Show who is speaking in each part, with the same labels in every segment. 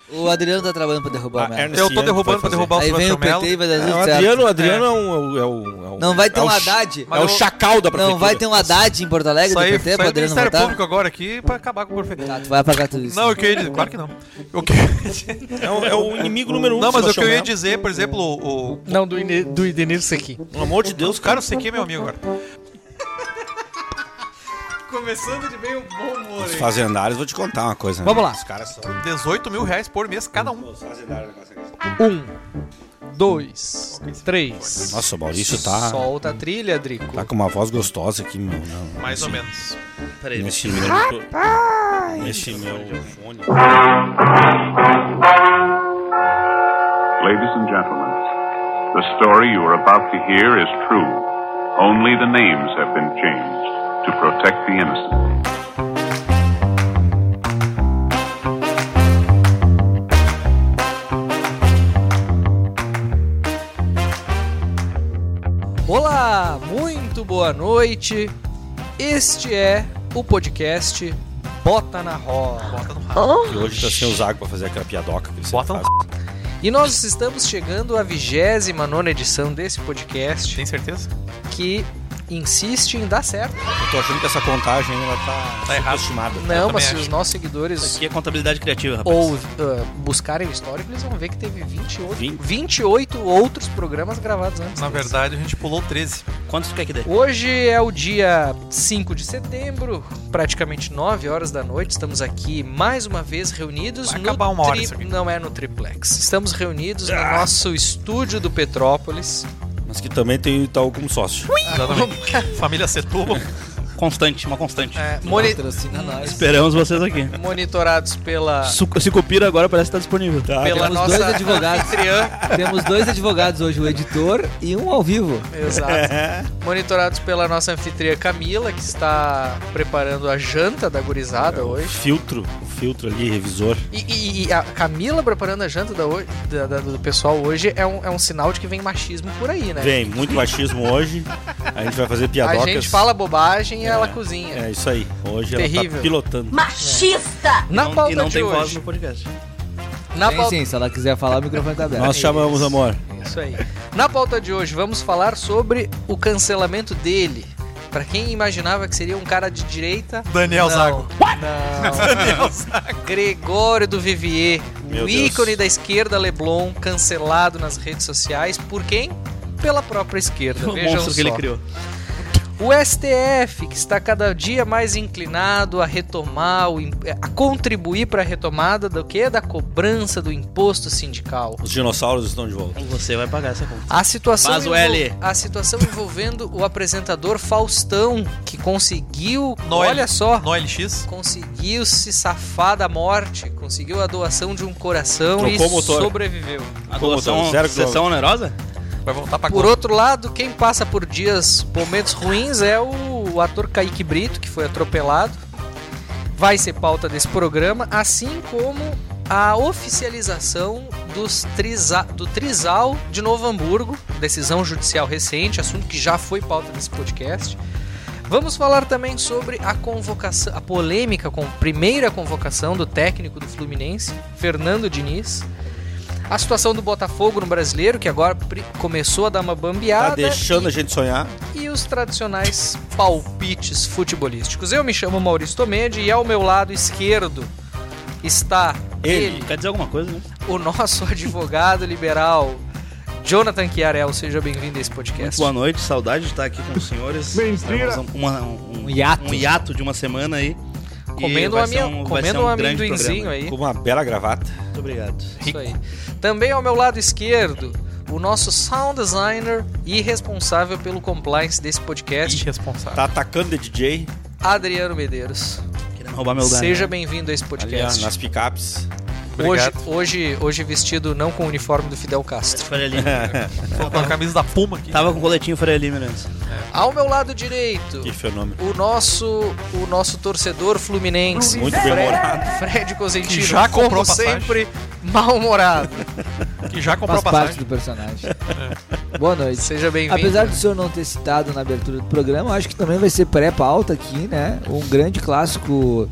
Speaker 1: O Adriano tá trabalhando pra derrubar o Melo.
Speaker 2: Eu tô derrubando pra derrubar o
Speaker 1: Aí vem
Speaker 2: Sebastião
Speaker 1: o PT
Speaker 2: Melo.
Speaker 1: e vai dar tudo
Speaker 3: O
Speaker 1: certo.
Speaker 3: Adriano é o...
Speaker 1: Não vai ter um Haddad.
Speaker 3: É o chacal da prefeitura.
Speaker 1: Não vai ter um Haddad em Porto Alegre
Speaker 2: Isso
Speaker 1: do
Speaker 2: aí
Speaker 1: PT pra
Speaker 2: do
Speaker 1: Adriano
Speaker 2: Ministério
Speaker 1: votar?
Speaker 2: Público agora aqui pra acabar com o prefeito.
Speaker 1: Tá, tu vai apagar tudo isso.
Speaker 2: Não, eu queria dizer, claro que não.
Speaker 3: É o inimigo número 1.
Speaker 2: Não, mas o que eu ia
Speaker 3: Sebastião
Speaker 2: dizer, por exemplo, o
Speaker 4: Não, do Idenir Sequi.
Speaker 3: Melo. Pelo amor de Deus,
Speaker 2: cara, você aqui é meu amigo agora.
Speaker 4: Começando de bem o bom humor.
Speaker 3: os fazendários, vou te contar uma coisa.
Speaker 4: Vamos
Speaker 3: né?
Speaker 4: lá.
Speaker 3: Os caras são...
Speaker 2: 18 mil reais por mês cada um.
Speaker 3: Os fazendários, negócio aqui.
Speaker 4: 1, 2, 3.
Speaker 3: Nossa, o Maurício tá...
Speaker 4: Solta a trilha, Drico.
Speaker 3: Tá com uma voz gostosa aqui, meu. Não,
Speaker 2: Mais ou menos.
Speaker 5: Peraí,
Speaker 3: Nesse meu fone.
Speaker 6: Ladies and gentlemen, the story you are about to hear is true. Only the names have been changed to protect the innocent.
Speaker 4: Olá, muito boa noite. Este é o podcast Bota na Roda.
Speaker 2: Bota no rabo.
Speaker 3: Que hoje tá sem usar água pra fazer aquela piadoca que ele sempre
Speaker 2: Bota no
Speaker 3: faz.
Speaker 4: E nós estamos chegando à 29ª edição desse podcast,
Speaker 2: Tem certeza?
Speaker 4: que insiste em dar certo.
Speaker 3: Eu tô achando que essa contagem ela tá
Speaker 2: errado.
Speaker 3: subestimada.
Speaker 4: Não, mas
Speaker 2: também
Speaker 4: se
Speaker 2: acho.
Speaker 4: os nossos seguidores
Speaker 5: aqui é contabilidade criativa, rapaz.
Speaker 4: ou buscarem o histórico, eles vão ver que teve
Speaker 3: 20.
Speaker 4: 28 outros programas gravados antes.
Speaker 2: Na
Speaker 4: desse.
Speaker 2: verdade, a gente pulou 13.
Speaker 5: Quantos tu quer que dê?
Speaker 4: Hoje é o dia 5 de setembro, praticamente 9 horas da noite. Estamos aqui mais uma vez reunidos
Speaker 2: Vai
Speaker 4: no
Speaker 2: acabar uma hora isso aqui.
Speaker 4: Não é no Triplex. Estamos reunidos no nosso estúdio do Petrópolis.
Speaker 3: Mas que também tem o Itaú como sócio.
Speaker 2: Exatamente. Família Setúbal.
Speaker 5: Constante, uma constante.
Speaker 1: Patrocina nós.
Speaker 5: Esperamos vocês aqui.
Speaker 4: Monitorados pela
Speaker 5: Se copira agora parece que tá disponível.
Speaker 4: pela
Speaker 1: Temos
Speaker 4: nossa
Speaker 1: dois advogados.
Speaker 4: anfitriã.
Speaker 1: Temos 2 advogados hoje, o editor e um ao vivo.
Speaker 4: Exato. Monitorados pela nossa anfitriã Camila, que está preparando a janta da gurizada hoje.
Speaker 3: O filtro ali, revisor.
Speaker 4: E a Camila preparando a janta do pessoal hoje é um sinal de que vem machismo por aí, né?
Speaker 3: Vem, muito machismo hoje. A gente vai fazer piadocas.
Speaker 4: A gente fala bobagem e ela cozinha.
Speaker 3: É isso aí. Hoje ela
Speaker 4: Terrível.
Speaker 3: tá pilotando.
Speaker 7: Machista!
Speaker 4: Na pauta
Speaker 5: E não
Speaker 4: de
Speaker 5: tem voz
Speaker 4: hoje.
Speaker 5: no podcast.
Speaker 4: Na
Speaker 1: Sim,
Speaker 4: pauta...
Speaker 1: sim, se ela quiser falar, o microfone tá aberto.
Speaker 3: Nós chamamos, amor.
Speaker 4: Isso aí. Na pauta de hoje, vamos falar sobre o cancelamento dele. Pra quem imaginava que seria um cara de direita...
Speaker 2: Daniel
Speaker 4: não,
Speaker 2: Zago.
Speaker 4: Não.
Speaker 2: Daniel Zago.
Speaker 4: Gregório do Vivier,
Speaker 3: Meu
Speaker 4: o
Speaker 3: Deus.
Speaker 4: ícone da esquerda Leblon, cancelado nas redes sociais. Por quem? Pela própria esquerda.
Speaker 5: O
Speaker 4: Vejam
Speaker 5: monstro que ele
Speaker 4: só.
Speaker 5: criou.
Speaker 4: O STF, que está cada dia mais inclinado a retomar, a contribuir para a retomada do quê? Da cobrança do imposto sindical.
Speaker 3: Os dinossauros estão de volta.
Speaker 5: Você vai pagar essa conta.
Speaker 4: A situação,
Speaker 5: Faz o L.
Speaker 4: a situação envolvendo o apresentador Faustão, que conseguiu,
Speaker 2: Noel-
Speaker 4: olha só,
Speaker 2: No LX.
Speaker 4: conseguiu se safar da morte, conseguiu a doação de um coração
Speaker 3: Trocou
Speaker 4: e
Speaker 3: o motor.
Speaker 4: sobreviveu.
Speaker 5: A
Speaker 3: Como
Speaker 5: doação,
Speaker 3: tá? Zero
Speaker 5: sessão onerosa?
Speaker 2: Vai voltar pra
Speaker 4: Por
Speaker 2: Globo.
Speaker 4: outro lado, quem passa por momentos ruins é o ator Kaique Brito, que foi atropelado. Vai ser pauta desse programa, assim como a oficialização do Trisal de Novo Hamburgo, decisão judicial recente, assunto que já foi pauta desse podcast. Vamos falar também sobre a convocação, a polêmica com a primeira convocação do técnico do Fluminense, Fernando Diniz. A situação do Botafogo no Brasileiro, que agora começou a dar uma bambeada.
Speaker 3: Tá deixando a gente sonhar.
Speaker 4: E os tradicionais palpites futebolísticos. Eu me chamo Maurício Tomedi e ao meu lado esquerdo está ele,
Speaker 5: Quer dizer alguma coisa, né?
Speaker 4: o nosso advogado liberal, Jonathan Chiarel. Seja bem-vindo a esse
Speaker 5: Muito
Speaker 4: podcast.
Speaker 5: boa noite, saudade de estar aqui com os senhores.
Speaker 7: Mentira.
Speaker 5: Um
Speaker 1: hiato.
Speaker 5: Um hiato de uma semana aí.
Speaker 4: Comendo
Speaker 5: vai ser um grande
Speaker 4: amendoinzinho
Speaker 5: programa.
Speaker 4: aí.
Speaker 3: Com uma bela gravata.
Speaker 5: Muito obrigado.
Speaker 4: Isso aí. Também ao meu lado esquerdo, o nosso sound designer e responsável pelo compliance desse podcast,
Speaker 2: Irresponsável.
Speaker 3: Tá atacando de DJ
Speaker 4: Adriano Medeiros.
Speaker 5: Querendo roubar meu lugar.
Speaker 4: Seja bem-vindo a esse
Speaker 3: ali
Speaker 4: podcast.
Speaker 3: nas picapes.
Speaker 2: Obrigado.
Speaker 4: Hoje vestido não com o uniforme do Fidel Castro.
Speaker 5: Faria Lima.
Speaker 2: Tô com a camisa da Puma aqui.
Speaker 5: Tava com o coletinho Faria Lima antes.
Speaker 4: Ao meu lado direito,
Speaker 3: Que fenômeno.
Speaker 4: o nosso torcedor fluminense,
Speaker 3: Muito bem-humorado.
Speaker 4: Fred Cosentino,
Speaker 2: Que já comprou
Speaker 4: como
Speaker 2: passagem.
Speaker 4: sempre, mal-humorado.
Speaker 2: Que já comprou
Speaker 1: Faz
Speaker 2: a
Speaker 1: parte
Speaker 2: passagem.
Speaker 1: do personagem. Boa noite.
Speaker 4: Seja bem-vindo.
Speaker 1: Apesar do senhor não ter citado na abertura do programa, eu acho que também vai ser pré-pauta aqui, né? Um grande clássico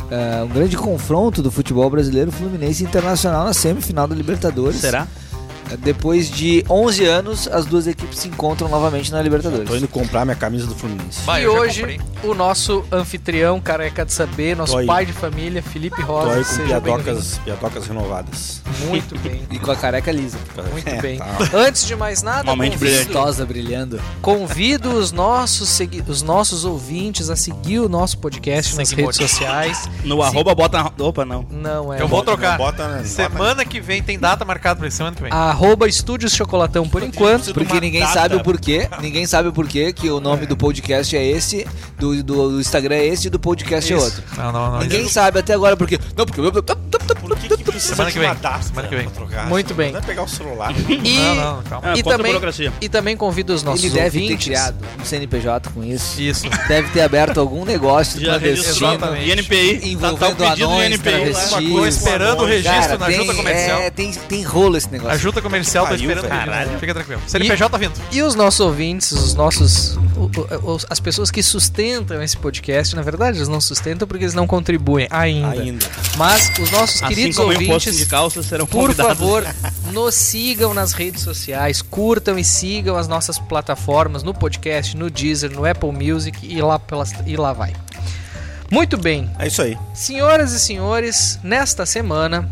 Speaker 1: um grande confronto do futebol brasileiro, Fluminense e Internacional na semifinal da Libertadores.
Speaker 5: Será?
Speaker 1: Depois de 11 anos, as duas equipes se encontram novamente na Libertadores.
Speaker 3: Tô indo comprar minha camisa do Fluminense.
Speaker 2: Bah,
Speaker 4: E
Speaker 2: eu já
Speaker 4: hoje,
Speaker 2: comprei.
Speaker 4: o nosso anfitrião, careca de saber, nosso
Speaker 3: Tô aí.
Speaker 4: pai de família, Felipe
Speaker 3: Tô
Speaker 4: Rosa,
Speaker 3: aí com
Speaker 4: seja bem-vindo.
Speaker 3: piadocas renovadas.
Speaker 4: Muito bem,
Speaker 1: E com a careca lisa.
Speaker 4: muito bem.
Speaker 3: Tá.
Speaker 4: Antes de mais nada,
Speaker 5: Momento brilhante.
Speaker 1: Vistosa, brilhando.
Speaker 4: convido os nossos ouvintes a seguir o nosso podcast nas
Speaker 2: Segue
Speaker 4: redes
Speaker 2: muito.
Speaker 4: sociais.
Speaker 5: No arroba bota na... Opa, não.
Speaker 4: Não é.
Speaker 2: Eu vou trocar.
Speaker 3: Bota, né?
Speaker 2: Semana que vem tem data marcada pra semana que vem.
Speaker 4: Arroba Estúdios Chocolatão por enquanto.
Speaker 1: Porque ninguém sabe o porquê. Ninguém sabe o porquê que o nome do podcast é esse, do Instagram é esse e do podcast é outro.
Speaker 2: Não.
Speaker 1: Ninguém sabe até agora por quê. Não, porque...
Speaker 3: Por que precisa
Speaker 2: Semana
Speaker 3: de
Speaker 2: que vem.
Speaker 3: uma data
Speaker 2: Semana que vem.
Speaker 3: pra trocar?
Speaker 4: Muito bem.
Speaker 3: Vai pegar o celular.
Speaker 4: E,
Speaker 2: Não, calma.
Speaker 5: Ah,
Speaker 4: e,
Speaker 5: contra a
Speaker 4: também,
Speaker 5: burocracia.
Speaker 4: e também convido os nossos
Speaker 1: Ele deve ter
Speaker 4: ouvintes.
Speaker 1: criado um CNPJ com isso.
Speaker 2: Isso.
Speaker 1: Deve ter aberto algum negócio
Speaker 5: Já registrou
Speaker 2: Exatamente.
Speaker 5: INPI.
Speaker 1: envolvendo
Speaker 5: Tá o pedido do
Speaker 1: anões,
Speaker 5: INPI.
Speaker 1: travestis.
Speaker 5: lá.
Speaker 2: Tô esperando o registro
Speaker 1: Cara,
Speaker 2: na junta comercial.
Speaker 1: tem rolo esse negócio.
Speaker 2: A junta comercial tá
Speaker 3: Pariu,
Speaker 2: esperando o
Speaker 3: velho.
Speaker 2: registro. Fica tranquilo. CNPJ tá vindo.
Speaker 4: E os nossos ouvintes, as pessoas que sustentam esse podcast, na verdade eles não sustentam porque eles não contribuem ainda. Mas os nossos
Speaker 5: Assim
Speaker 4: queridos
Speaker 5: como imposto
Speaker 4: ouvintes,
Speaker 5: de calças serão
Speaker 4: por
Speaker 5: convidados.
Speaker 4: favor, nos sigam nas redes sociais, curtam e sigam as nossas plataformas no podcast, no Deezer, no Apple Music e lá vai. Muito bem,
Speaker 3: É isso aí.
Speaker 4: senhoras e senhores, nesta semana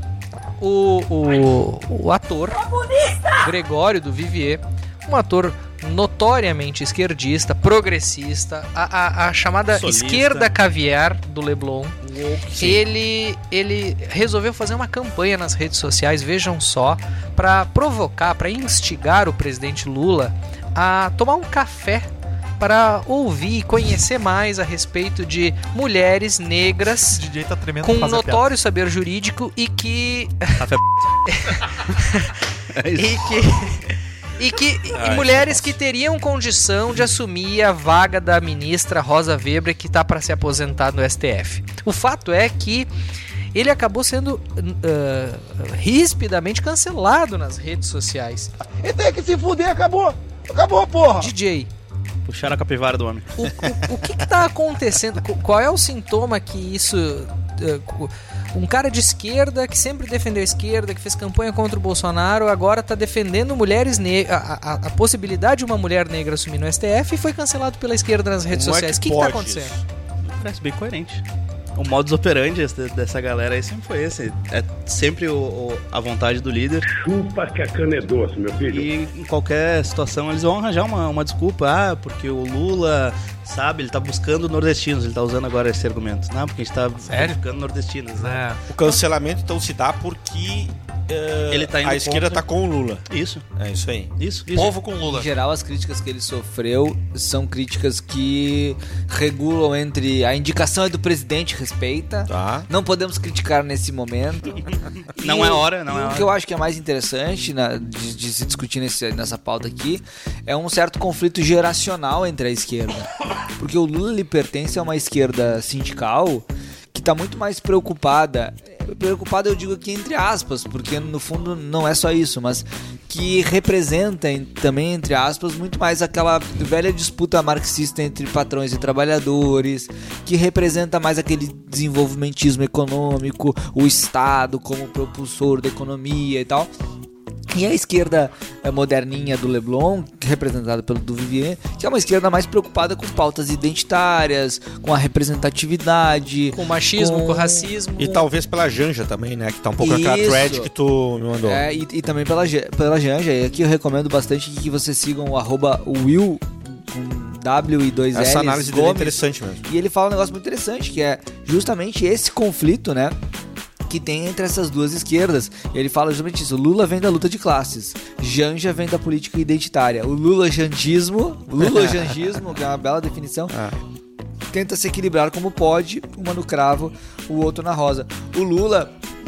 Speaker 4: o ator Gregório do Vivier, um ator notoriamente esquerdista, progressista, a chamada
Speaker 5: Solista.
Speaker 4: esquerda caviar do Leblon, ele resolveu fazer uma campanha nas redes sociais, vejam só, para provocar, para instigar o presidente Lula a tomar um café para ouvir e conhecer mais a respeito de mulheres negras
Speaker 2: O DJ tá tremendo
Speaker 4: com
Speaker 2: pra fazer
Speaker 4: notório saber jurídico e que
Speaker 5: Café É isso.
Speaker 4: e mulheres que teriam condição de assumir a vaga da ministra Rosa Weber, que está para se aposentar no STF. O fato é que ele acabou sendo rispidamente cancelado nas redes sociais.
Speaker 7: E tem que se fuder, acabou. Acabou, porra.
Speaker 4: DJ,
Speaker 5: Puxaram a capivara do homem.
Speaker 4: o que está acontecendo? Qual é o sintoma que isso... um cara de esquerda, que sempre defendeu a esquerda, que fez campanha contra o Bolsonaro, agora está defendendo mulheres negras, a possibilidade de uma mulher negra assumir no STF, e foi cancelado pela esquerda nas redes
Speaker 3: Como é
Speaker 4: sociais. O
Speaker 3: que
Speaker 4: que está
Speaker 3: pode
Speaker 4: acontecendo?
Speaker 3: isso?
Speaker 5: Parece bem coerente. O modus operandi dessa galera aí sempre foi esse. É sempre a vontade do líder.
Speaker 7: Chupa que a cana é doce, meu filho.
Speaker 5: E em qualquer situação eles vão arranjar uma desculpa. Porque o Lula, sabe, ele tá buscando nordestinos. Ele tá usando agora esse argumento. Não, porque a gente tá
Speaker 2: Sério?
Speaker 5: buscando nordestinos, né?
Speaker 2: É.
Speaker 3: O cancelamento então se dá porque
Speaker 5: Ele tá indo
Speaker 3: a esquerda
Speaker 5: contra-
Speaker 3: tá com o Lula.
Speaker 5: Isso,
Speaker 3: É isso aí.
Speaker 5: isso.
Speaker 2: Povo com Lula.
Speaker 1: Em geral, as críticas que ele sofreu são críticas que regulam entre a indicação é do presidente, respeita.
Speaker 3: Tá.
Speaker 1: Não podemos criticar nesse momento.
Speaker 5: Não é hora, não
Speaker 1: e
Speaker 5: é
Speaker 1: o
Speaker 5: hora.
Speaker 1: que eu acho que é mais interessante de se discutir nessa pauta aqui é um certo conflito geracional entre a esquerda. Porque o Lula ele pertence a uma esquerda sindical que está muito mais preocupada eu digo aqui entre aspas, porque no fundo não é só isso, mas que representa também, entre aspas, muito mais aquela velha disputa marxista entre patrões e trabalhadores, que representa mais aquele desenvolvimentismo econômico, o Estado como propulsor da economia e tal. E a esquerda moderninha do Leblon, representada pelo Duvivier, que é uma esquerda mais preocupada com pautas identitárias, com a representatividade,
Speaker 4: Com machismo, com racismo.
Speaker 3: E talvez pela Janja também, né? Que tá um pouco naquela
Speaker 1: Isso.
Speaker 3: thread que tu me mandou.
Speaker 1: e também pela Janja. E aqui eu recomendo bastante que vocês sigam o @Will com W e 2 L's
Speaker 3: Essa análise dele é
Speaker 1: Gomes.
Speaker 3: interessante mesmo.
Speaker 1: E ele fala um negócio muito interessante, que é justamente esse conflito, né, que tem entre essas duas esquerdas. Ele fala justamente isso: o Lula vem da luta de classes, Janja vem da política identitária. O Lula-jangismo, que é uma bela definição, tenta se equilibrar como pode, uma no cravo, o outro na rosa. O Lula,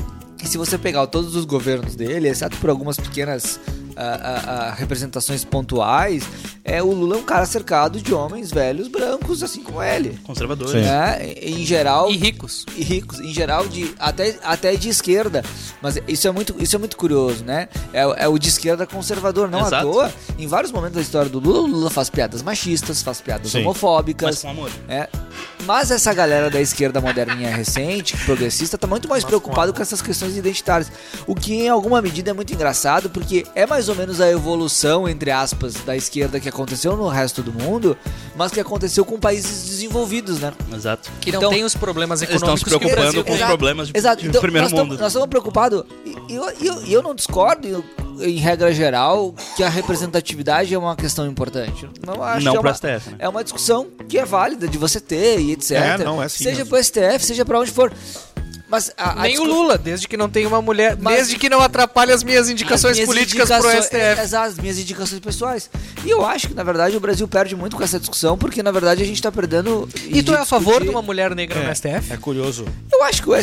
Speaker 1: e se você pegar todos os governos dele, exceto por algumas pequenas representações pontuais, o Lula é um cara cercado de homens velhos brancos, assim como ele.
Speaker 5: Conservadores.
Speaker 3: Sim.
Speaker 1: Né? Em geral,
Speaker 4: E ricos.
Speaker 1: em geral até de esquerda, mas isso é muito curioso, né? É o de esquerda conservador, não
Speaker 5: Exato.
Speaker 1: à toa. Em vários momentos da história do Lula, o Lula faz piadas machistas, faz piadas
Speaker 3: Sim.
Speaker 1: homofóbicas,
Speaker 5: Mas com amor.
Speaker 1: Mas essa galera da esquerda moderninha recente, progressista, tá muito mais preocupado com essas questões identitárias. O que em alguma medida é muito engraçado, porque é mais ou menos a evolução, entre aspas, da esquerda que aconteceu no resto do mundo, mas que aconteceu com países desenvolvidos, né?
Speaker 5: Exato.
Speaker 4: Que não
Speaker 1: Então,
Speaker 4: tem os problemas
Speaker 5: Eles estão
Speaker 4: econômicos
Speaker 5: se
Speaker 4: que o Brasil
Speaker 5: preocupando com os
Speaker 4: tem.
Speaker 5: problemas de,
Speaker 1: Exato.
Speaker 5: de
Speaker 1: Então,
Speaker 5: primeiro
Speaker 1: nós
Speaker 5: mundo.
Speaker 1: estamos preocupados, e eu não discordo, em regra geral, que a representatividade é uma questão importante. Não acho
Speaker 5: Não
Speaker 1: que é
Speaker 5: pro
Speaker 1: uma,
Speaker 5: STF, né?
Speaker 1: é uma discussão que é válida de você ter e etc.
Speaker 3: Não, é assim
Speaker 1: seja
Speaker 3: mesmo.
Speaker 1: pro STF, seja pra onde for. Mas
Speaker 4: Nem o Lula, desde que não tenha uma mulher, desde que não atrapalhe as minhas indicações políticas pro STF.
Speaker 1: Exato, as minhas indicações pessoais. E eu acho que, na verdade, o Brasil perde muito com essa discussão, porque, na verdade, a gente tá perdendo...
Speaker 4: E tu é a favor de
Speaker 1: discutir-
Speaker 4: uma mulher negra no STF?
Speaker 3: É curioso.
Speaker 1: Eu acho que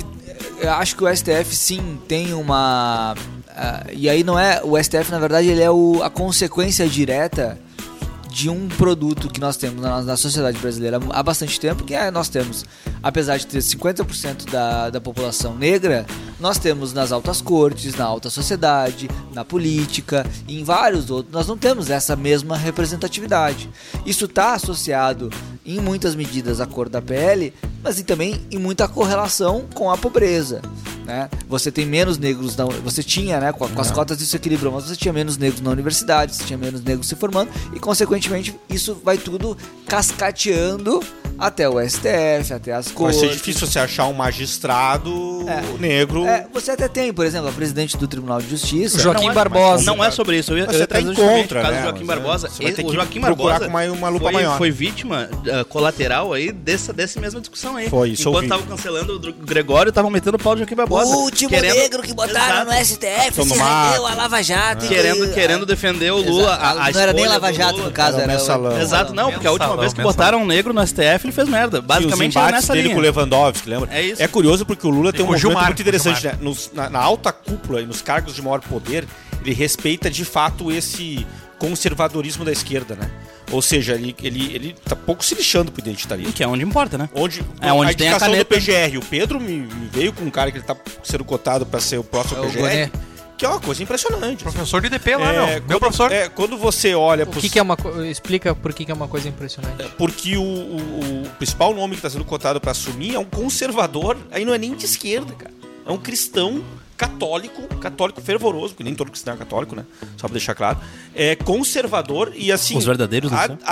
Speaker 1: o STF sim tem uma... e aí não é... O STF, na verdade, ele é a consequência direta de um produto que nós temos na sociedade brasileira há bastante tempo, que nós temos, apesar de ter 50% da população negra, nós temos nas altas cortes, na alta sociedade, na política e em vários outros, nós não temos essa mesma representatividade. Isso está associado em muitas medidas à cor da pele, mas também em muita correlação com a pobreza, né? Você tem menos negros, você tinha, né, com as cotas isso equilibrou, mas você tinha menos negros na universidade, você tinha menos negros se formando e, consequentemente, isso vai tudo cascateando até o STF, até as
Speaker 3: Vai
Speaker 1: cortes.
Speaker 3: ser difícil você achar um magistrado negro.
Speaker 1: Você até tem, por exemplo, a presidente do Tribunal de Justiça.
Speaker 4: Joaquim Barbosa.
Speaker 5: Não é sobre isso. Eu
Speaker 3: Mas você
Speaker 5: ia
Speaker 3: tá
Speaker 5: trazer
Speaker 3: em
Speaker 5: justamente
Speaker 3: contra,
Speaker 5: o caso
Speaker 3: né?
Speaker 5: do Joaquim
Speaker 3: Mas,
Speaker 5: Barbosa.
Speaker 3: você vai ter
Speaker 5: O
Speaker 3: que
Speaker 5: Joaquim
Speaker 3: procurar
Speaker 5: Barbosa
Speaker 3: com uma lupa maior.
Speaker 5: foi vítima colateral aí dessa mesma discussão aí.
Speaker 3: Foi, isso
Speaker 5: Enquanto
Speaker 3: eu vi.
Speaker 5: estavam cancelando o Gregório, estavam metendo o pau do Joaquim Barbosa.
Speaker 1: O último negro que botaram
Speaker 5: Exato.
Speaker 1: no STF
Speaker 3: Tô no
Speaker 1: se
Speaker 3: mato.
Speaker 1: rendeu a Lava Jato.
Speaker 5: Querendo defender o Lula.
Speaker 1: Exato. Não era nem Lava Jato, no caso,
Speaker 3: Era
Speaker 1: era
Speaker 3: mensalão.
Speaker 5: Exato, não, porque a última
Speaker 2: Mensalão,
Speaker 5: vez que
Speaker 2: mensalão.
Speaker 5: botaram um negro no STF, ele fez merda.
Speaker 3: E os
Speaker 5: Basicamente é
Speaker 3: embates
Speaker 5: nessa
Speaker 3: dele
Speaker 5: linha.
Speaker 3: com o Lewandowski, lembra?
Speaker 5: É isso.
Speaker 3: É curioso porque o Lula tem um
Speaker 2: com o
Speaker 3: movimento
Speaker 2: Gilmar,
Speaker 3: muito interessante,
Speaker 2: com o
Speaker 3: né? Na alta cúpula e nos cargos de maior poder, ele respeita de fato esse conservadorismo da esquerda, né? Ou seja, ele tá pouco se lixando pro identitarismo.
Speaker 5: Que é onde importa, né?
Speaker 3: Onde
Speaker 5: Onde tem a
Speaker 3: indicação
Speaker 5: caneta.
Speaker 3: do PGR, o Pedro me veio com um cara que ele tá sendo cotado pra ser o próximo
Speaker 1: É o
Speaker 3: PGR,
Speaker 1: Boné.
Speaker 3: que é uma coisa impressionante.
Speaker 2: Professor de DP lá, meu. Meu
Speaker 3: quando,
Speaker 2: professor.
Speaker 3: quando você olha
Speaker 4: O que é uma explica por que é uma coisa impressionante.
Speaker 3: porque o principal nome que está sendo cotado para assumir é um conservador, aí não é nem de esquerda, cara. É um cristão católico fervoroso, porque nem todo cristão é católico, né? Só pra deixar claro. É conservador e assim...
Speaker 5: Os verdadeiros, não são?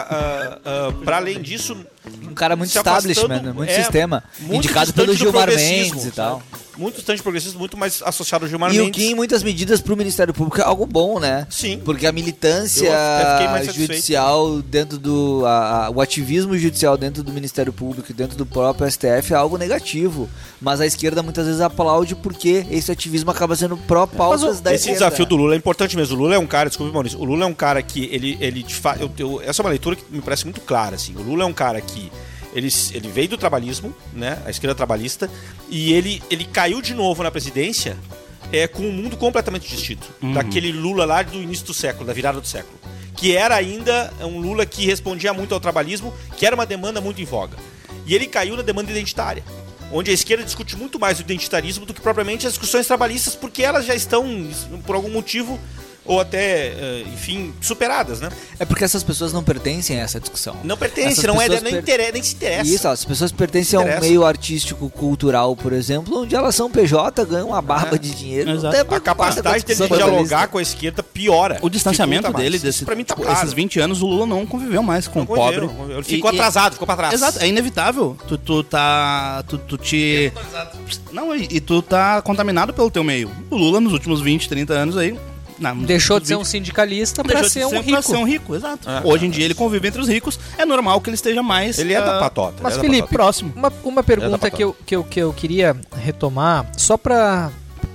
Speaker 3: Para além disso...
Speaker 1: Um cara muito
Speaker 3: se afastando,
Speaker 1: establishment, muito sistema.
Speaker 3: muito
Speaker 1: Indicado
Speaker 3: distante
Speaker 1: pelo
Speaker 3: do
Speaker 1: Gilmar
Speaker 3: progressismo,
Speaker 1: Mendes e
Speaker 3: sabe?
Speaker 1: tal.
Speaker 3: Muito distante do progressismo, muito mais associado ao Gilmar
Speaker 1: E o
Speaker 3: Mendes.
Speaker 1: que em muitas medidas pro Ministério Público é algo bom, né?
Speaker 3: Sim.
Speaker 1: Porque a militância
Speaker 3: Eu até fiquei mais satisfeito.
Speaker 1: judicial dentro do... o ativismo judicial dentro do Ministério Público e dentro do próprio STF é algo negativo. Mas a esquerda muitas vezes aplaude porque esse ativismo acaba sendo pró-pautas da
Speaker 3: Esse
Speaker 1: esquerda.
Speaker 3: desafio do Lula é importante mesmo. O Lula é um cara, desculpe, Maurício, o Lula é um cara que ele de fato, essa é uma leitura que me parece muito clara, assim. O Lula é um cara que ele veio do trabalhismo, né, a esquerda trabalhista, e ele caiu de novo na presidência com um mundo completamente distinto daquele Lula lá do início do século, da virada do século, que era ainda um Lula que respondia muito ao trabalhismo, que era uma demanda muito em voga. E ele caiu na demanda identitária, onde a esquerda discute muito mais o identitarismo do que propriamente as discussões trabalhistas, porque elas já estão, por algum motivo, ou até, enfim, superadas, né?
Speaker 1: É porque essas pessoas não pertencem a essa discussão.
Speaker 3: Não pertence,
Speaker 1: Essas
Speaker 3: não
Speaker 1: pessoas
Speaker 3: nem se interessa.
Speaker 1: Isso, as pessoas pertencem a um
Speaker 3: Interessa.
Speaker 1: meio artístico, cultural, por exemplo, onde elas são PJ, ganham uma barba de dinheiro.
Speaker 5: Exato.
Speaker 1: Não tem
Speaker 3: A
Speaker 1: preocupada
Speaker 3: capacidade
Speaker 1: com a
Speaker 3: dele de
Speaker 1: discussão
Speaker 3: dialogar
Speaker 1: trabalhista.
Speaker 3: com a esquerda piora.
Speaker 5: O distanciamento
Speaker 3: Dificulta mais.
Speaker 5: dele,
Speaker 3: Isso pra mim tá
Speaker 5: tipo,
Speaker 3: claro.
Speaker 5: esses 20 anos, o Lula não conviveu mais com o pobre.
Speaker 3: Ele ficou atrasado, ficou pra trás.
Speaker 5: Exato, é inevitável. Tu te... Não, e tu tá contaminado pelo teu meio. O Lula, nos últimos 20, 30 anos aí... Não,
Speaker 4: Deixou de ser um sindicalista pra ser um rico.
Speaker 5: Pra ser um rico, exato. Hoje em dia ele convive entre os ricos. É normal que ele esteja mais...
Speaker 3: Ele é da patota.
Speaker 4: Mas,
Speaker 3: ele é da
Speaker 4: Felipe,
Speaker 3: patota.
Speaker 5: próximo.
Speaker 4: Uma pergunta
Speaker 3: patota.
Speaker 4: que eu queria retomar, só pra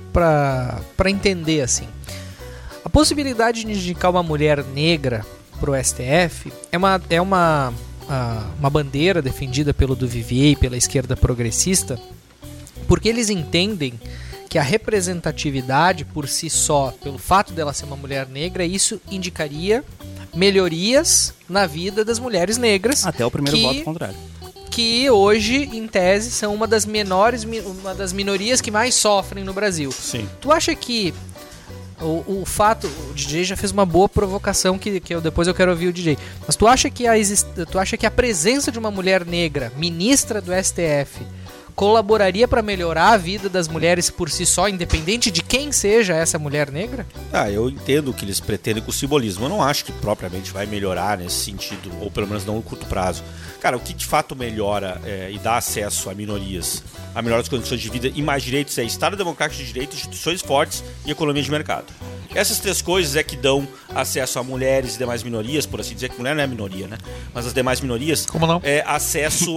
Speaker 4: entender, assim. A possibilidade de indicar uma mulher negra pro STF é uma bandeira defendida pelo Duvivier e pela esquerda progressista, porque eles entendem que a representatividade por si só, pelo fato dela ser uma mulher negra, isso indicaria melhorias na vida das mulheres negras.
Speaker 5: Até o primeiro
Speaker 4: que-
Speaker 5: voto contrário.
Speaker 4: Que hoje, em tese, são uma das minorias que mais sofrem no Brasil.
Speaker 3: Sim.
Speaker 4: Tu acha que O fato, o DJ já fez uma boa provocação que depois eu quero ouvir o DJ. Mas tu acha que a presença de uma mulher negra, ministra do STF, colaboraria para melhorar a vida das mulheres por si só, independente de quem seja essa mulher negra?
Speaker 3: Eu entendo o que eles pretendem com o simbolismo. Eu não acho que propriamente vai melhorar nesse sentido, ou pelo menos não no curto prazo. Cara, o que de fato melhora e dá acesso a minorias, a melhores condições de vida e mais direitos é Estado democrático de direito, instituições fortes e economia de mercado. Essas três coisas é que dão acesso a mulheres e demais minorias, por assim dizer, que mulher não é minoria, né? Mas as demais minorias...
Speaker 2: Como não?
Speaker 3: Acesso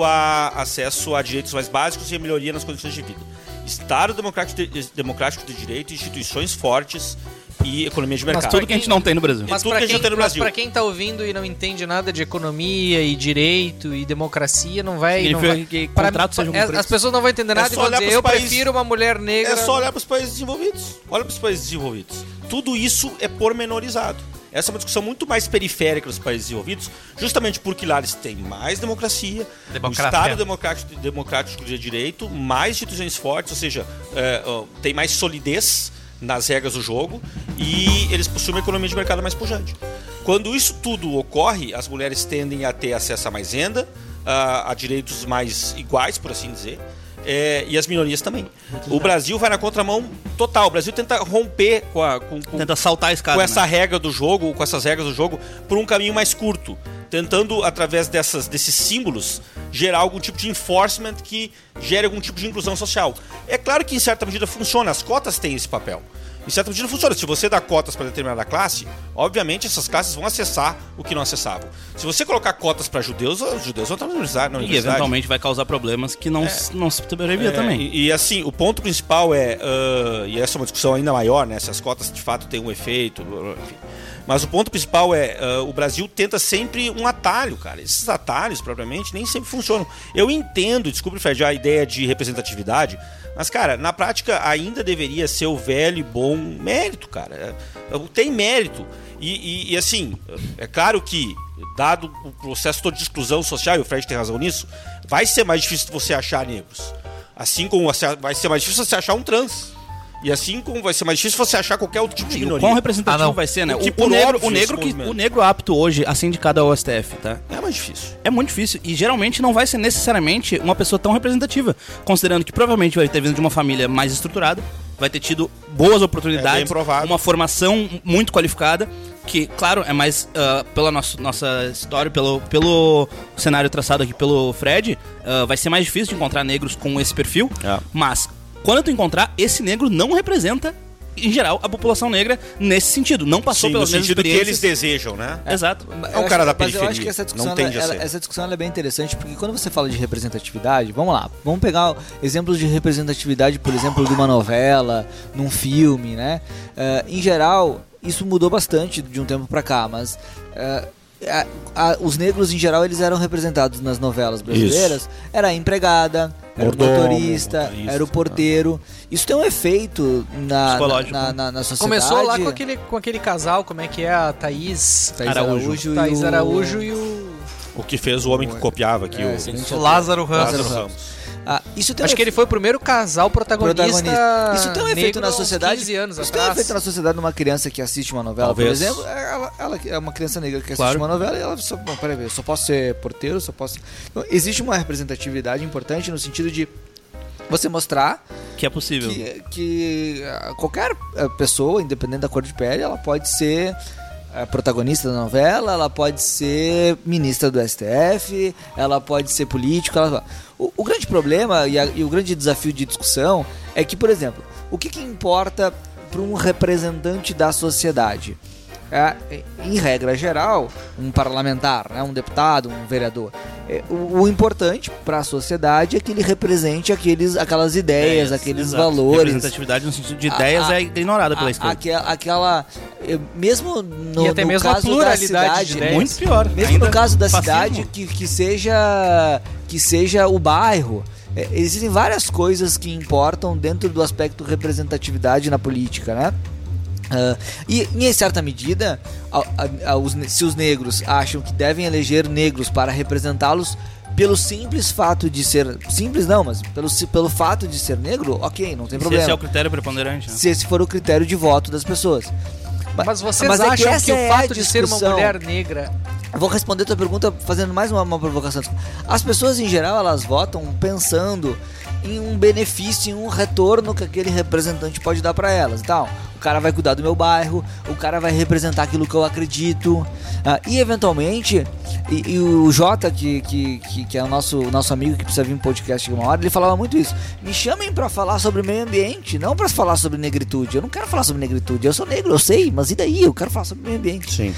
Speaker 3: a direitos mais básicos e a melhoria nas condições de vida. Estado democrático de direito, instituições fortes e economia de mercado.
Speaker 5: Mas tudo que a gente não tem no Brasil.
Speaker 4: Mas pra quem tá ouvindo e não entende nada de economia e direito e democracia, não vai...
Speaker 5: Que contratos sejam cumpridos.
Speaker 4: As pessoas não vão entender nada e vão dizer, eu prefiro uma mulher negra...
Speaker 3: É só olhar para os países desenvolvidos. Olha para os países desenvolvidos. Tudo isso é pormenorizado. Essa é uma discussão muito mais periférica dos países desenvolvidos, justamente porque lá eles têm mais democracia, um Estado democrático de direito, mais instituições fortes, ou seja, tem mais solidez nas regras do jogo e eles possuem uma economia de mercado mais pujante. Quando isso tudo ocorre, as mulheres tendem a ter acesso a mais renda, a direitos mais iguais, por assim dizer, e as minorias também. O Brasil vai na contramão total. O Brasil tenta romper
Speaker 5: tenta saltar a escada,
Speaker 3: com essa regra do jogo, com essas regras do jogo, por um caminho mais curto, tentando, através desses símbolos, gerar algum tipo de enforcement que gere algum tipo de inclusão social. É claro que em certa medida funciona, as cotas têm esse papel. Em certa medida funciona. Se você dá cotas para determinada classe, obviamente essas classes vão acessar o que não acessavam. Se você colocar cotas para judeus, os judeus vão estar na universidade.
Speaker 5: E eventualmente vai causar problemas que não se previa também.
Speaker 3: E assim, o ponto principal e essa é uma discussão ainda maior, né? Se as cotas de fato têm um efeito, enfim. Mas o ponto principal o Brasil tenta sempre um atalho, cara. Esses atalhos, propriamente, nem sempre funcionam. Eu entendo, desculpe, Fred, a ideia de representatividade, mas, cara, na prática ainda deveria ser o velho e bom mérito, cara. Tem mérito. E assim, é claro que, dado o processo todo de exclusão social, e o Fred tem razão nisso, vai ser mais difícil você achar negros. Assim como vai ser mais difícil você achar um trans. E assim como vai ser mais difícil você achar qualquer outro tipo de minoria.
Speaker 5: Quão representativo vai ser, né? O negro apto hoje a ser indicado ao STF, tá?
Speaker 3: É mais difícil.
Speaker 5: É muito difícil. E geralmente não vai ser necessariamente uma pessoa tão representativa. Considerando que provavelmente vai ter vindo de uma família mais estruturada, vai ter tido boas oportunidades, uma formação muito qualificada, que, claro, é mais pela nossa história, pelo cenário traçado aqui pelo Fred, vai ser mais difícil de encontrar negros com esse perfil, mas quando tu encontrar, esse negro não representa, em geral, a população negra nesse sentido. Não passou pelas mesmas experiências
Speaker 3: que eles desejam, né?
Speaker 5: Exato.
Speaker 3: É um cara da periferia.
Speaker 1: Mas eu acho que essa discussão é bem interessante, porque quando você fala de representatividade, vamos lá, vamos pegar exemplos de representatividade, por exemplo, de uma novela, num filme, né? Em geral, isso mudou bastante de um tempo pra cá, mas... os negros em geral eles eram representados nas novelas brasileiras. Isso. Era a empregada, era o motorista, era o porteiro. Isso tem um efeito na sociedade.
Speaker 4: Começou lá com aquele casal, como é que é? A Thaís Araújo e
Speaker 3: o que fez o homem que copiava aqui,
Speaker 2: o Lázaro Ramos.
Speaker 1: Isso tem
Speaker 4: Acho que ele foi o primeiro casal protagonista.
Speaker 1: Isso tem um efeito na sociedade.
Speaker 4: 15 anos
Speaker 1: isso
Speaker 4: atrás.
Speaker 1: tem um efeito na sociedade numa criança que assiste uma novela,
Speaker 3: Talvez.
Speaker 1: por exemplo. Ela é uma criança negra que assiste uma novela e ela só. Peraí, eu só posso ser porteiro, só posso. Então, existe uma representatividade importante no sentido de você mostrar
Speaker 5: que é possível.
Speaker 1: Que qualquer pessoa, independente da cor de pele, ela pode ser protagonista da novela, ela pode ser ministra do STF, ela pode ser política. O grande problema e o grande desafio de discussão é que, por exemplo, o que importa para um representante da sociedade? Em regra geral, um parlamentar, né, um deputado, um vereador. O importante para a sociedade é que ele represente aquelas ideias, aqueles valores.
Speaker 5: Representatividade no sentido de ideias é ignorada pela esquerda.
Speaker 1: Mesmo no
Speaker 4: até mesmo
Speaker 1: caso
Speaker 4: a pluralidade
Speaker 1: da cidade,
Speaker 4: de ideias.
Speaker 5: Muito pior.
Speaker 1: Mesmo no caso da cidade, que seja o bairro. Existem várias coisas que importam dentro do aspecto representatividade na política, né? E em certa medida, se os negros acham que devem eleger negros para representá-los pelo simples fato de ser... Simples não, mas pelo fato de ser negro, ok, não tem problema.
Speaker 5: Se esse é o critério preponderante, né?
Speaker 1: Se esse for o critério de voto das pessoas.
Speaker 4: Mas vocês acham que o fato de ser uma mulher negra...
Speaker 1: Eu vou responder a tua pergunta fazendo mais uma provocação. As pessoas, em geral, elas votam pensando em um benefício, em um retorno que aquele representante pode dar pra elas. Então, o cara vai cuidar do meu bairro, o cara vai representar aquilo que eu acredito. E, eventualmente, e o Jota, que é o nosso amigo que precisa vir um podcast uma hora, ele falava muito isso. Me chamem pra falar sobre meio ambiente, não pra falar sobre negritude. Eu não quero falar sobre negritude, eu sou negro, eu sei, mas e daí? Eu quero falar sobre meio ambiente.
Speaker 3: Sim.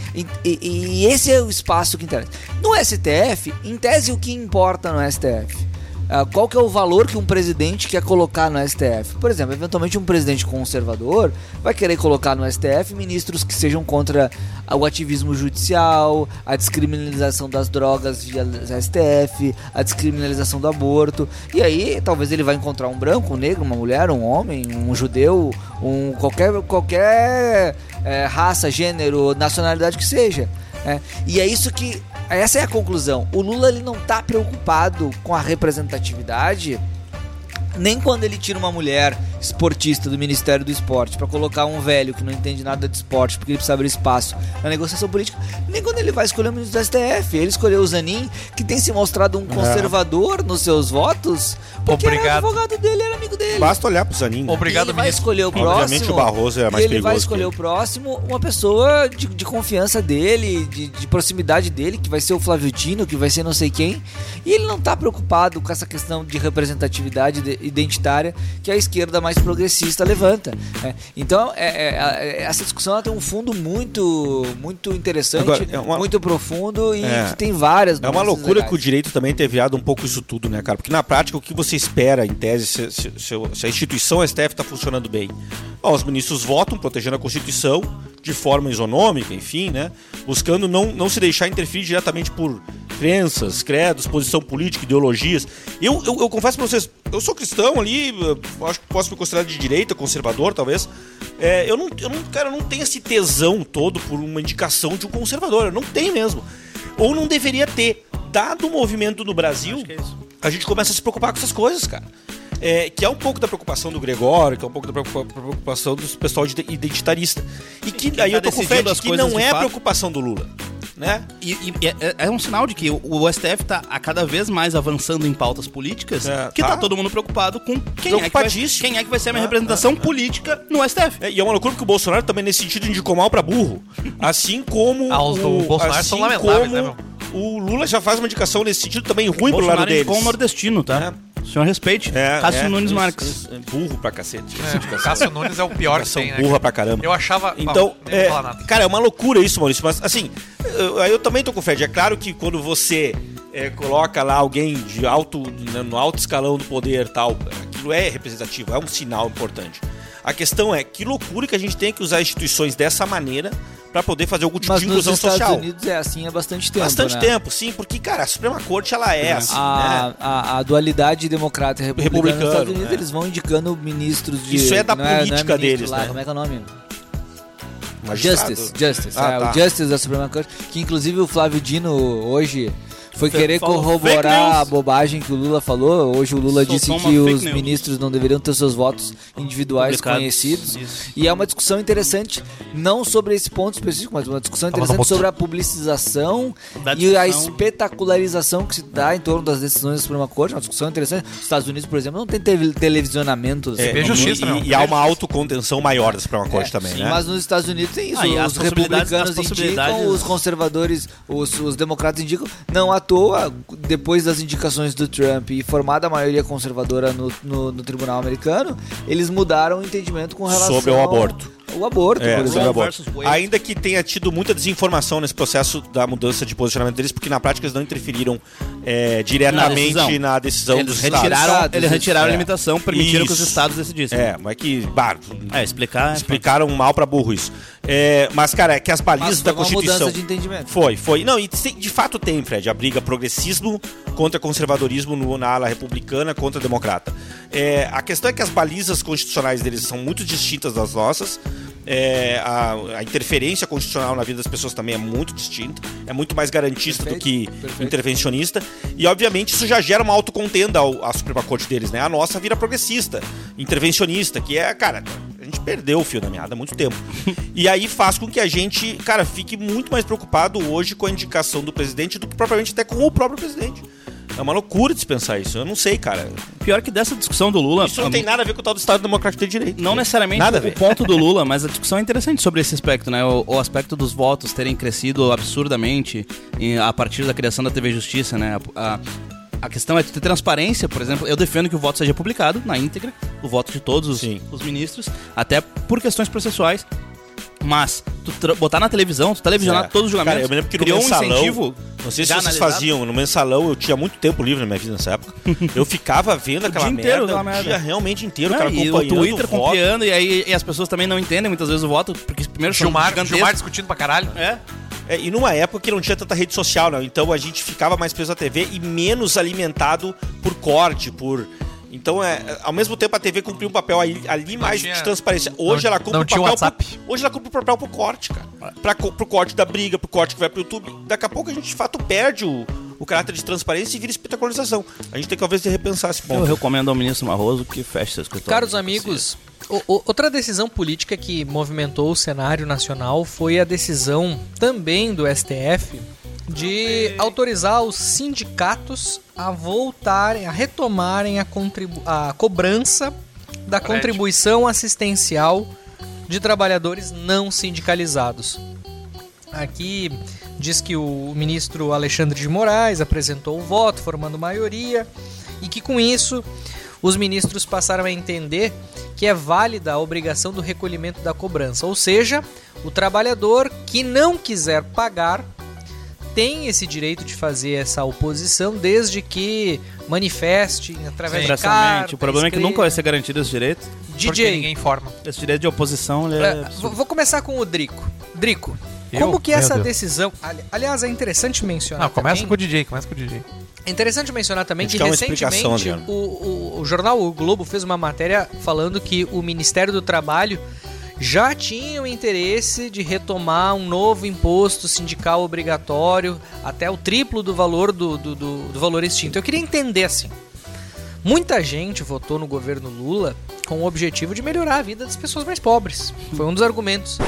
Speaker 1: E esse é o espaço que interessa. No STF, em tese, o que importa no STF? Qual que é o valor que um presidente quer colocar no STF? Por exemplo, eventualmente um presidente conservador vai querer colocar no STF ministros que sejam contra o ativismo judicial, a descriminalização das drogas via STF, a descriminalização do aborto. E aí, talvez ele vai encontrar um branco, um negro, uma mulher, um homem, um judeu, qualquer raça, gênero, nacionalidade que seja. E é isso que... Essa é a conclusão. O Lula, ele não tá preocupado com a representatividade, nem quando ele tira uma mulher esportista do Ministério do Esporte pra colocar um velho que não entende nada de esporte porque ele precisa abrir espaço na negociação política, nem quando ele vai escolher o ministro do STF. Ele escolheu o Zanin, que tem se mostrado um conservador nos seus votos, porque era advogado dele, era amigo dele.
Speaker 3: Basta olhar pro Zanin, né?
Speaker 1: Obrigado, ele vai escolher o próximo.
Speaker 3: Obviamente o Barroso é mais perigoso.
Speaker 1: Ele vai escolher o próximo, uma pessoa de confiança dele, de proximidade dele, que vai ser o Flávio Dino, que vai ser não sei quem. E ele não tá preocupado com essa questão de representatividade identitária que a esquerda mais progressista levanta. Então, essa discussão ela tem um fundo muito interessante, agora, muito profundo e que tem várias...
Speaker 3: É uma loucura legais. Que o direito também tenha virado um pouco isso tudo, né, cara? Porque na prática, o que você espera, em tese, se a instituição STF está funcionando bem? Os ministros votam, protegendo a Constituição, de forma isonômica, enfim, né? Buscando não se deixar interferir diretamente por crenças, credos, posição política, ideologias. Eu confesso pra vocês, eu sou cristão ali, acho que posso me considerar de direita, conservador, talvez. Eu não tenho esse tesão todo por uma indicação de um conservador. Eu não tenho mesmo. Ou não deveria ter. Dado o movimento no Brasil, a gente começa a se preocupar com essas coisas, cara. Que é um pouco da preocupação do Gregório, que é um pouco da preocupação do pessoal identitarista. E que aí eu tô com fé de que não é a preocupação do Lula. Né?
Speaker 5: É um sinal de que o STF tá a cada vez mais avançando em pautas políticas, que tá todo mundo preocupado com quem é que vai ser a minha representação política no STF.
Speaker 3: E é uma loucura que o Bolsonaro também nesse sentido indicou mal pra burro. Assim como
Speaker 2: os do Bolsonaro são lamentáveis, né, meu?
Speaker 3: O Lula já faz uma indicação nesse sentido também ruim pro lado deles.
Speaker 5: Com o nordestino, tá? O senhor respeite. Cássio Nunes Marques.
Speaker 3: Burro pra cacete.
Speaker 2: Cássio Nunes é o pior que tem, né?
Speaker 3: Burra pra caramba.
Speaker 2: Eu achava...
Speaker 3: Então, cara, é uma loucura isso, Maurício. Mas, assim, eu também tô com fé. É claro que quando você coloca lá alguém no alto escalão do poder e tal, aquilo é representativo, é um sinal importante. A questão é, que loucura que a gente tem que usar instituições dessa maneira pra poder fazer algum tipo de inclusão social.
Speaker 1: Mas nos Estados Unidos é assim há bastante tempo,
Speaker 3: Bastante tempo, sim, porque, cara, a Suprema Corte, ela é assim, né?
Speaker 1: A dualidade democrata e republicana nos Estados Unidos, eles vão indicando ministros de...
Speaker 3: Isso é da política deles,
Speaker 1: lá,
Speaker 3: né?
Speaker 1: Como é que é o nome?
Speaker 3: Magistrado.
Speaker 1: Justice. O Justice da Suprema Corte, que inclusive o Flávio Dino hoje... Foi querer corroborar a bobagem que o Lula falou. Hoje o Lula disse que os ministros não deveriam ter seus votos individuais conhecidos. Isso. E é uma discussão interessante, não sobre esse ponto específico, mas uma discussão interessante sobre a publicização e a espetacularização que se dá em torno das decisões da Suprema Corte. Uma discussão interessante. Os Estados Unidos, por exemplo, não tem televisionamento.
Speaker 3: E há uma autocontenção maior da Suprema Corte também,
Speaker 1: sim,
Speaker 3: né?
Speaker 1: Mas nos Estados Unidos tem isso. Os republicanos indicam, os conservadores, os democratas indicam. Não à toa, depois das indicações do Trump e formada a maioria conservadora no tribunal americano, eles mudaram o entendimento com relação
Speaker 3: sobre o aborto.
Speaker 1: O aborto, por exemplo.
Speaker 3: Ainda que tenha tido muita desinformação nesse processo da mudança de posicionamento deles, porque na prática eles não interferiram diretamente na decisão dos estados.
Speaker 5: Eles retiraram a limitação, permitiram que os estados decidissem.
Speaker 3: Mas que...
Speaker 5: explicaram
Speaker 3: mal pra burro isso. Mas, cara, é que as balizas da Constituição...
Speaker 1: Uma mudança de entendimento.
Speaker 3: Foi. Não, e de fato tem, Fred, a briga progressismo contra conservadorismo na ala republicana contra democrata. A questão é que as balizas constitucionais deles são muito distintas das nossas. A interferência constitucional na vida das pessoas também é muito distinta, é muito mais garantista do que intervencionista, e obviamente isso já gera uma autocontenda à Suprema Corte deles, né? A nossa vira progressista, intervencionista, que cara, a gente perdeu o fio da meada há muito tempo. E aí faz com que a gente, cara, fique muito mais preocupado hoje com a indicação do presidente do que propriamente até com o próprio presidente. É uma loucura de pensar isso. Eu não sei, cara.
Speaker 5: Pior que dessa discussão do Lula...
Speaker 3: Isso não tem nada a ver com o tal do Estado Democrático de Direito.
Speaker 5: Não necessariamente o ponto do Lula, mas a discussão é interessante sobre esse aspecto, né? O aspecto dos votos terem crescido absurdamente a partir da criação da TV Justiça, né? A questão é ter transparência, por exemplo. Eu defendo que o voto seja publicado na íntegra, o voto de todos os ministros, até por questões processuais. Mas tu botar na televisão, tu televisionar todos os julgamentos,
Speaker 3: cara, eu me lembro que
Speaker 5: criou
Speaker 3: mensalão,
Speaker 5: um incentivo.
Speaker 3: Não sei se vocês faziam, no mensalão eu tinha muito tempo livre na minha vida nessa época. Eu ficava vendo aquela merda, o dia realmente inteiro, cara, acompanhando
Speaker 5: o Twitter acompanhando, e as pessoas também não entendem muitas vezes o voto, porque primeiro
Speaker 2: Gilmar discutindo pra caralho.
Speaker 3: E numa época que não tinha tanta rede social, né? Então a gente ficava mais preso à TV e menos alimentado por corte, Então, ao mesmo tempo, a TV cumpriu um papel ali mais de transparência. Hoje ela cumpre o papel pro corte, cara. Pro corte da briga, pro corte que vai pro YouTube. Daqui a pouco a gente, de fato, perde o caráter de transparência e vira espetacularização. A gente tem que, talvez, repensar esse ponto.
Speaker 5: Eu recomendo ao ministro Barroso que feche seu escritório.
Speaker 4: Caros amigos, outra decisão política que movimentou o cenário nacional foi a decisão também do STF de autorizar os sindicatos a retomarem a cobrança da contribuição assistencial de trabalhadores não sindicalizados. Aqui diz que o ministro Alexandre de Moraes apresentou o voto, formando maioria, e que com isso os ministros passaram a entender que é válida a obrigação do recolhimento da cobrança, ou seja, o trabalhador que não quiser pagar tem esse direito de fazer essa oposição desde que manifeste através de carta.
Speaker 5: O problema é que nunca vai ser garantido esse direito.
Speaker 2: Porque ninguém informa.
Speaker 5: Esse direito de oposição...
Speaker 4: Vou começar com o Drico. Drico, como que essa decisão... Aliás, é interessante mencionar
Speaker 2: começa com o DJ.
Speaker 4: É interessante mencionar também que recentemente o jornal O Globo fez uma matéria falando que o Ministério do Trabalho já tinha o interesse de retomar um novo imposto sindical obrigatório até o triplo do valor do valor extinto. Eu queria entender assim, muita gente votou no governo Lula com o objetivo de melhorar a vida das pessoas mais pobres. Foi um dos argumentos.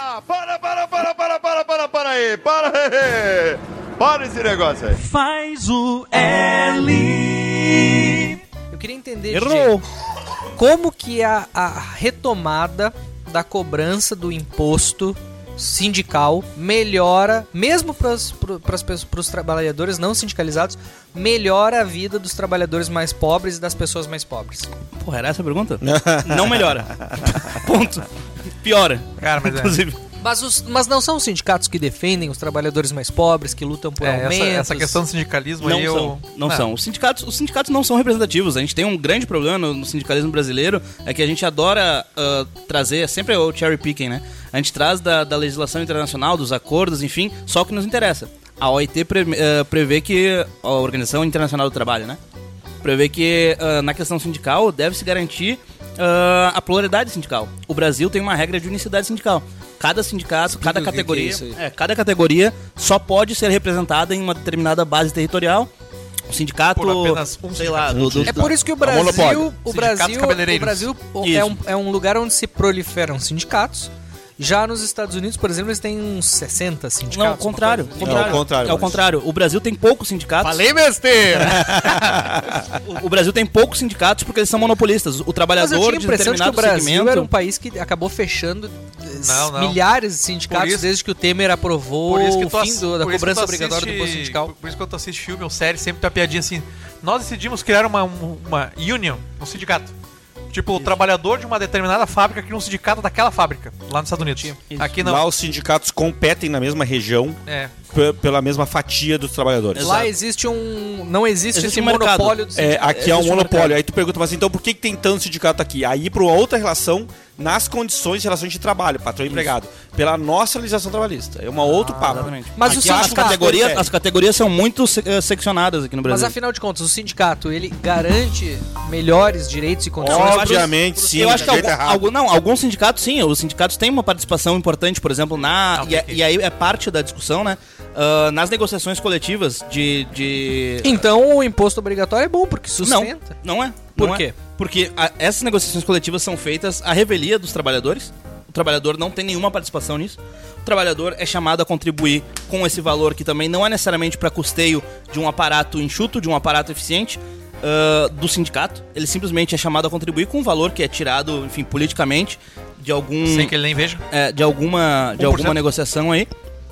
Speaker 7: Para esse negócio aí.
Speaker 8: Faz o L.
Speaker 4: Eu queria entender, DJ, como que a retomada da cobrança do imposto sindical melhora, mesmo para os trabalhadores não sindicalizados, melhora a vida dos trabalhadores mais pobres e das pessoas mais pobres.
Speaker 5: Porra, era essa a pergunta? Não melhora. Ponto. Piora.
Speaker 2: Cara, mas
Speaker 5: inclusive.
Speaker 4: Mas não são os sindicatos que defendem os trabalhadores mais pobres, que lutam por aumentos?
Speaker 2: Essa questão do sindicalismo
Speaker 5: não são. Os sindicatos não são representativos. A gente tem um grande problema no sindicalismo brasileiro, é que a gente adora trazer, sempre é o cherry picking, né? A gente traz da legislação internacional, dos acordos, enfim, só o que nos interessa. A OIT prevê que, a Organização Internacional do Trabalho, né? Prevê que na questão sindical deve-se garantir a pluralidade sindical. O Brasil tem uma regra de unicidade sindical. Cada sindicato, cada categoria só pode ser representada em uma determinada base territorial. O sindicato,
Speaker 2: por apenas
Speaker 4: sei lá, é por isso que o Brasil é um lugar onde se proliferam sindicatos. Já nos Estados Unidos, por exemplo, eles têm uns 60 sindicatos.
Speaker 5: Não, ao contrário. É o contrário. O Brasil tem poucos sindicatos.
Speaker 2: Falei besteira!
Speaker 5: O Brasil tem poucos sindicatos porque eles são monopolistas. O trabalhador de determinado
Speaker 4: que o Brasil
Speaker 5: segmento...
Speaker 4: era um país que acabou fechando milhares de sindicatos desde que o Temer aprovou o fim da cobrança obrigatória do imposto sindical.
Speaker 2: Por isso que quando tu assiste filme ou série, sempre tem uma piadinha assim. Nós decidimos criar uma union, um sindicato. Tipo, o trabalhador de uma determinada fábrica cria um sindicato daquela fábrica, lá nos Estados Unidos. Aqui não.
Speaker 3: Lá os sindicatos competem na mesma região pela mesma fatia dos trabalhadores.
Speaker 4: Lá existe não existe esse monopólio do sindicato.
Speaker 3: Aqui é um monopólio. Aí tu pergunta, mas então por que tem tanto sindicato aqui? Aí para uma outra relação nas condições de relação de trabalho, patrão e empregado, pela nossa legislação trabalhista. É um outro papo.
Speaker 5: Exatamente.
Speaker 4: Mas
Speaker 5: Aqui
Speaker 4: o sindicato,
Speaker 5: as categorias são muito seccionadas aqui no Brasil.
Speaker 4: Mas afinal de contas, o sindicato, ele garante melhores direitos e condições?
Speaker 3: Obviamente, sim.
Speaker 5: Eu acho que alguns sindicatos, sim, os sindicatos têm uma participação importante, por exemplo, e aí é parte da discussão, né? Nas negociações coletivas de...
Speaker 4: Então o imposto obrigatório é bom, porque sustenta.
Speaker 5: Não é.
Speaker 4: Por quê?
Speaker 5: Porque essas negociações coletivas são feitas à revelia dos trabalhadores. O trabalhador não tem nenhuma participação nisso. O trabalhador é chamado a contribuir com esse valor que também não é necessariamente para custeio de um aparato enxuto, de um aparato eficiente do sindicato. Ele simplesmente é chamado a contribuir com um valor que é tirado, enfim, politicamente de algum...
Speaker 2: Sem que ele nem veja.
Speaker 5: De alguma negociação aí.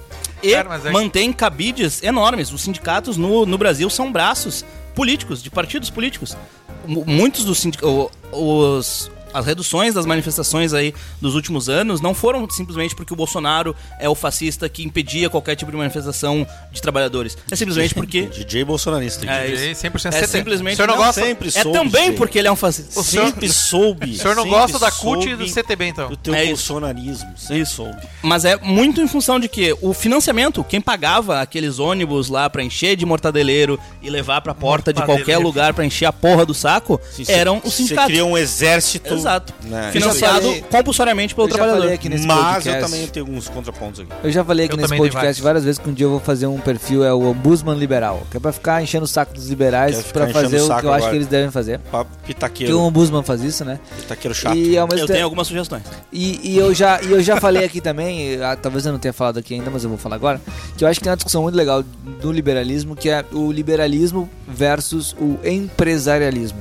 Speaker 5: E mantém cabides enormes. Os sindicatos no Brasil são braços políticos, de partidos políticos. Muitos dos sindicatos... As reduções das manifestações aí dos últimos anos não foram simplesmente porque o Bolsonaro é o fascista que impedia qualquer tipo de manifestação de trabalhadores. É simplesmente porque...
Speaker 3: DJ bolsonarista.
Speaker 2: DJ 100%
Speaker 5: é simplesmente...
Speaker 2: O senhor não gosta?
Speaker 5: É também porque ele é um fascista.
Speaker 3: Sempre soube.
Speaker 2: O senhor não gosta da CUT e do CTB, então?
Speaker 3: Do teu bolsonarismo. Sempre soube.
Speaker 5: Mas é muito em função de que o financiamento, quem pagava aqueles ônibus lá pra encher de mortadeleiro e levar pra porta de qualquer lugar pra encher a porra do saco, eram os sindicatos.
Speaker 3: Você cria um exército...
Speaker 5: Exato. Financiado compulsoriamente pelo trabalhador.
Speaker 3: Mas eu também tenho alguns contrapontos aqui.
Speaker 1: Eu já falei aqui nesse podcast várias vezes que um dia eu vou fazer um perfil, é o Ombudsman Liberal, que é pra ficar enchendo o saco dos liberais pra fazer o que eu acho que eles devem fazer.
Speaker 3: Pitaqueiro.
Speaker 1: Que o Ombudsman faz isso, né?
Speaker 3: Pitaqueiro chato.
Speaker 5: Eu tenho algumas sugestões.
Speaker 1: E eu já falei aqui também, talvez eu não tenha falado aqui ainda, mas eu vou falar agora, que eu acho que tem uma discussão muito legal do liberalismo, que é o liberalismo versus o empresarialismo.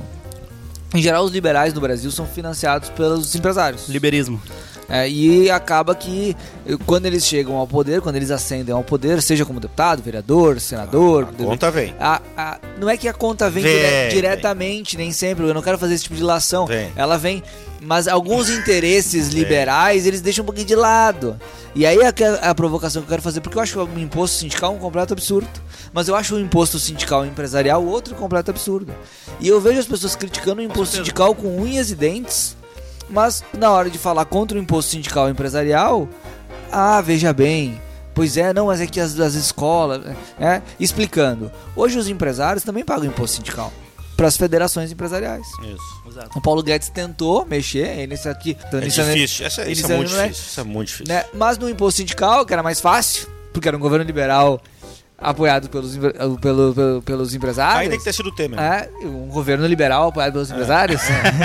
Speaker 1: Em geral, os liberais no Brasil são financiados pelos empresários.
Speaker 5: Liberismo.
Speaker 1: E acaba que quando eles chegam ao poder, quando eles ascendem ao poder, seja como deputado, vereador, senador...
Speaker 3: A conta vem.
Speaker 1: Não é que a conta vem diretamente, nem sempre. Eu não quero fazer esse tipo de ilação. Ela vem... Mas alguns interesses liberais, eles deixam um pouquinho de lado. E aí é a provocação que eu quero fazer, porque eu acho o imposto sindical um completo absurdo. Mas eu acho o imposto sindical empresarial outro completo absurdo. E eu vejo as pessoas criticando o imposto sindical com unhas e dentes, mas na hora de falar contra o imposto sindical empresarial, veja bem, pois é, não, mas é que as escolas... explicando. Hoje os empresários também pagam imposto sindical para as federações empresariais.
Speaker 3: Isso, exato.
Speaker 1: O Paulo Guedes tentou mexer nisso aqui.
Speaker 3: É difícil, isso é muito difícil.
Speaker 1: Né? Mas no imposto sindical, que era mais fácil, porque era um governo liberal apoiado pelos empresários.
Speaker 3: Aí tem que ter sido o Temer.
Speaker 1: Um governo liberal apoiado pelos empresários.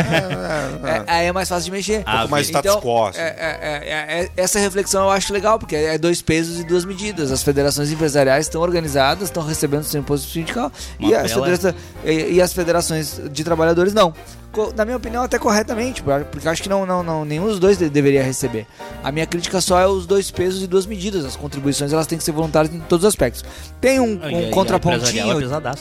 Speaker 1: Aí é mais fácil de mexer.
Speaker 3: Um pouco mais status quo.
Speaker 1: Essa reflexão eu acho legal, porque é 2 pesos e 2 medidas. As federações empresariais estão organizadas, estão recebendo seu imposto sindical e as federações de trabalhadores não. Na minha opinião, até corretamente, porque eu acho que nenhum dos dois deveria receber. A minha crítica só é os 2 pesos e 2 medidas. As contribuições elas têm que ser voluntárias em todos os aspectos. Tem um contrapontinho,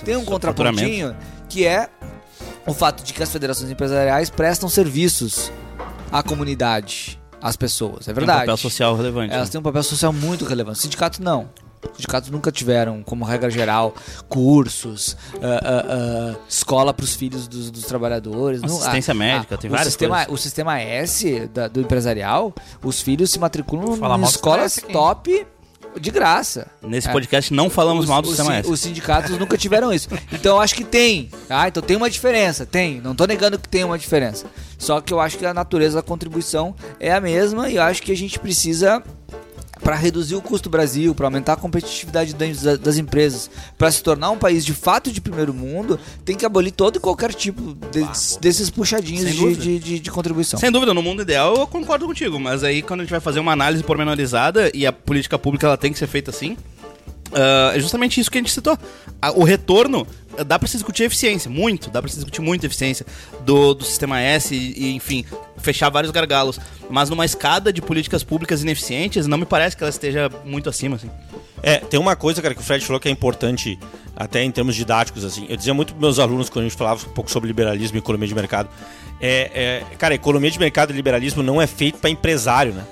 Speaker 1: que é o fato de que as federações empresariais prestam serviços à comunidade, às pessoas. É verdade.
Speaker 5: Tem um papel social relevante.
Speaker 1: Elas têm um papel social muito relevante. Sindicatos não. Os sindicatos nunca tiveram, como regra geral, cursos, escola para os filhos dos trabalhadores.
Speaker 5: Assistência médica, tem várias coisas.
Speaker 1: O sistema S do empresarial, os filhos se matriculam em escolas top de graça.
Speaker 5: Nesse podcast não falamos mal do sistema S.
Speaker 1: Os sindicatos nunca tiveram isso. Então eu acho que tem. Então tem uma diferença, tem. Não estou negando que tem uma diferença. Só que eu acho que a natureza da contribuição é a mesma e eu acho que a gente precisa... Para reduzir o custo do Brasil, para aumentar a competitividade das empresas, para se tornar um país de fato de primeiro mundo, tem que abolir todo e qualquer tipo desses puxadinhos de contribuição.
Speaker 5: Sem dúvida, no mundo ideal eu concordo contigo, mas aí quando a gente vai fazer uma análise pormenorizada e a política pública ela tem que ser feita assim, é justamente isso que a gente citou. O retorno, dá pra se discutir a eficiência, dá pra se discutir muito a eficiência do sistema S e, enfim, fechar vários gargalos. Mas numa escada de políticas públicas ineficientes, não me parece que ela esteja muito acima, assim.
Speaker 3: Tem uma coisa, cara, que o Fred falou que é importante, até em termos didáticos, assim. Eu dizia muito pros meus alunos, quando a gente falava um pouco sobre liberalismo e economia de mercado. Cara, economia de mercado e liberalismo não é feito pra empresário, né?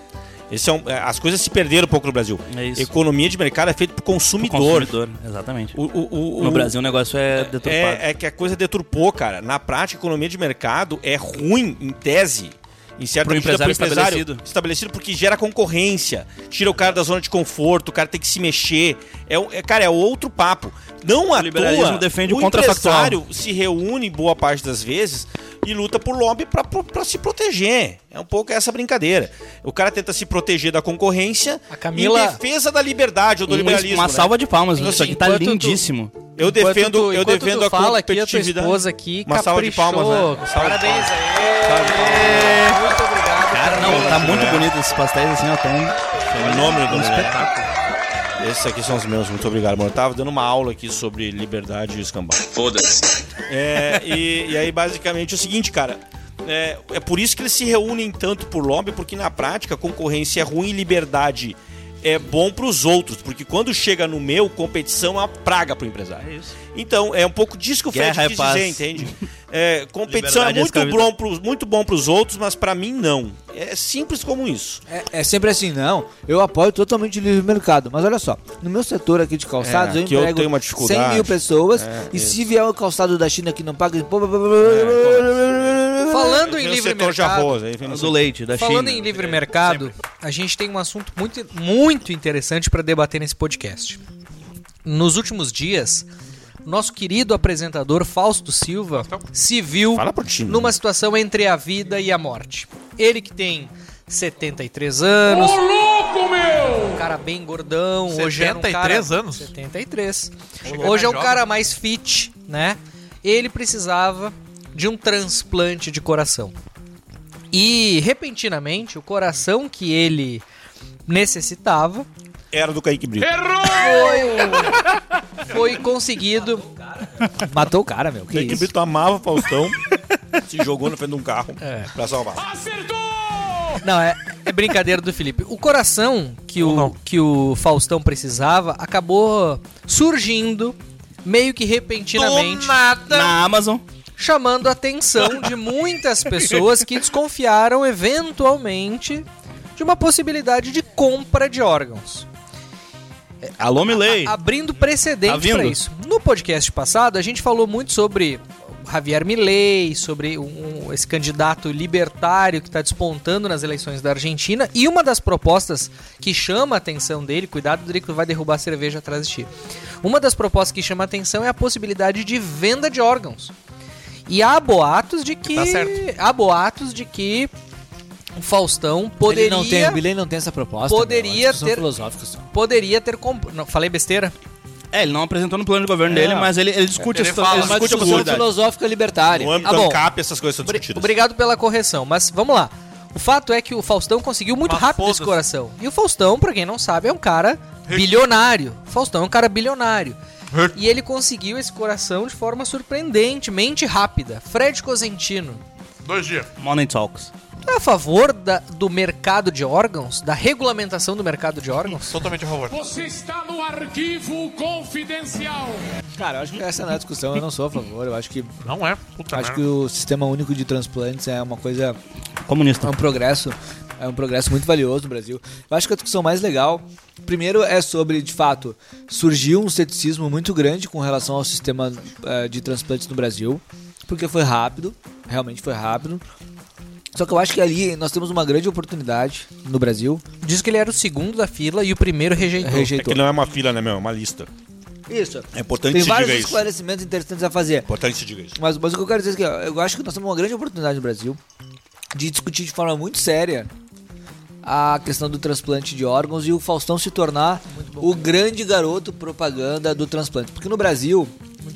Speaker 3: As coisas se perderam um pouco no Brasil.
Speaker 5: É isso.
Speaker 3: Economia de mercado é feita por consumidor.
Speaker 5: Exatamente. No Brasil o negócio é deturpado.
Speaker 3: É que a coisa deturpou, cara. Na prática, a economia de mercado é ruim, em tese, em certa medida, pro empresário estabelecido, porque gera concorrência, tira o cara da zona de conforto, o cara tem que se mexer. Cara, é outro papo. Não à toa,
Speaker 5: defende
Speaker 3: o empresário se reúne boa parte das vezes e luta por lobby pra se proteger. É um pouco essa brincadeira. O cara tenta se proteger da concorrência em defesa da liberdade ou do liberalismo.
Speaker 5: Uma salva de palmas, isso aqui tá lindíssimo.
Speaker 3: Eu defendo a
Speaker 4: fala
Speaker 3: competitividade.
Speaker 4: Aqui, a tua esposa aqui
Speaker 3: uma salva de palmas, né?
Speaker 4: Parabéns aí. Muito obrigado.
Speaker 5: Cara, não, tá muito bonito esses pastéis assim, ó, tão
Speaker 3: fenômeno do
Speaker 5: espetáculo.
Speaker 3: Esses aqui são os meus, muito obrigado, mano. Eu tava dando uma aula aqui sobre liberdade e escambau.
Speaker 9: Foda-se.
Speaker 3: E aí, basicamente, é o seguinte, cara. É por isso que eles se reúnem tanto por lobby, porque na prática a concorrência é ruim e liberdade é bom pros outros, porque quando chega no meu, competição é uma praga pro empresário.
Speaker 5: É isso.
Speaker 3: Então, é um pouco disso que o Fred quis dizer, entende? Competição é muito bom pros outros, mas pra mim não. É simples como isso.
Speaker 1: É sempre assim, não. Eu apoio totalmente o livre mercado, mas olha só, no meu setor aqui de calçados, eu emprego
Speaker 3: tenho uma dificuldade.
Speaker 1: 100 mil pessoas e se vier o calçado da China que não paga...
Speaker 4: Falando em livre mercado,
Speaker 5: do leite, da China.
Speaker 4: Falando em livre mercado, a gente tem um assunto muito, muito interessante para debater nesse podcast. Nos últimos dias, nosso querido apresentador Fausto Silva se viu numa situação entre a vida e a morte. Ele que tem 73 anos. Ô, louco, meu! Um cara bem gordão.
Speaker 2: 73
Speaker 4: hoje era um cara,
Speaker 2: anos?
Speaker 4: 73. Hoje é um cara mais fit, né? Ele precisava de um transplante de coração. E, repentinamente, o coração que ele necessitava...
Speaker 3: Era do Kaique Brito.
Speaker 4: Foi conseguido...
Speaker 1: Matou o cara, meu.
Speaker 3: Kaique Brito amava o Faustão, se jogou na frente de um carro pra salvar.
Speaker 4: Acertou! Não, é brincadeira do Felipe. O coração que o Faustão precisava acabou surgindo meio que repentinamente
Speaker 5: na Amazon,
Speaker 4: chamando a atenção de muitas pessoas que desconfiaram eventualmente de uma possibilidade de compra de órgãos.
Speaker 5: Alô, Milei.
Speaker 4: Abrindo precedente para isso. No podcast passado, a gente falou muito sobre Javier Milei, sobre esse candidato libertário que está despontando nas eleições da Argentina. E uma das propostas que chama a atenção dele, cuidado, Drico, vai derrubar a cerveja atrás de ti. Uma das propostas que chama a atenção é a possibilidade de venda de órgãos. E há boatos de que... o Faustão poderia...
Speaker 1: O Milei não tem essa proposta.
Speaker 4: Poderia ter... Não, falei besteira?
Speaker 5: Ele não apresentou no plano de governo dele, mas ele discute
Speaker 1: a discussão filosófica libertária.
Speaker 3: No âmbito do ANCAP, essas coisas são discutidas.
Speaker 4: Obrigado pela correção, mas vamos lá. O fato é que o Faustão conseguiu muito rápido esse coração. E o Faustão, pra quem não sabe, é um cara bilionário. O Faustão é um cara bilionário. E ele conseguiu esse coração de forma surpreendentemente rápida. Fred Cosentino.
Speaker 2: 2 dias.
Speaker 5: Money Talks.
Speaker 4: É a favor do mercado de órgãos? Da regulamentação do mercado de órgãos?
Speaker 2: Totalmente a favor.
Speaker 10: Você está no arquivo confidencial.
Speaker 1: Cara, eu acho que essa não é a discussão, eu não sou a favor. Eu acho que...
Speaker 2: Não é?
Speaker 1: Acho que o sistema único de transplantes é uma coisa...
Speaker 5: comunista.
Speaker 1: É um progresso muito valioso no Brasil. Eu acho que a discussão mais legal, primeiro, é sobre, de fato, surgiu um ceticismo muito grande com relação ao sistema de transplantes no Brasil, porque foi rápido, realmente foi rápido. Só que eu acho que ali nós temos uma grande oportunidade no Brasil.
Speaker 4: Diz que ele era o segundo da fila e o primeiro rejeitou.
Speaker 3: É que não é uma fila, né, meu? É uma lista.
Speaker 1: Isso.
Speaker 3: É importante
Speaker 1: que
Speaker 3: se diga isso.
Speaker 1: Tem vários esclarecimentos interessantes a fazer.
Speaker 3: Importante se diga isso.
Speaker 1: Mas o que eu quero dizer é que eu acho que nós temos uma grande oportunidade no Brasil de discutir de forma muito séria a questão do transplante de órgãos e o Faustão se tornar o grande garoto propaganda do transplante. Porque no Brasil...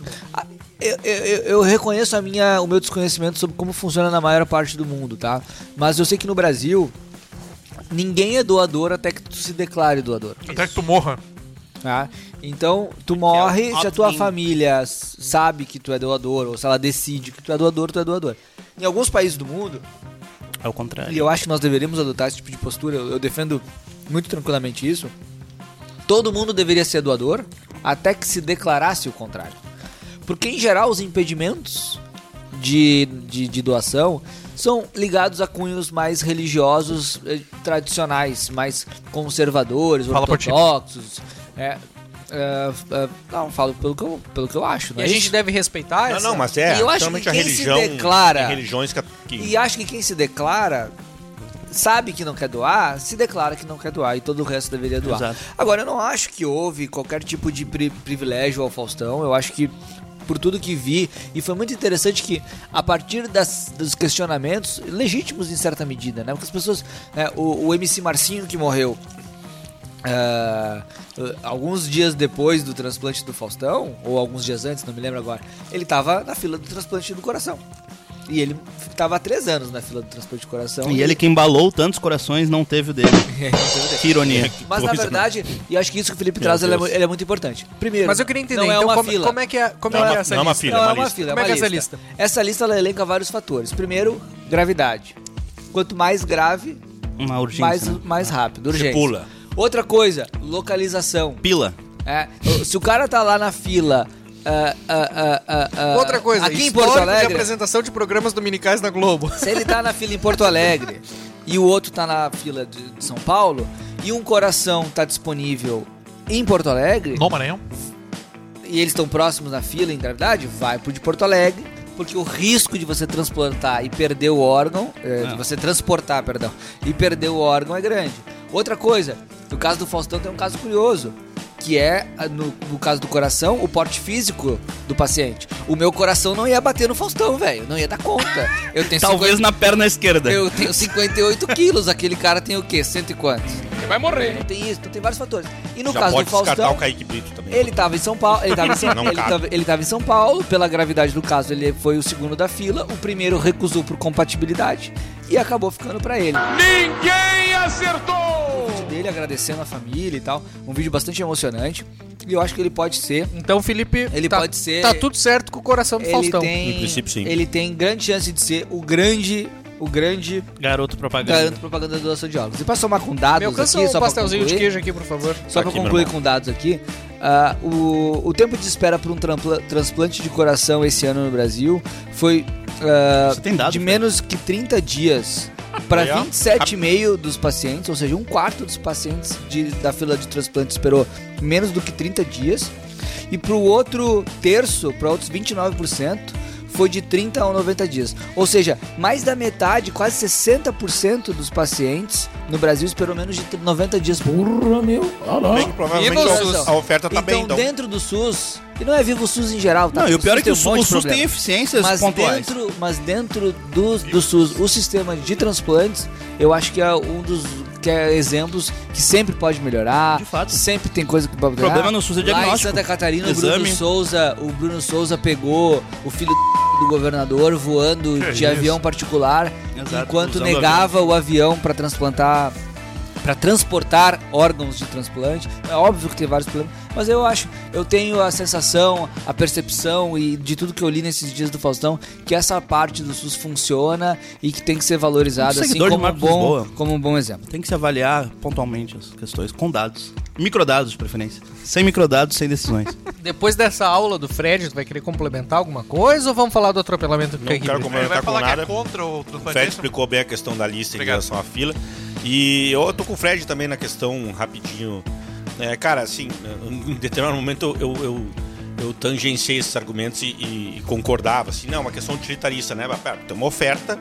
Speaker 1: Eu reconheço o meu desconhecimento sobre como funciona na maior parte do mundo, tá? Mas eu sei que no Brasil ninguém é doador até que tu se declare doador.
Speaker 2: Até que tu morra.
Speaker 1: Tá? Então, tu morre se a tua família sabe que tu é doador, ou se ela decide que tu é doador. Em alguns países do mundo,
Speaker 5: é o contrário.
Speaker 1: E eu acho que nós deveríamos adotar esse tipo de postura, eu defendo muito tranquilamente isso. Todo mundo deveria ser doador até que se declarasse o contrário. Porque, em geral, os impedimentos de doação são ligados a cunhos mais religiosos, tradicionais, mais conservadores, ortodoxos. Não, falo pelo que eu acho.
Speaker 4: E a gente deve respeitar
Speaker 3: Não, mas é.
Speaker 1: E eu acho que quem se declara...
Speaker 3: religiões que...
Speaker 1: E acho que quem se declara... sabe que não quer doar, se declara que não quer doar e todo o resto deveria doar.
Speaker 5: Exato.
Speaker 1: Agora, eu não acho que houve qualquer tipo de privilégio ao Faustão. Eu acho que, por tudo que vi, e foi muito interessante que, a partir dos questionamentos, legítimos em certa medida, né? Porque as pessoas... o MC Marcinho que morreu... alguns dias depois do transplante do Faustão, ou alguns dias antes, não me lembro agora, ele tava na fila do transplante do coração. E ele tava há 3 anos na fila do transplante de coração.
Speaker 5: E ele que embalou tantos corações não teve o dele. Que ironia.
Speaker 1: Mas na verdade, e acho que isso que o Felipe traz ele é muito importante. Primeiro,
Speaker 4: mas eu queria entender,
Speaker 1: não é
Speaker 4: então,
Speaker 1: uma fila.
Speaker 4: Como é que é essa lista?
Speaker 3: Não é uma fila,
Speaker 1: Não é uma fila,
Speaker 4: Como é que é essa lista?
Speaker 1: Essa lista ela elenca vários fatores. Primeiro, gravidade. Quanto mais grave,
Speaker 5: Uma urgência,
Speaker 1: mais rápido, urgência.
Speaker 3: pula.
Speaker 1: Outra coisa, localização.
Speaker 5: Pila.
Speaker 1: Se o cara tá lá na fila...
Speaker 4: Outra coisa,
Speaker 1: aqui em Porto
Speaker 4: de
Speaker 1: Alegre,
Speaker 4: apresentação de programas dominicais na Globo.
Speaker 1: se ele tá na fila em Porto Alegre e o outro tá na fila de São Paulo e um coração tá disponível em Porto Alegre
Speaker 2: No Maranhão.
Speaker 1: e eles estão próximos na fila em gravidade, vai pro de Porto Alegre, porque o risco de você transplantar e perder o órgão, de você transportar, perdão, e perder o órgão é grande. Outra coisa, no caso do Faustão tem um caso curioso, que é, no caso do coração, o porte físico do paciente. O meu coração não ia bater no Faustão, velho. Não ia dar conta. Eu tenho
Speaker 5: Talvez na perna esquerda.
Speaker 1: Eu tenho 58 quilos. Aquele cara tem o quê? 100 e quantos?
Speaker 10: Ele vai morrer.
Speaker 1: Não tem isso, então tem vários fatores. E no
Speaker 3: Já
Speaker 1: caso
Speaker 3: pode
Speaker 1: do Faustão,
Speaker 3: descartar o Kaique Brito também.
Speaker 1: ele tava em São Paulo. Ele tava em São Paulo. Pela gravidade do caso, ele foi o segundo da fila. O primeiro recusou por compatibilidade e acabou ficando pra ele.
Speaker 10: Ninguém acertou!
Speaker 1: Dele agradecendo a família e tal, um vídeo bastante emocionante, e eu acho que ele pode ser,
Speaker 4: Então, Felipe,
Speaker 1: pode ser,
Speaker 4: tá tudo certo com o coração do Faustão.
Speaker 3: No princípio, sim.
Speaker 1: Ele tem grande chance de ser o grande
Speaker 5: Garoto propaganda.
Speaker 1: propaganda da doação de órgãos. E pra somar com dados
Speaker 4: Me alcança
Speaker 1: aqui,
Speaker 4: um
Speaker 1: só pra
Speaker 4: pastelzinho de
Speaker 1: concluir,
Speaker 4: queijo aqui, por favor.
Speaker 1: só pra
Speaker 3: Aqui, meu
Speaker 1: concluir
Speaker 3: irmão.
Speaker 1: com dados aqui, o tempo de espera para um transplante de coração esse ano no Brasil foi
Speaker 5: Você tem dados,
Speaker 1: de
Speaker 5: cara?
Speaker 1: menos que 30 dias para
Speaker 3: Aí, ó.
Speaker 1: 27,5% dos pacientes, ou seja, 1/4 dos pacientes da fila de transplante esperou menos do que 30 dias. E para o outro terço, para outros 29%, foi de 30 a 90 dias. Ou seja, mais da metade, quase 60% dos pacientes no Brasil esperou menos de 90 dias. Porra, meu!
Speaker 3: Bem que provavelmente
Speaker 4: Viva o SUS.
Speaker 3: a oferta tá bem, então.
Speaker 1: Dentro do SUS, e não é vivo o SUS em geral, tá?
Speaker 5: Não, e o pior é que
Speaker 1: tem
Speaker 5: o
Speaker 1: um monte de
Speaker 5: SUS tem
Speaker 1: problema.
Speaker 5: eficiências
Speaker 1: Mas
Speaker 5: pontuais.
Speaker 1: dentro do SUS, o sistema de transplantes, eu acho que é um dos exemplos que sempre pode melhorar.
Speaker 5: De fato.
Speaker 1: Sempre tem coisa que pode
Speaker 5: O problema no SUS é
Speaker 1: Lá em
Speaker 5: diagnóstico.
Speaker 1: Santa Catarina,
Speaker 5: Exame.
Speaker 1: o Bruno Souza pegou o filho do governador voando de avião particular,
Speaker 5: Exato,
Speaker 1: enquanto
Speaker 5: usando
Speaker 1: negava o avião para transportar órgãos de transplante. É óbvio que tem vários problemas, mas eu tenho a sensação, a percepção e de tudo que eu li nesses dias do Faustão, que essa parte do SUS funciona e que tem que ser valorizada assim
Speaker 5: seguidor de Marcos Lisboa.
Speaker 1: como um bom exemplo.
Speaker 5: Tem que se avaliar pontualmente as questões, com dados. Microdados, de preferência. Sem microdados, sem decisões.
Speaker 4: Depois dessa aula do Fred, tu vai querer complementar alguma coisa ou vamos falar do atropelamento do
Speaker 3: Não quero
Speaker 2: Ele
Speaker 3: comentar
Speaker 2: vai
Speaker 3: com
Speaker 2: falar que
Speaker 3: nada.
Speaker 2: é contra o
Speaker 3: O Fred
Speaker 2: transplante.
Speaker 3: explicou bem a questão da lista em
Speaker 2: Obrigado.
Speaker 3: relação à fila. E eu tô com o Fred também na questão, rapidinho. Cara, assim, em determinado momento eu tangenciei esses argumentos e concordava. Assim, não, é uma questão utilitarista, né? Pera, tem uma oferta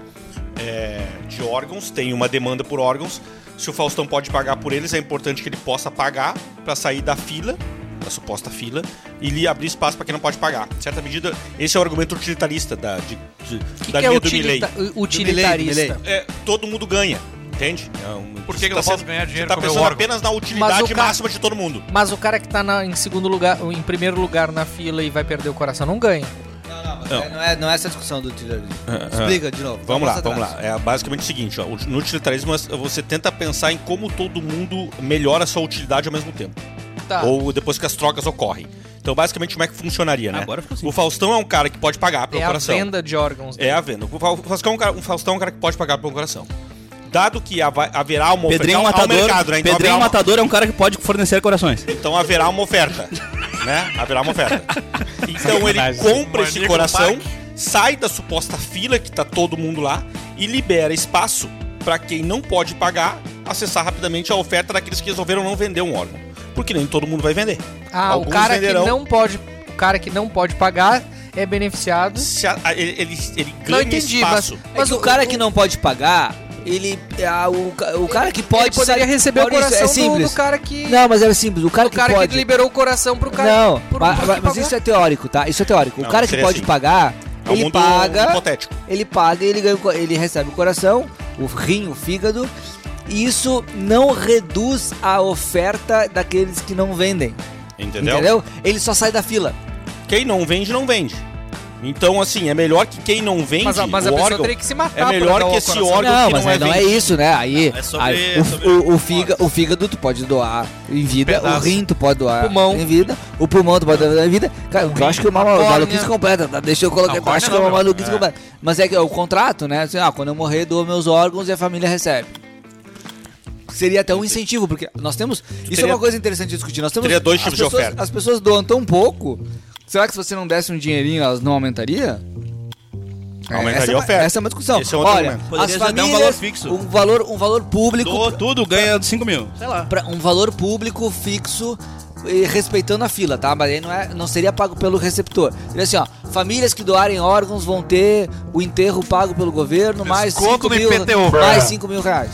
Speaker 3: de órgãos, tem uma demanda por órgãos. Se o Faustão pode pagar por eles, é importante que ele possa pagar para sair da fila, da suposta fila, e lhe abrir espaço para quem não pode pagar. Em certa medida, esse é o argumento utilitarista da
Speaker 4: que
Speaker 3: linha
Speaker 4: é
Speaker 3: do Milley.
Speaker 4: utilitarista?
Speaker 3: Todo mundo ganha, entende?
Speaker 2: Por que eu
Speaker 3: Você
Speaker 2: posso ganhar dinheiro
Speaker 3: Você tá
Speaker 2: com o meu
Speaker 3: pensando
Speaker 2: órgão?
Speaker 3: apenas na
Speaker 4: Mas
Speaker 3: utilidade
Speaker 4: o cara-
Speaker 3: máxima de todo mundo.
Speaker 4: Mas o cara que tá em segundo lugar, em primeiro lugar na fila e vai perder o coração não ganha.
Speaker 1: Não é essa a discussão do utilitarismo. Explica de novo.
Speaker 3: Vamos lá. É basicamente o seguinte, ó, no utilitarismo você tenta pensar em como todo mundo melhora a sua utilidade ao mesmo tempo.
Speaker 4: Tá.
Speaker 3: Ou depois que as trocas ocorrem. Então, basicamente, como é que funcionaria, né?
Speaker 5: Agora ficou assim.
Speaker 3: O Faustão é um cara que pode pagar pelo
Speaker 4: É
Speaker 3: coração.
Speaker 4: a venda de órgãos.
Speaker 3: É a venda. O Faustão é um cara que pode pagar pelo coração. Dado que haverá uma oferta...
Speaker 5: Pedrinho
Speaker 3: é um
Speaker 5: Matador,
Speaker 3: mercado, né? Então
Speaker 5: Pedrinho
Speaker 3: haverá uma-
Speaker 5: Matador é um cara que pode fornecer corações.
Speaker 3: Então haverá uma oferta, né? Haverá uma oferta. Então ele compra esse
Speaker 2: Maníaco
Speaker 3: coração
Speaker 2: do
Speaker 3: sai da suposta fila que tá todo mundo lá e libera espaço para quem não pode pagar acessar rapidamente a oferta daqueles que resolveram não vender um órgão. Porque nem todo mundo vai vender.
Speaker 4: O cara que não pode pagar é beneficiado.
Speaker 3: Ele
Speaker 4: Não
Speaker 3: ganha
Speaker 4: entendi,
Speaker 3: espaço.
Speaker 1: Mas o cara que não pode pagar, o cara que pode...
Speaker 4: Ele poderia receber
Speaker 1: Maurício,
Speaker 4: o coração
Speaker 1: simples.
Speaker 4: do cara que...
Speaker 1: Não, mas é simples. O cara que pode...
Speaker 4: que liberou o coração pro cara...
Speaker 1: Não,
Speaker 4: que
Speaker 1: mas isso é teórico, tá? Isso é teórico.
Speaker 3: Não,
Speaker 1: o cara que pode
Speaker 3: assim.
Speaker 1: pagar,
Speaker 3: É um
Speaker 1: ele
Speaker 3: mundo
Speaker 1: paga...
Speaker 3: hipotético.
Speaker 1: Ele paga e ele recebe o coração, o rim, o fígado... E isso não reduz a oferta daqueles que não vendem. Entendeu? Ele só sai da fila.
Speaker 3: Quem não vende, não vende. Então, assim, é melhor que quem não vende
Speaker 4: mas a pessoa
Speaker 3: órgão,
Speaker 4: teria que se matar.
Speaker 3: é melhor que esse órgão
Speaker 1: não,
Speaker 3: que
Speaker 1: mas
Speaker 3: não é
Speaker 1: não é
Speaker 3: vendido.
Speaker 1: isso, né? Aí,
Speaker 5: sobre
Speaker 1: o fígado tu pode doar em vida,
Speaker 2: Pedaço.
Speaker 1: o rim tu pode doar
Speaker 4: Pulmão.
Speaker 1: em vida, o pulmão tu pode doar em vida. Cara, eu acho que é uma maluquice completa, tá? Deixa eu colocar,
Speaker 2: Não,
Speaker 1: acho que é uma maluquice completa. Mas é que é o contrato, né? Assim, quando eu morrer, dou meus órgãos e a família recebe. Seria até um incentivo, porque nós temos... Isso é uma coisa interessante de discutir. Nós temos
Speaker 3: teria dois tipos de oferta.
Speaker 1: As pessoas doam tão pouco. Será que se você não desse um dinheirinho, elas não aumentariam?
Speaker 3: Aumentaria a oferta.
Speaker 1: Essa é uma discussão.
Speaker 3: Esse é outro
Speaker 1: Olha,
Speaker 3: argumento.
Speaker 1: as
Speaker 5: Poderia dar um
Speaker 1: famílias,
Speaker 5: valor fixo.
Speaker 1: um valor público...
Speaker 5: Doa tudo, ganha 5 mil. Sei lá.
Speaker 1: Um valor público fixo e respeitando a fila, tá? Mas aí não seria pago pelo receptor. Seria assim, ó, famílias que doarem órgãos vão ter o enterro pago pelo governo, mais
Speaker 2: Desconto
Speaker 1: 5
Speaker 2: no
Speaker 1: mil,
Speaker 2: IPTU.
Speaker 1: mais 5 mil reais.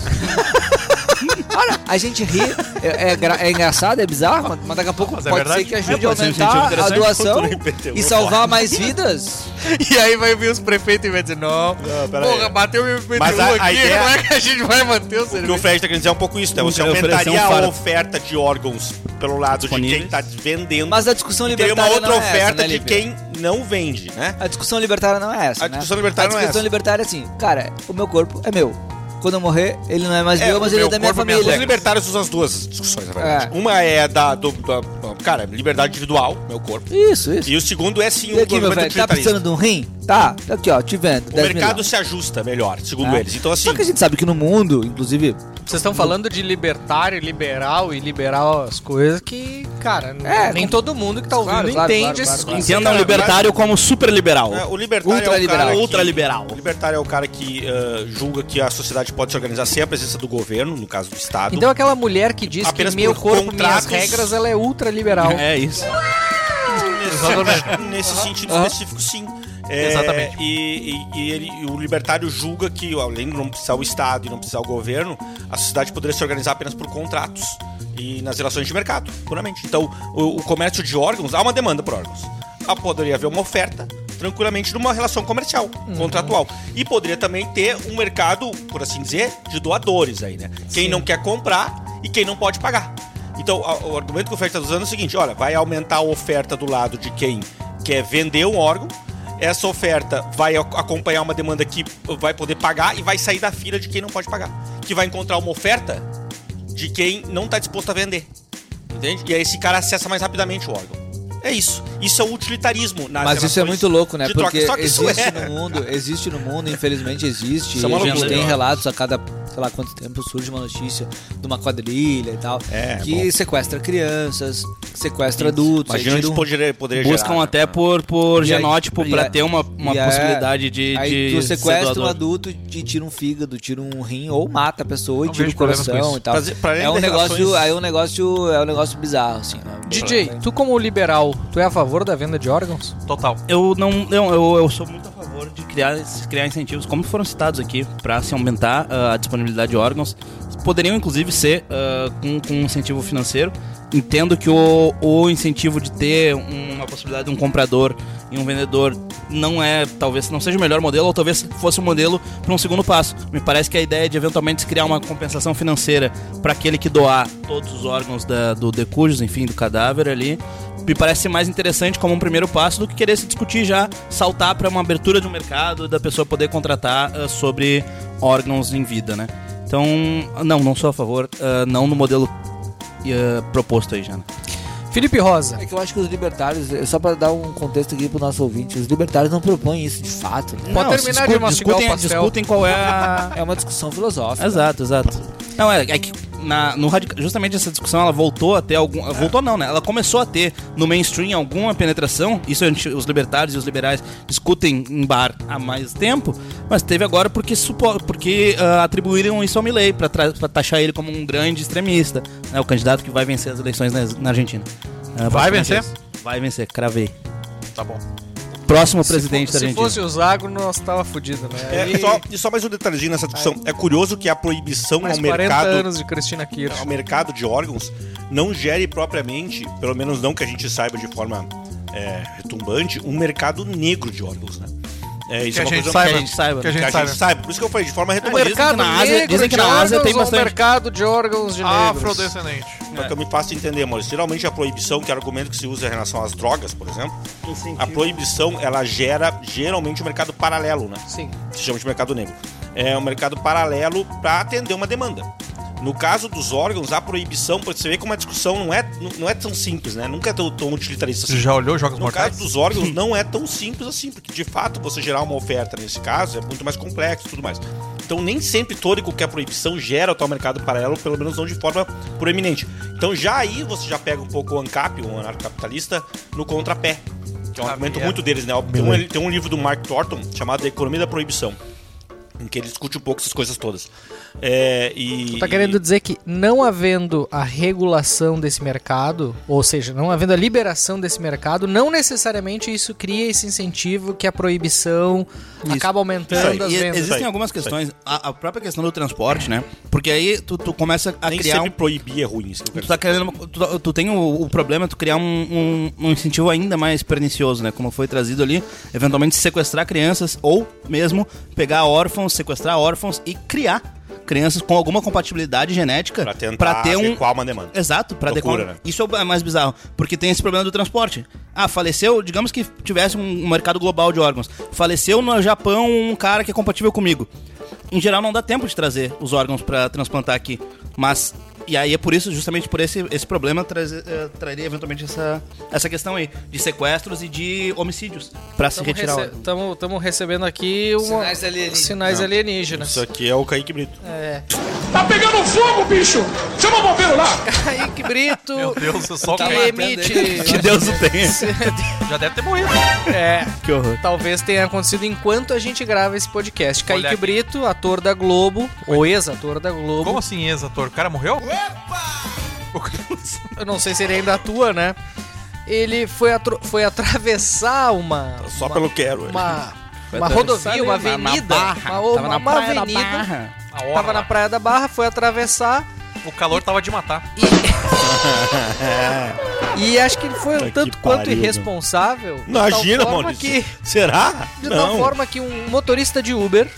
Speaker 1: Olha, a gente ri, é engraçado, é bizarro, mas daqui a pouco
Speaker 2: Mas é
Speaker 1: pode
Speaker 2: verdade.
Speaker 1: ser que ajude a
Speaker 5: Pode ser um
Speaker 1: aumentar
Speaker 5: incentivo
Speaker 1: a
Speaker 5: interessante.
Speaker 1: doação
Speaker 3: Quanto no IPTU,
Speaker 1: e salvar mais vidas.
Speaker 4: E aí vai vir os prefeitos e vai dizer, não,
Speaker 3: pera
Speaker 4: porra,
Speaker 3: aí.
Speaker 4: bateu o IPTU
Speaker 3: Mas
Speaker 4: aqui,
Speaker 3: a ideia-
Speaker 4: como é que a gente vai manter o
Speaker 3: O que o
Speaker 4: serviço?
Speaker 3: Fred tá querendo dizer é um pouco isso, né? Você
Speaker 5: Oferecer
Speaker 3: aumentaria
Speaker 5: um
Speaker 3: a
Speaker 5: fardo.
Speaker 3: oferta de órgãos pelo lado de
Speaker 5: Disponíveis.
Speaker 3: quem tá vendendo.
Speaker 1: Mas a discussão
Speaker 3: e teria
Speaker 1: libertária
Speaker 3: uma outra
Speaker 1: não é essa,
Speaker 3: oferta
Speaker 1: né,
Speaker 3: de
Speaker 1: Lipe?
Speaker 3: quem não vende, né?
Speaker 1: A discussão libertária não é essa,
Speaker 3: A
Speaker 1: né?
Speaker 3: discussão libertária não é
Speaker 1: discussão
Speaker 3: essa.
Speaker 1: libertária é assim, cara, o meu corpo é meu. Quando eu morrer, ele não é mais meu, mas
Speaker 3: o
Speaker 1: ele é
Speaker 3: meu
Speaker 1: da minha
Speaker 3: corpo, minhas
Speaker 1: família.
Speaker 3: Os libertários usam as duas discussões, na verdade.
Speaker 1: É.
Speaker 3: Uma é cara, liberdade individual, meu corpo.
Speaker 1: Isso.
Speaker 3: E o segundo é sim
Speaker 1: E aqui, meu velho, tá
Speaker 3: utilitarista.
Speaker 1: precisando de um rim? Tá aqui, ó, te vendo.
Speaker 3: O
Speaker 1: 10
Speaker 3: mercado
Speaker 1: milhões.
Speaker 3: se ajusta melhor, segundo
Speaker 1: É.
Speaker 3: eles. Então, assim,
Speaker 1: Só que a gente sabe que no mundo, inclusive...
Speaker 4: Vocês estão falando de libertário, liberal e liberal as coisas que, cara, nem todo mundo que tá ouvindo
Speaker 1: Claro,
Speaker 4: entende
Speaker 1: claro,
Speaker 4: esses
Speaker 1: claro.
Speaker 4: conceitos.
Speaker 5: Entenda o libertário como super liberal.
Speaker 3: o libertário
Speaker 1: Ultraliberal.
Speaker 3: é o cara que,
Speaker 5: Ultraliberal.
Speaker 3: O libertário é o cara que julga que a sociedade pode se organizar sem a presença do governo, no caso do Estado.
Speaker 4: Então aquela mulher que diz
Speaker 3: Apenas
Speaker 4: que meu
Speaker 3: por
Speaker 4: corpo,
Speaker 3: contratos.
Speaker 4: minhas regras, ela é ultraliberal.
Speaker 5: É isso.
Speaker 3: Nesse sentido específico, sim.
Speaker 2: Exatamente.
Speaker 3: E o libertário julga que, além de não precisar o Estado e não precisar o governo, a sociedade poderia se organizar apenas por contratos e nas relações de mercado, puramente. Então, o comércio de órgãos, há uma demanda por órgãos. Poderia haver uma oferta, tranquilamente, numa relação comercial, contratual. E poderia também ter um mercado, por assim dizer, de doadores aí, né? Quem não quer comprar e quem não pode pagar. Então, o argumento que o Fred está usando é o seguinte, olha, vai aumentar a oferta do lado de quem quer vender um órgão, essa oferta vai acompanhar uma demanda que vai poder pagar e vai sair da fila de quem não pode pagar. Que vai encontrar uma oferta de quem não está disposto a vender. Entende? E aí esse cara acessa mais rapidamente o órgão. É isso. Isso é o utilitarismo.
Speaker 1: Mas isso é muito louco, né?
Speaker 3: de troca.
Speaker 1: Porque
Speaker 3: Só que isso
Speaker 1: existe no mundo, infelizmente existe.
Speaker 3: Isso é
Speaker 1: E
Speaker 3: uma
Speaker 1: a gente
Speaker 3: loucura.
Speaker 1: tem relatos a cada, sei lá quanto tempo surge uma notícia de uma quadrilha e tal. Que sequestra crianças, sequestra adultos.
Speaker 3: Imagina
Speaker 1: aí
Speaker 3: onde
Speaker 1: tira
Speaker 3: poderia
Speaker 5: Buscam
Speaker 3: gerar,
Speaker 5: até
Speaker 3: né?
Speaker 5: por
Speaker 1: E aí-
Speaker 5: genótipo
Speaker 1: e
Speaker 5: pra
Speaker 1: aí-
Speaker 5: ter uma possibilidade de
Speaker 1: Aí tu
Speaker 5: ser
Speaker 1: sequestra um
Speaker 5: doador.
Speaker 1: adulto e tira um fígado, tira um rim, ou mata a pessoa e
Speaker 2: Não
Speaker 1: tira o
Speaker 2: vejo problemas com
Speaker 1: coração
Speaker 2: isso.
Speaker 1: e tal.
Speaker 3: Pra além
Speaker 1: É um
Speaker 3: das
Speaker 1: negócio,
Speaker 3: relações-
Speaker 1: aí é um negócio bizarro, assim. Né?
Speaker 4: DJ, tu como liberal, tu é a favor da venda de órgãos?
Speaker 2: Total.
Speaker 5: Eu sou muito a favor de criar incentivos, como foram citados aqui, para se aumentar a disponibilidade de órgãos. Poderiam, inclusive, ser com um incentivo financeiro. Entendo que o incentivo de ter uma possibilidade de um comprador e um vendedor talvez não seja o melhor modelo, ou talvez fosse um modelo para um segundo passo. Me parece que a ideia de eventualmente se criar uma compensação financeira para aquele que doar todos os órgãos do decujus, enfim, do cadáver ali, me parece mais interessante como um primeiro passo do que querer se discutir já, saltar para uma abertura de um mercado, da pessoa poder contratar sobre órgãos em vida, né? Então, não sou a favor, não no modelo proposto aí já, né?
Speaker 4: Felipe Rosa.
Speaker 1: É que eu acho que os libertários, só pra dar um contexto aqui pro nosso ouvinte, os libertários não propõem isso de fato. Né?
Speaker 4: Pode terminar de mastigar o pastel.
Speaker 5: Discutem qual é a...
Speaker 1: É uma discussão filosófica.
Speaker 5: Exato. Não, é que justamente essa discussão, ela voltou a ter voltou não, né? Ela começou a ter no mainstream alguma penetração. Isso os libertários e os liberais discutem em bar há mais tempo, mas teve agora porque atribuíram isso ao Milei pra taxar ele como um grande extremista, né? O candidato que vai vencer as eleições na Argentina.
Speaker 2: Vai vencer?
Speaker 5: Vai vencer, cravei.
Speaker 2: Tá bom.
Speaker 5: Próximo presidente da Argentina.
Speaker 4: Se fosse o Zago, nós tava fudido, né?
Speaker 3: Só mais um detalhezinho nessa discussão. É curioso que a proibição
Speaker 4: mais
Speaker 3: ao
Speaker 4: 40
Speaker 3: mercado...
Speaker 4: anos de Cristina Kirchner.
Speaker 3: Ao mercado de órgãos não gere propriamente, pelo menos não que a gente saiba de forma retumbante, um mercado negro de órgãos, né? Isso
Speaker 2: que
Speaker 3: é
Speaker 2: a
Speaker 3: uma
Speaker 2: gente
Speaker 3: coisa
Speaker 2: que a gente saiba.
Speaker 3: Por isso que eu falei, de forma
Speaker 4: O
Speaker 3: retumbante.
Speaker 4: mercado
Speaker 5: dizem que na Ásia tem bastante.
Speaker 4: O mercado de órgãos de negros.
Speaker 2: Afrodescendente.
Speaker 3: É que eu me faço entender, Maurício. Geralmente a proibição, que é o argumento que se usa em relação às drogas, por exemplo, a proibição, ela gera geralmente um mercado paralelo, né?
Speaker 4: Sim.
Speaker 3: Se chama de mercado negro. É um mercado paralelo para atender uma demanda. No caso dos órgãos, a proibição, você vê como a discussão não é tão simples, né? Nunca é tão utilitarista assim.
Speaker 2: Você já olhou Jogos
Speaker 3: No
Speaker 2: Mortais?
Speaker 3: caso dos órgãos, não é tão simples assim, porque de fato você gerar uma oferta nesse caso é muito mais complexo e tudo mais. Então nem sempre toda e qualquer proibição gera o tal mercado paralelo, pelo menos não de forma proeminente. Então já aí você já pega um pouco o ANCAP, o anarcocapitalista, no contrapé, que é um argumento muito deles, né? Tem um livro do Mark Thornton chamado A Economia da Proibição, em que ele discute um pouco essas coisas todas.
Speaker 4: Tu tá querendo dizer que não havendo a regulação desse mercado, ou seja, não havendo a liberação desse mercado, não necessariamente isso cria esse incentivo que a proibição acaba aumentando as vendas.
Speaker 5: Existem algumas questões, a própria questão do transporte, né? Porque aí tu começa a
Speaker 3: nem
Speaker 5: criar...
Speaker 3: sempre proibir é ruim. Isso que eu
Speaker 5: Tu, tu tem o problema de tu criar um incentivo ainda mais pernicioso, né? Como foi trazido ali, eventualmente sequestrar crianças ou mesmo pegar órfãos, sequestrar órfãos e criar crianças com alguma compatibilidade genética
Speaker 3: pra tentar adequar uma demanda.
Speaker 5: Exato, pra
Speaker 3: Loucura,
Speaker 5: adequar.
Speaker 3: né?
Speaker 5: Isso é mais bizarro, porque tem esse problema do transporte. Faleceu, digamos que tivesse um mercado global de órgãos. Faleceu no Japão um cara que é compatível comigo. Em geral não dá tempo de trazer os órgãos pra transplantar aqui, mas... E aí é por isso, justamente por esse problema, traria eventualmente essa questão aí, de sequestros e de homicídios, pra se retirar.
Speaker 4: Estamos recebendo aqui sinais alienígenas.
Speaker 3: Isso aqui é o Kaique Brito.
Speaker 10: Tá pegando fogo, bicho! Chama o bombeiro lá!
Speaker 4: Kaique Brito,
Speaker 2: Meu Deus, eu só
Speaker 4: que emite...
Speaker 5: Que Deus o tenha.
Speaker 2: Já deve ter morrido.
Speaker 5: Que horror.
Speaker 4: Talvez tenha acontecido enquanto a gente grava esse podcast.
Speaker 2: Olha
Speaker 4: Kaique
Speaker 2: aqui.
Speaker 4: Brito, ator da Globo, ou ex-ator da Globo.
Speaker 2: Como assim, ex-ator? O cara morreu?
Speaker 4: Eu não sei se ele ainda atua, né? Ele foi atravessar
Speaker 3: Só pelo quero.
Speaker 4: uma rodovia, uma avenida, uma avenida. Tava na Praia da Barra, foi atravessar
Speaker 2: O calor tava de matar.
Speaker 4: E acho que ele foi um tanto quanto irresponsável.
Speaker 3: Imagina, Maurício. Será?
Speaker 4: De tal forma que um motorista de Uber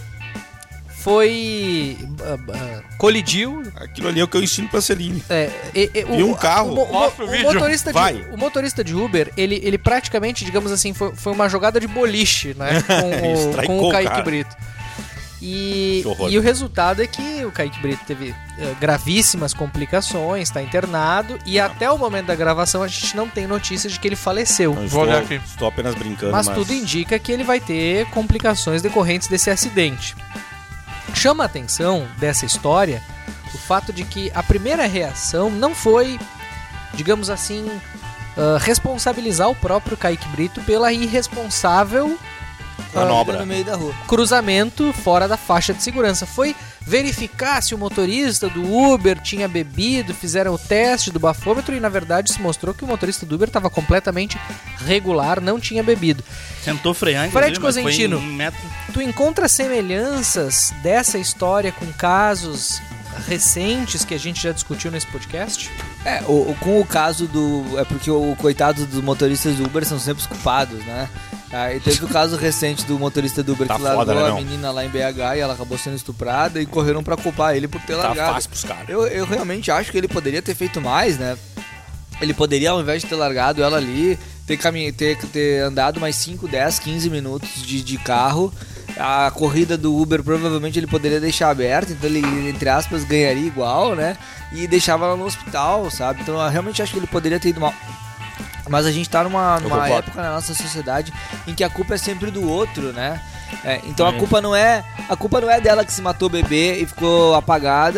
Speaker 4: colidiu.
Speaker 3: Aquilo ali é o que eu ensino pra Celine.
Speaker 4: E
Speaker 3: um carro.
Speaker 4: O motorista de Uber, ele praticamente, digamos assim, foi uma jogada de boliche, né? Com o Kaique Brito. E o resultado é que o Kaique Brito teve gravíssimas complicações, está internado, e até o momento da gravação a gente não tem notícia de que ele faleceu.
Speaker 3: Vou olhar aqui. Estou apenas brincando.
Speaker 4: Mas tudo indica que ele vai ter complicações decorrentes desse acidente. Chama a atenção dessa história o fato de que a primeira reação não foi, digamos assim, responsabilizar o próprio Kaique Brito pela irresponsável
Speaker 3: manobra
Speaker 1: no meio da rua.
Speaker 4: Cruzamento fora da faixa de segurança. Foi verificar se o motorista do Uber tinha bebido, fizeram o teste do bafômetro e na verdade se mostrou que o motorista do Uber estava completamente regular, não tinha bebido.
Speaker 5: Tentou frear,
Speaker 4: Fred Cosentino, tu encontra semelhanças dessa história com casos recentes que a gente já discutiu nesse podcast?
Speaker 1: Com o caso do... É porque o coitado dos motoristas do Uber são sempre os culpados, né? E teve o caso recente do motorista do Uber que largou a menina lá em BH e ela acabou sendo estuprada e correram pra culpar ele por ter largado.
Speaker 3: Fácil pros caras.
Speaker 1: Eu realmente acho que ele poderia ter feito mais, né? Ele poderia, ao invés de ter largado ela ali, ter andado mais 5, 10, 15 minutos de carro. A corrida do Uber provavelmente ele poderia deixar aberta, então ele, entre aspas, ganharia igual, né? E deixava ela no hospital, sabe? Então eu realmente acho que ele poderia ter ido mal. Mas a gente tá numa época na nossa sociedade em que a culpa é sempre do outro, né? Então a culpa não é dela que se matou o bebê e ficou apagada,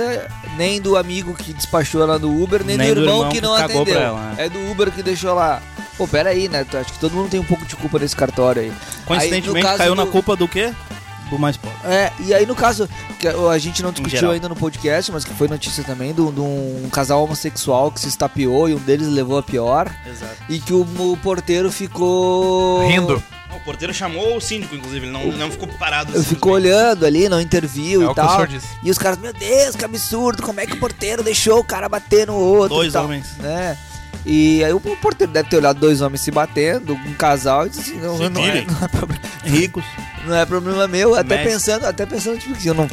Speaker 1: nem do amigo que despachou ela no Uber, nem do irmão que não
Speaker 5: cagou
Speaker 1: atendeu.
Speaker 5: pra ela, né?
Speaker 1: É do Uber que deixou lá. Pô, pera aí, né? Acho que todo mundo tem um pouco de culpa nesse cartório aí.
Speaker 5: Coincidentemente,
Speaker 1: aí,
Speaker 5: caiu na culpa do quê? Do mais pobre.
Speaker 1: E aí no caso, que a gente não discutiu
Speaker 5: geral.
Speaker 1: ainda no podcast, mas que foi notícia também, de um casal homossexual que se estapeou e um deles levou a pior.
Speaker 5: Exato.
Speaker 1: E que o porteiro ficou...
Speaker 2: Rindo.
Speaker 5: O porteiro chamou o síndico, inclusive, ele não ficou parado.
Speaker 1: Ele ficou olhando ali, não interviu
Speaker 2: É
Speaker 1: e
Speaker 2: o que o
Speaker 1: tal.
Speaker 2: senhor disse.
Speaker 1: E os caras, meu Deus, que absurdo, como é que o porteiro deixou o cara bater no outro?
Speaker 5: Dois
Speaker 1: e tal,
Speaker 5: homens.
Speaker 1: né? E aí o porteiro deve ter olhado 2 homens se batendo, um casal, e disse assim, não é problema.
Speaker 5: Ricos.
Speaker 1: Não é problema meu, até
Speaker 5: Médico.
Speaker 1: pensando, tipo, que eu não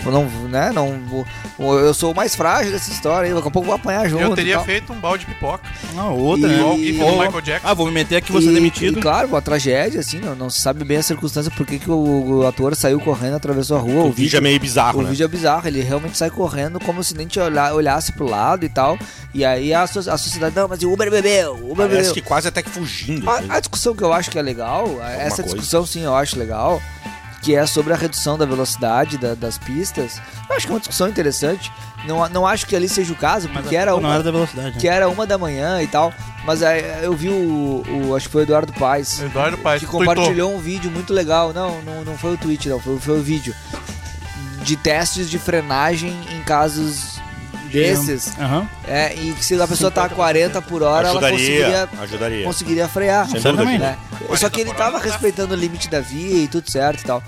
Speaker 1: vou, eu sou o mais frágil dessa história aí, daqui a pouco eu vou apanhar junto.
Speaker 2: Eu teria
Speaker 1: e tal.
Speaker 2: feito um balde de pipoca.
Speaker 5: Não, outra,
Speaker 1: E-
Speaker 5: né?
Speaker 2: Igual o GIF do
Speaker 5: Ou-
Speaker 2: Michael Jackson.
Speaker 5: vou me meter aqui, vou ser demitido.
Speaker 1: E claro, uma tragédia, assim, não se sabe bem a circunstância, por que o ator saiu correndo, atravessou a rua.
Speaker 3: O vídeo é meio bizarro,
Speaker 1: O
Speaker 3: né?
Speaker 1: vídeo é bizarro, ele realmente sai correndo como se nem olhasse pro lado e tal. E aí a sociedade, não, mas o Uber bebeu.
Speaker 3: Parece que quase até que fugindo.
Speaker 1: A discussão que eu acho que é legal, essa
Speaker 3: coisa.
Speaker 1: discussão sim eu acho legal, que é sobre a redução da velocidade das pistas. Eu acho que é uma discussão interessante. Não acho que ali seja o caso, porque era
Speaker 5: não
Speaker 1: uma,
Speaker 5: era da velocidade. né?
Speaker 1: que era 1h e tal. Mas aí eu vi acho que foi o Eduardo Paes.
Speaker 2: Eduardo Paes
Speaker 1: Que
Speaker 2: tuitou.
Speaker 1: compartilhou um vídeo muito legal. Não foi o tweet, não. Foi o vídeo. De testes de frenagem em casos desses.
Speaker 5: Aham.
Speaker 1: E que se a pessoa tá a 40 por hora, ela
Speaker 3: Ajudaria.
Speaker 1: conseguiria frear.
Speaker 3: Sem dúvida.
Speaker 1: Né? Só que ele tava respeitando o limite da via e tudo certo e tal.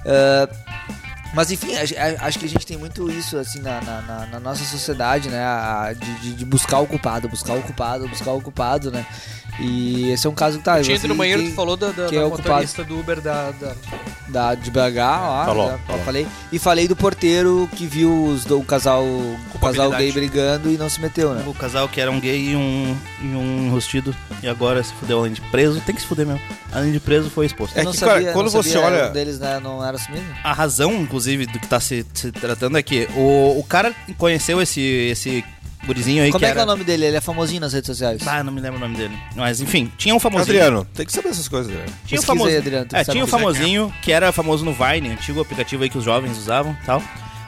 Speaker 1: Mas enfim, acho que a gente tem muito isso assim na nossa sociedade, né? De buscar o culpado, né? E esse é um caso que tá.
Speaker 4: Tinha ido no banheiro, tu falou da
Speaker 1: que é o
Speaker 4: motorista do Uber
Speaker 1: de BH, ó,
Speaker 3: Falou.
Speaker 1: falei. E falei do porteiro que viu o casal gay brigando e não se meteu, né?
Speaker 5: O casal que era um gay e um enrustido. E agora se fudeu além de preso. Tem que se fuder mesmo. Além de preso, foi exposto.
Speaker 3: É
Speaker 1: Eu não
Speaker 3: que,
Speaker 1: sabia,
Speaker 3: cara, quando
Speaker 1: não
Speaker 3: você
Speaker 1: sabia,
Speaker 3: olha-
Speaker 1: um deles, né, não era assumido?
Speaker 5: A razão, inclusive, do que tá se tratando é que o cara conheceu esse gurizinho aí
Speaker 1: Como
Speaker 5: que
Speaker 1: é
Speaker 5: era...
Speaker 1: que é o nome dele? Ele é famosinho nas redes sociais.
Speaker 5: Não me lembro o nome dele. Mas enfim, tinha um famosinho.
Speaker 3: Adriano, tem que saber essas coisas, Adriano.
Speaker 5: Tinha um
Speaker 1: Pesquisa aí,
Speaker 5: famosinho.
Speaker 1: Adriano, tu sabe
Speaker 5: Tinha um
Speaker 1: o que é.
Speaker 5: famosinho que era famoso no Vine, antigo aplicativo aí que os jovens usavam e tal.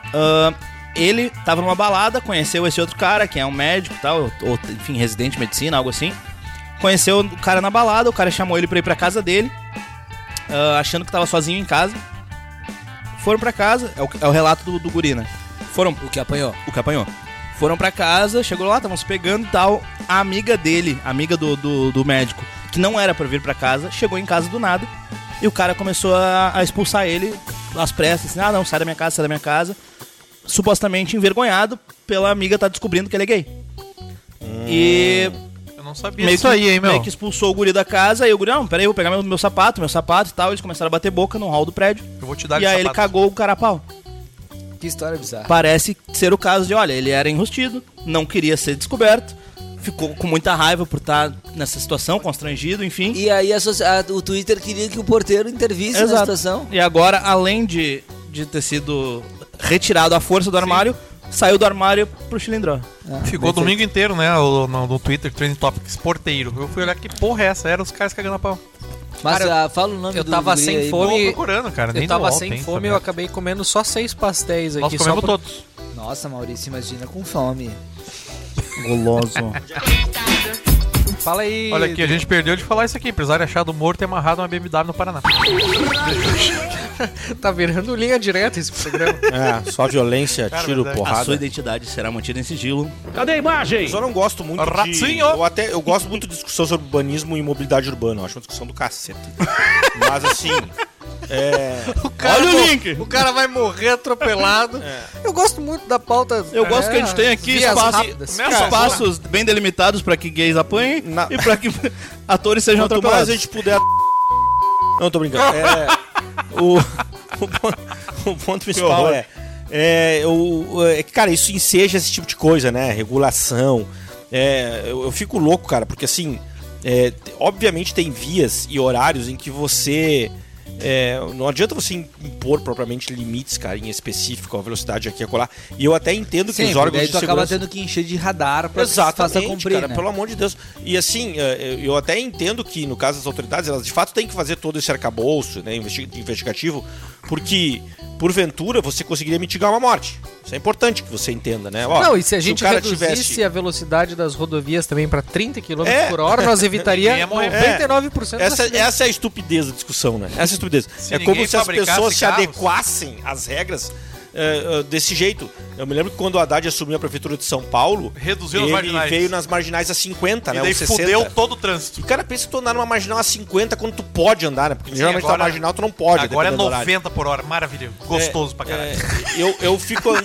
Speaker 5: Ele tava numa balada, conheceu esse outro cara, que é um médico e tal, ou enfim, residente de medicina, algo assim. Conheceu o cara na balada, o cara chamou ele pra ir pra casa dele, achando que tava sozinho em casa. Foram pra casa, é o relato do guri, né?
Speaker 1: O que apanhou.
Speaker 5: O que apanhou. Foram pra casa, chegou lá, estavam se pegando e tal. A amiga dele, amiga do médico, que não era pra vir pra casa, chegou em casa do nada. E o cara começou a expulsar ele às pressas, assim, não, sai da minha casa. Supostamente envergonhado pela amiga estar descobrindo que ele é gay. E
Speaker 2: Eu não sabia disso aí, hein, meu?
Speaker 5: meio que expulsou o guri da casa. E o guri, não, peraí, eu vou pegar meu sapato e tal. Eles começaram a bater boca no hall do prédio.
Speaker 2: Eu vou te dar
Speaker 5: E aí ele cagou o cara a pau.
Speaker 1: Que história bizarra.
Speaker 5: Parece ser o caso de, olha, ele era enrustido, não queria ser descoberto, ficou com muita raiva por estar nessa situação, constrangido, enfim.
Speaker 1: E aí o Twitter queria que o porteiro intervisse na situação.
Speaker 5: E agora, além de ter sido retirado à força do armário, saiu do armário pro Chilindró.
Speaker 2: Ficou o domingo inteiro, né? No Twitter, Trending Topics, porteiro. Eu fui olhar que porra é essa? Eram os caras cagando a pau.
Speaker 1: Mas
Speaker 4: Cara,
Speaker 1: fala o nome
Speaker 4: eu
Speaker 1: do
Speaker 4: tava
Speaker 1: guri
Speaker 4: sem
Speaker 1: aí.
Speaker 4: fome.
Speaker 2: Tô procurando, cara.
Speaker 4: Eu
Speaker 2: Nem
Speaker 4: tava
Speaker 2: no UOL
Speaker 4: sem
Speaker 2: tem
Speaker 4: fome e
Speaker 2: também.
Speaker 4: eu acabei comendo só 6 pastéis aqui.
Speaker 2: Nós
Speaker 4: só
Speaker 2: comemos
Speaker 4: por-
Speaker 2: todos.
Speaker 1: Nossa, Maurício, imagina com fome.
Speaker 5: Goloso.
Speaker 4: Fala aí.
Speaker 2: Olha aqui, a gente perdeu de falar isso aqui. Empresário achado morto e amarrado uma BMW no Paraná.
Speaker 4: Tá virando linha direta esse programa.
Speaker 3: Só violência,
Speaker 2: Cara,
Speaker 3: tiro,
Speaker 2: verdade.
Speaker 5: A sua
Speaker 3: porrada.
Speaker 5: identidade será mantida em sigilo.
Speaker 10: Cadê a imagem?
Speaker 3: Eu só não gosto muito
Speaker 2: Ratinho!
Speaker 3: Eu gosto muito de discussão sobre urbanismo e mobilidade urbana. Eu acho uma discussão do cacete. Mas assim...
Speaker 5: Olha o link!
Speaker 4: O cara vai morrer atropelado. Eu gosto muito da pauta.
Speaker 5: Eu gosto que a gente tem aqui
Speaker 4: vias
Speaker 5: espaço-
Speaker 4: rápidas.
Speaker 5: espaços bem delimitados pra que gays apanhem e pra que atores sejam
Speaker 3: Quanto mais
Speaker 5: atropelados.
Speaker 3: a gente puder... Não, tô brincando. O ponto principal é que, cara, isso enseja esse tipo de coisa, né? Regulação. Eu fico louco, cara, porque assim, obviamente tem vias e horários em que você... não adianta você impor propriamente limites, cara, em específico, a velocidade aqui e acolá. E eu até entendo que
Speaker 1: Sim,
Speaker 3: os órgãos
Speaker 1: daí
Speaker 3: de
Speaker 1: tu acaba
Speaker 3: segurança...
Speaker 1: tendo que encher de radar pra que se faça
Speaker 3: Exatamente,
Speaker 1: cumprir,
Speaker 3: cara,
Speaker 1: né?
Speaker 3: pelo amor de Deus. E assim, eu até entendo que, no caso das autoridades, elas de fato têm que fazer todo esse arcabouço, né, investigativo, Porque, porventura, você conseguiria mitigar uma morte. Isso é importante que você entenda, né? Ó,
Speaker 4: não, e se a gente
Speaker 3: o cara
Speaker 4: reduzisse a velocidade das rodovias também para 30 km por hora, nós evitaria 99%
Speaker 3: essa é a estupidez da discussão, né? Essa é a estupidez. É como se as pessoas se adequassem às regras desse jeito. Eu me lembro que quando o Haddad assumiu a prefeitura de São Paulo,
Speaker 2: reduziu
Speaker 3: ele
Speaker 2: as marginais.
Speaker 3: Veio nas marginais a 50, né?
Speaker 2: E daí
Speaker 3: ou 60.
Speaker 2: fudeu todo o trânsito.
Speaker 3: E o cara pensa que tu andar numa marginal a 50 quando tu pode andar, né? Porque geralmente na marginal tu não pode.
Speaker 2: Agora é 90 por hora, maravilhoso. Gostoso pra caralho.
Speaker 3: Eu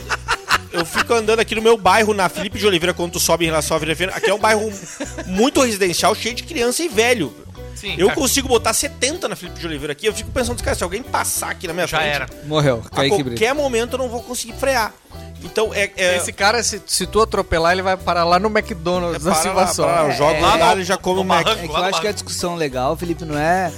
Speaker 3: fico andando aqui no meu bairro, na Felipe de Oliveira, quando tu sobe em relação à Vila Ferreira. Aqui é um bairro muito residencial, cheio de criança e velho.
Speaker 2: Sim,
Speaker 3: eu consigo botar 70 na Felipe de Oliveira aqui. Eu fico pensando, cara, se alguém passar aqui na minha frente...
Speaker 2: Já era.
Speaker 1: Morreu.
Speaker 3: A qualquer momento eu não vou conseguir frear. Então,
Speaker 4: esse cara, se tu atropelar, ele vai parar lá no McDonald's da Silva Só.
Speaker 3: Eu jogo lá e já como o Mac.
Speaker 1: É que eu acho que a discussão legal, Felipe, não é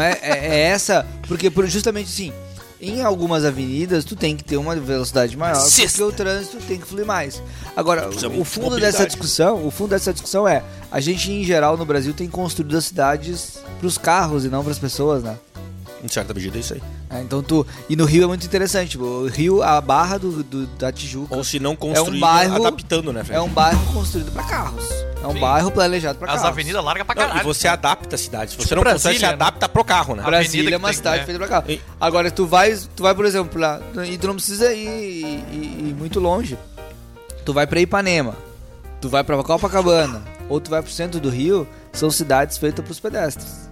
Speaker 1: essa, porque justamente assim, em algumas avenidas tu tem que ter uma velocidade maior, porque o trânsito tem que fluir mais. Agora, o fundo dessa discussão é, a gente em geral no Brasil tem construído as cidades pros carros e não pras pessoas, né?
Speaker 3: Em certa medida é isso aí.
Speaker 1: Então e no Rio é muito interessante. O Rio, a Barra da Tijuca.
Speaker 3: Ou se não construído, adaptando, né, Fred?
Speaker 1: É um bairro construído pra carros. É um bairro planejado pra carros.
Speaker 2: As avenidas largas pra caralho.
Speaker 3: E você adapta a cidade. Se você
Speaker 2: tipo
Speaker 3: não
Speaker 2: Brasília,
Speaker 3: consegue, você adapta pro carro, né?
Speaker 1: Brasília é uma cidade feita pra carro. Agora, tu vai, por exemplo, lá, e tu não precisa ir muito longe. Tu vai pra Ipanema, tu vai pra Copacabana, ou tu vai pro centro do Rio, são cidades feitas pros pedestres.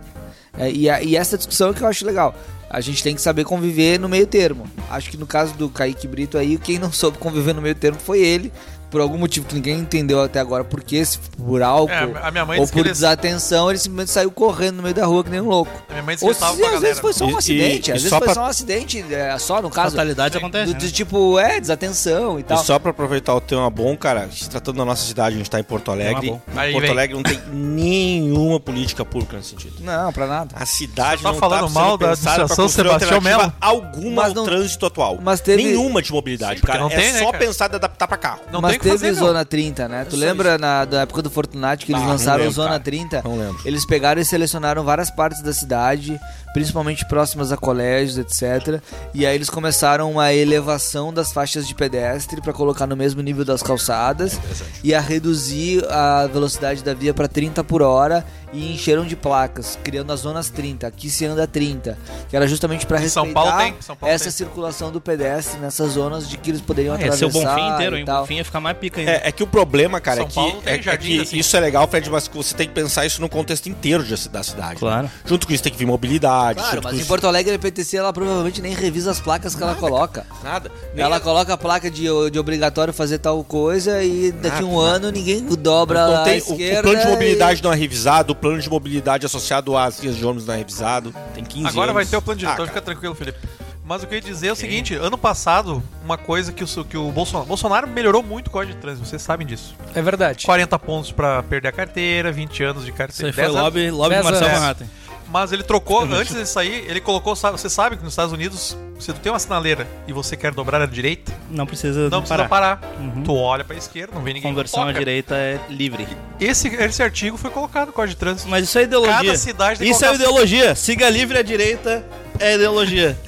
Speaker 1: E essa discussão é que eu acho legal. A gente tem que saber conviver no meio termo. Acho que no caso do Kaique Brito aí, quem não soube conviver no meio termo foi ele. Por algum motivo que ninguém entendeu até agora, porque se por álcool
Speaker 2: a minha mãe
Speaker 1: ou por desatenção, ele simplesmente saiu correndo no meio da rua que nem um louco.
Speaker 2: A minha mãe disse
Speaker 1: ou
Speaker 2: que tava
Speaker 1: se, às vezes foi só um acidente, às vezes foi só um acidente, só no caso.
Speaker 5: Fatalidade acontece.
Speaker 1: De tipo, desatenção e tal.
Speaker 3: E só pra aproveitar o tema bom, cara, se tratando da nossa cidade, a gente tá em Porto Alegre. Porto Alegre não tem nenhuma política pública nesse sentido.
Speaker 1: Não, pra nada.
Speaker 3: A cidade
Speaker 2: tá
Speaker 3: não
Speaker 2: falando mal da administração Sebastião Melo
Speaker 3: alguma ao trânsito atual.
Speaker 1: Mas teve...
Speaker 3: Nenhuma de mobilidade, cara.
Speaker 2: Não tem,
Speaker 3: só pensar em adaptar pra carro.
Speaker 2: Não
Speaker 1: mas
Speaker 2: tem
Speaker 1: teve
Speaker 2: fazer,
Speaker 1: Zona 30, né? Tu lembra na época do Fortunati que eles lançaram
Speaker 3: lembro,
Speaker 1: Zona
Speaker 3: cara.
Speaker 1: 30?
Speaker 3: Não lembro.
Speaker 1: Eles pegaram e selecionaram várias partes da cidade, principalmente próximas a colégios, etc. E aí eles começaram uma elevação das faixas de pedestre para colocar no mesmo nível das calçadas e a reduzir a velocidade da via para 30 por hora e encheram de placas, criando as zonas 30. Aqui se anda 30, que era justamente para respeitar
Speaker 2: São Paulo
Speaker 1: essa circulação do pedestre nessas zonas de que eles poderiam atravessar.
Speaker 5: Esse é o Bonfim inteiro, hein?
Speaker 1: E tal.
Speaker 5: Bonfim ia ficar mais pica ainda.
Speaker 3: É que o problema, cara,
Speaker 2: São Paulo tem jardim, assim.
Speaker 3: Isso é legal, Fred, mas você tem que pensar isso no contexto inteiro da cidade.
Speaker 5: Claro.
Speaker 3: Né? Junto com isso tem que vir mobilidade.
Speaker 1: Claro, mas em Porto Alegre a PTC ela provavelmente nem revisa as placas que ela coloca.
Speaker 3: Nada.
Speaker 1: Ela coloca a placa de obrigatório fazer tal coisa e daqui um ano ninguém dobra a esquerda.
Speaker 3: O plano de mobilidade não é revisado, o plano de mobilidade associado às vias de ônibus não é revisado. Tem 15 anos.
Speaker 2: Agora vai ter o plano diretor, fica tranquilo, Felipe. Mas o que eu ia dizer é o seguinte, ano passado, uma coisa que o Bolsonaro melhorou muito o Código de Trânsito, vocês sabem disso.
Speaker 4: É verdade.
Speaker 2: 40 pontos pra perder a carteira, 20 anos de carteira.
Speaker 5: Isso aí foi lobby Marcelo Manhattan.
Speaker 2: Mas ele trocou, antes de sair, ele colocou, você sabe que nos Estados Unidos, se tu tem uma sinaleira e você quer dobrar à direita,
Speaker 5: não precisa
Speaker 2: parar. Tu olha pra esquerda, não vem ninguém.
Speaker 5: Conversão à direita é livre.
Speaker 2: Esse artigo foi colocado no Código de Trânsito.
Speaker 5: Mas isso é ideologia.
Speaker 2: Cada cidade tem
Speaker 5: isso é ideologia. Siga livre à direita é ideologia.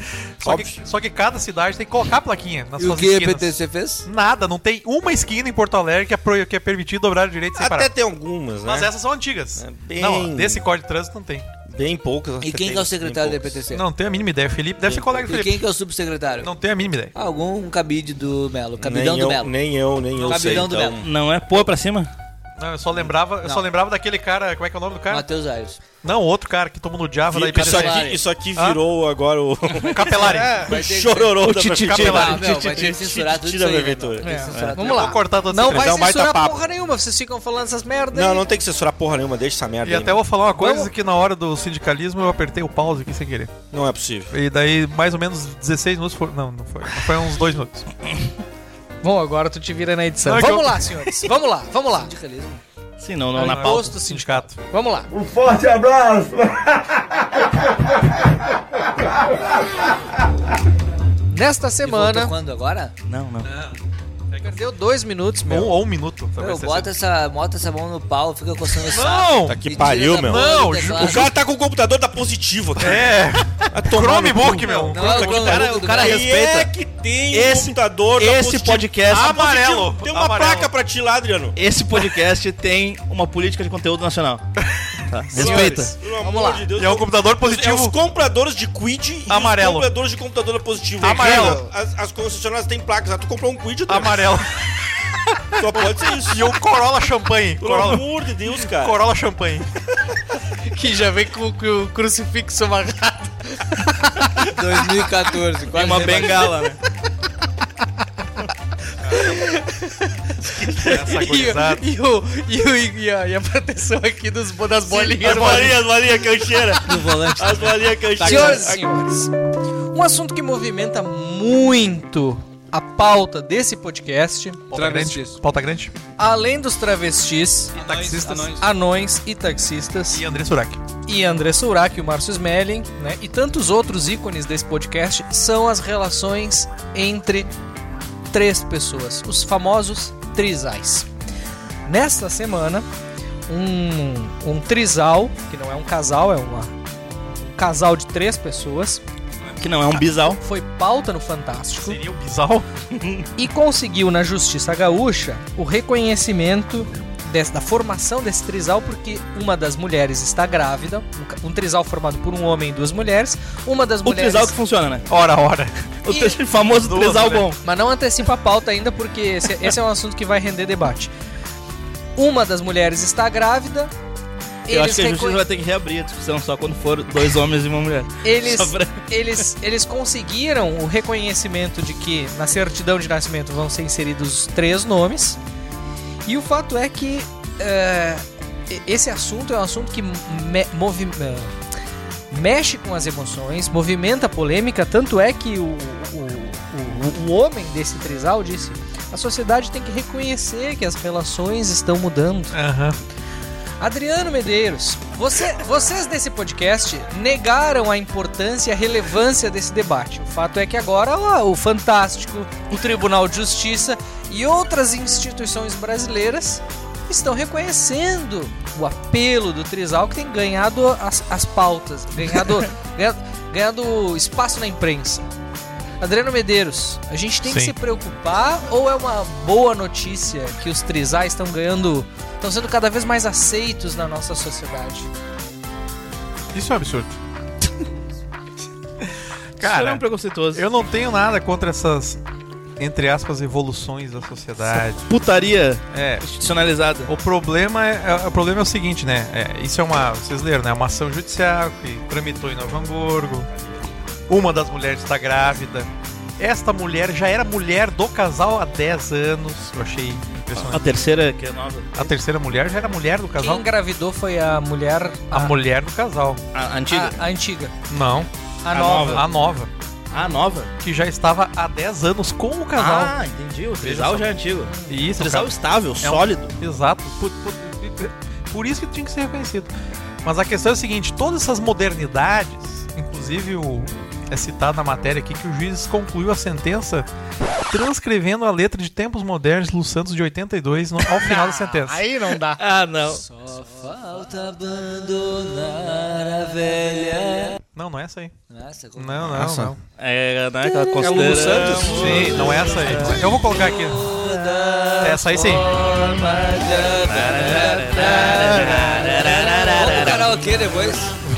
Speaker 2: Só que cada cidade tem que colocar a plaquinha nas suas
Speaker 1: esquinas. E o que
Speaker 2: a
Speaker 1: PTC fez?
Speaker 2: Nada, não tem uma esquina em Porto Alegre que é permitido dobrar à direita sem parar.
Speaker 3: Até tem algumas, né?
Speaker 2: Mas essas são antigas.
Speaker 3: Bem...
Speaker 2: Não, desse Código de Trânsito não tem.
Speaker 3: Bem poucas.
Speaker 1: E quem que é o secretário da PTC?
Speaker 2: Não tenho a mínima ideia. Felipe deve ser colega do
Speaker 1: E
Speaker 2: Felipe.
Speaker 1: quem que é o subsecretário?
Speaker 2: Não tenho a mínima ideia.
Speaker 1: Algum cabide do Melo. Cabidão do Melo.
Speaker 3: Nem eu
Speaker 1: Cabidão
Speaker 3: sei.
Speaker 1: do Melo.
Speaker 5: Não é pôr pra cima?
Speaker 2: Não, eu só lembrava daquele cara, como é que é o nome do cara?
Speaker 1: Matheus Aires.
Speaker 2: Não, outro cara que todo mundo odiava da IPTC.
Speaker 3: Isso aqui virou agora o
Speaker 2: Capelari.
Speaker 3: O chororô da
Speaker 2: Capelari.
Speaker 1: Vai ter que censurar tudo isso aí,
Speaker 4: Vamos lá.
Speaker 2: Vou cortar todo
Speaker 4: não vai censurar porra nenhuma, vocês ficam falando essas merdas.
Speaker 3: Não tem que censurar porra nenhuma, deixa essa merda
Speaker 2: E
Speaker 3: aí,
Speaker 2: até vou falar uma coisa que na hora do sindicalismo eu apertei o pause aqui sem querer.
Speaker 3: Não é possível.
Speaker 2: E daí mais ou menos 16 minutos foram... Não foi. Foi uns 2 minutos.
Speaker 4: Bom, agora tu te vira na edição. Vamos lá, senhores. Vamos lá.
Speaker 1: Sindicalismo.
Speaker 5: Sim, não na pauta.
Speaker 4: Imposto do sindicato. Vamos lá.
Speaker 7: Um forte abraço!
Speaker 4: Nesta semana...
Speaker 1: Quando agora?
Speaker 5: Não.
Speaker 4: Perdeu 2 minutos, meu.
Speaker 2: Ou 1 minuto.
Speaker 1: Meu, bota essa mão no pau, fica coçando o saco.
Speaker 2: Não!
Speaker 3: Tá que pariu, meu.
Speaker 2: Não,
Speaker 3: o cara tá com o computador da Positivo aqui.
Speaker 2: É. Chromebook, meu.
Speaker 1: Não é
Speaker 5: O cara
Speaker 3: Aí
Speaker 5: respeita.
Speaker 3: é que tem esse computador da
Speaker 5: Esse
Speaker 3: Positivo.
Speaker 5: podcast
Speaker 2: Amarelo.
Speaker 3: Tem uma
Speaker 2: Amarelo.
Speaker 3: placa pra ti lá, Adriano.
Speaker 5: Esse podcast tem uma política de conteúdo nacional. Tá? Respeita.
Speaker 3: Pelo
Speaker 4: Vamos
Speaker 3: amor
Speaker 4: lá.
Speaker 3: de Deus.
Speaker 2: E é um computador
Speaker 3: É os
Speaker 2: positivo.
Speaker 3: compradores de Quid e
Speaker 2: Amarelo.
Speaker 3: os compradores de computador da Positivo.
Speaker 2: Amarelo.
Speaker 3: As concessionárias têm placas. Tu comprou um Quid, Adriano.
Speaker 2: Amarelo.
Speaker 3: Só pode ser isso.
Speaker 2: E o Corolla Champanhe.
Speaker 3: Pelo amor de Deus, cara.
Speaker 2: Corolla Champanhe.
Speaker 4: Que já vem com o crucifixo amarrado.
Speaker 1: 2014,
Speaker 5: Tem
Speaker 1: quase
Speaker 5: uma
Speaker 1: rebaixado.
Speaker 5: bengala, né?
Speaker 2: Essa gurizada.
Speaker 4: E a proteção aqui das bolinhas.
Speaker 3: As bolinhas cancheira.
Speaker 1: No volante.
Speaker 3: As bolinhas cancheiras.
Speaker 4: Senhoras e senhores, um assunto que movimenta muito a pauta desse podcast,
Speaker 2: Pauta grande.
Speaker 4: além dos travestis,
Speaker 2: Taxistas.
Speaker 4: anões e taxistas,
Speaker 2: E André Surak.
Speaker 4: e André Surak e o Márcio Smelling, né, e tantos outros ícones desse podcast, são as relações entre 3 pessoas, os famosos trisais. Nesta semana, um trisal, que não é um casal, é um casal de 3 pessoas,
Speaker 5: Que não é um bisal.
Speaker 4: foi pauta no Fantástico
Speaker 2: Seria o bizarro.
Speaker 4: e conseguiu na Justiça Gaúcha o reconhecimento da formação desse trisal, porque uma das mulheres está grávida, um trisal formado por um homem e 2 mulheres, uma das
Speaker 5: O
Speaker 4: mulheres...
Speaker 5: trisal que funciona, né?
Speaker 2: Ora.
Speaker 5: O famoso
Speaker 2: Duas,
Speaker 5: trisal
Speaker 2: né?
Speaker 5: bom.
Speaker 4: Mas não antecipa a pauta ainda, porque esse é um assunto que vai render debate. Uma das mulheres está grávida.
Speaker 5: Eu acho que a justiça vai ter que reabrir a discussão só quando for 2 homens e uma mulher. Só pra-
Speaker 4: Eles conseguiram o reconhecimento de que na certidão de nascimento vão ser inseridos 3 nomes. E o fato é que esse assunto é um assunto que mexe com as emoções, movimenta a polêmica, tanto é que o homem desse trisal disse: a sociedade tem que reconhecer que as relações estão mudando.
Speaker 2: Aham.
Speaker 4: Adriano Medeiros, vocês desse podcast negaram a importância e a relevância desse debate. O fato é que agora o Fantástico, o Tribunal de Justiça e outras instituições brasileiras estão reconhecendo o apelo do trisal, que tem ganhado as pautas, ganhado espaço na imprensa. Adriano Medeiros, a gente tem que
Speaker 2: Sim.
Speaker 4: se preocupar, ou é uma boa notícia que os trisais estão sendo cada vez mais aceitos na nossa sociedade?
Speaker 2: Isso é um absurdo.
Speaker 5: Isso é
Speaker 2: Cara,
Speaker 5: um preconceituoso.
Speaker 2: eu não tenho nada contra essas, entre aspas, evoluções da sociedade.
Speaker 5: Putaria
Speaker 2: É.
Speaker 5: institucionalizada.
Speaker 2: O problema é o seguinte, né? Isso é vocês leram, né? Uma ação judicial que tramitou em Novo Hamburgo. Uma das mulheres está grávida. Esta mulher já era mulher do casal há 10 anos. Eu achei impressionante.
Speaker 5: A terceira, que é nova.
Speaker 2: A terceira mulher já era mulher do
Speaker 4: Quem
Speaker 2: casal?
Speaker 4: engravidou foi a mulher...
Speaker 2: A mulher do casal.
Speaker 5: A antiga?
Speaker 4: A antiga.
Speaker 2: Não.
Speaker 4: A
Speaker 5: A
Speaker 4: nova.
Speaker 2: A nova.
Speaker 5: A nova?
Speaker 2: Que já estava há 10 anos com o casal.
Speaker 5: Ah, entendi. O trisal
Speaker 2: só.
Speaker 5: já é antigo.
Speaker 2: E isso,
Speaker 5: Trisal
Speaker 2: cara,
Speaker 5: estável,
Speaker 2: um-
Speaker 5: sólido.
Speaker 2: Exato. Por isso que tinha que ser reconhecido. Mas a questão é o seguinte: todas essas modernidades, inclusive é citado na matéria aqui que o juiz concluiu a sentença transcrevendo a letra de Tempos Modernos, Lu Santos, de 82, ao final da sentença.
Speaker 4: Aí não dá.
Speaker 5: Ah, não.
Speaker 1: Só falta abandonar a velha.
Speaker 2: Não é essa aí.
Speaker 1: Nossa, como...
Speaker 2: Não.
Speaker 5: É, né, aquela
Speaker 4: Lu
Speaker 5: consideração.
Speaker 4: Santos?
Speaker 2: Sim, não é essa aí. Eu vou colocar aqui. Essa aí sim.
Speaker 1: Vamos pro karaokê depois.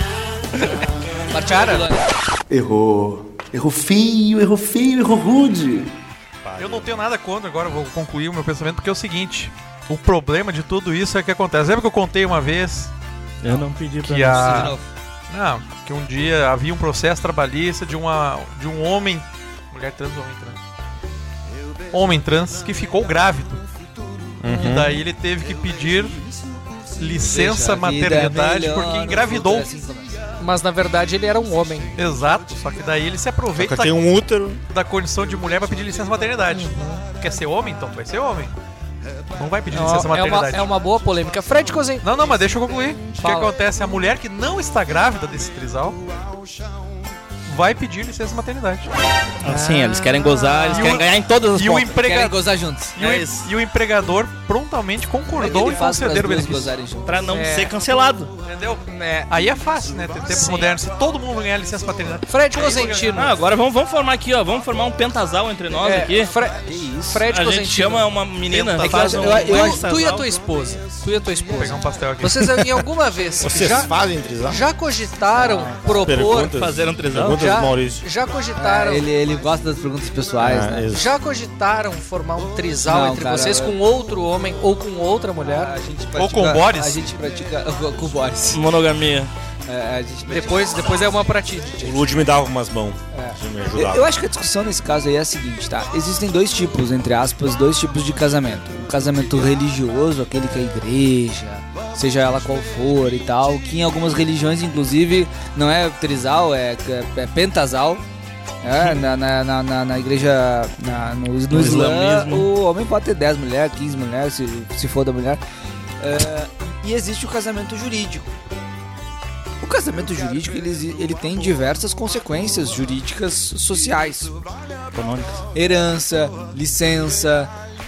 Speaker 2: Cara,
Speaker 9: Errou. Errou feio, errou rude.
Speaker 2: eu não tenho nada contra, agora eu vou concluir o meu pensamento, porque é o seguinte: o problema de tudo isso é que acontece. Lembra que eu contei uma vez
Speaker 5: Eu não pedi pra
Speaker 2: que
Speaker 5: não.
Speaker 2: Não, que um dia havia um processo trabalhista de um homem, mulher trans ou homem trans, que ficou grávido. E daí ele teve que pedir licença maternidade porque engravidou.
Speaker 4: Mas na verdade ele era um homem.
Speaker 2: Exato, só que daí ele se aproveita
Speaker 3: Tem um útero.
Speaker 2: da condição de mulher pra pedir licença maternidade. Quer ser homem? Então vai ser homem. Não vai pedir licença maternidade.
Speaker 4: É uma boa polêmica. Fred Cozen.
Speaker 2: Não, mas deixa eu concluir. O que
Speaker 4: Fala.
Speaker 2: acontece? A mulher que não está grávida desse trisal vai pedir licença maternidade.
Speaker 5: Sim, eles querem gozar, eles querem ganhar em todas as pontas.
Speaker 1: Querem gozar juntos.
Speaker 2: E o empregador prontamente concordou em conceder o benefício.
Speaker 5: Pra não ser cancelado.
Speaker 2: Entendeu? Aí é fácil, né? Tem tempos modernos. Se todo mundo ganhar licença maternidade.
Speaker 4: Fred Cosentino.
Speaker 5: Agora vamos formar aqui, ó. Vamos formar um pentasal entre nós aqui.
Speaker 4: Fred
Speaker 5: A
Speaker 4: Cosentino.
Speaker 5: gente chama uma menina.
Speaker 4: Tu e a tua esposa.
Speaker 2: Vou pegar um pastel aqui.
Speaker 4: Vocês em alguma vez
Speaker 3: fazem trisal?
Speaker 4: já cogitaram propor...
Speaker 5: Fazer um trisal?
Speaker 4: Já cogitaram...
Speaker 1: Ele gosta das perguntas pessoais, né?
Speaker 3: Isso.
Speaker 4: Já cogitaram formar um trisal entre vocês com outro homem ou com outra mulher?
Speaker 2: Ou com o Boris?
Speaker 1: A gente pratica com o Boris.
Speaker 5: Monogamia.
Speaker 1: A gente pratica.
Speaker 4: Depois é uma pra ti.
Speaker 3: O Lud me dava umas mãos. Me ajudava.
Speaker 1: Eu acho que a discussão nesse caso aí é a seguinte, tá? Existem dois tipos, entre aspas, dois tipos de casamento. Um casamento religioso, aquele que é a igreja, seja ela qual for e tal, que em algumas religiões, inclusive, não é trisal, é pentasal. Na igreja, no islamismo, o homem pode ter 10 mulheres, 15 mulheres, se for da mulher. E existe o casamento jurídico. O casamento jurídico ele tem diversas consequências jurídicas sociais.
Speaker 5: Econômicas.
Speaker 1: Herança, licença,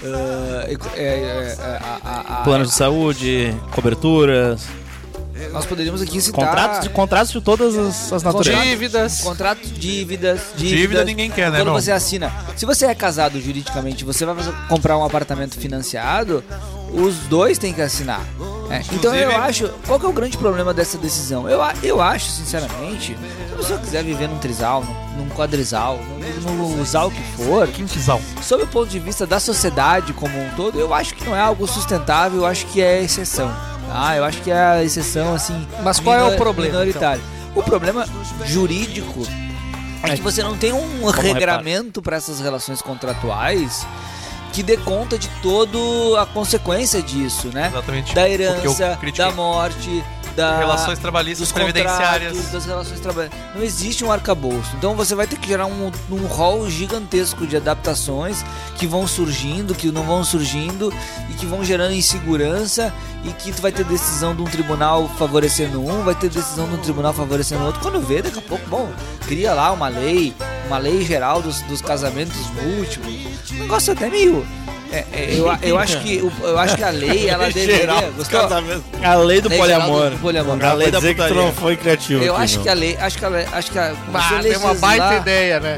Speaker 5: planos de saúde, coberturas.
Speaker 1: Nós poderíamos aqui citar...
Speaker 5: Contratos de todas as naturezas.
Speaker 1: Dívidas.
Speaker 2: Dívida ninguém quer, né,
Speaker 1: Quando
Speaker 2: não?
Speaker 1: você assina... Se você é casado juridicamente, você vai comprar um apartamento financiado, os dois têm que assinar. Então eu acho... Qual que é o grande problema dessa decisão? Eu acho, sinceramente, se a pessoa quiser viver num trisal, num quadrisal, num zal que for...
Speaker 2: Quintisal.
Speaker 1: Sob o ponto de vista da sociedade como um todo, eu acho que não é algo sustentável, eu acho que é exceção. Eu acho que é a exceção, assim...
Speaker 4: Mas qual é o problema,
Speaker 1: minoritário. Então? O problema jurídico é que você não tem um regramento para essas relações contratuais que dê conta de toda a consequência disso, né?
Speaker 2: Exatamente.
Speaker 1: Da herança, da morte...
Speaker 2: relações trabalhistas, previdenciárias,
Speaker 1: das relações trabalhistas. Não existe um arcabouço. Então você vai ter que gerar um rol gigantesco de adaptações que vão surgindo, que não vão surgindo e que vão gerando insegurança, e que tu vai ter decisão de um tribunal favorecendo um, vai ter decisão de um tribunal favorecendo o outro. Quando vê, daqui a pouco, cria lá uma lei geral dos casamentos múltiplos. Um negócio até meio... Eu acho que a lei, ela deveria...
Speaker 5: A lei do poliamor.
Speaker 3: A lei da putaria. Que tu não foi criativo.
Speaker 1: Eu acho que a lei...
Speaker 4: Tem uma baita ideia, né?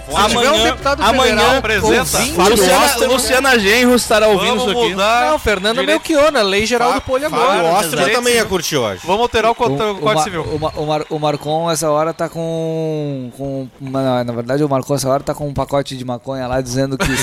Speaker 5: Amanhã
Speaker 2: apresenta.
Speaker 5: Luciana Genro estará ouvindo isso aqui.
Speaker 4: Não, Fernanda Melchiona, lei geral do poliamor.
Speaker 3: O Oscar também ia curtir hoje.
Speaker 2: Vamos alterar o Código Civil.
Speaker 1: O Marcon, essa hora, tá com... Na verdade, o Marcon, essa hora, tá com um pacote de maconha lá, dizendo que...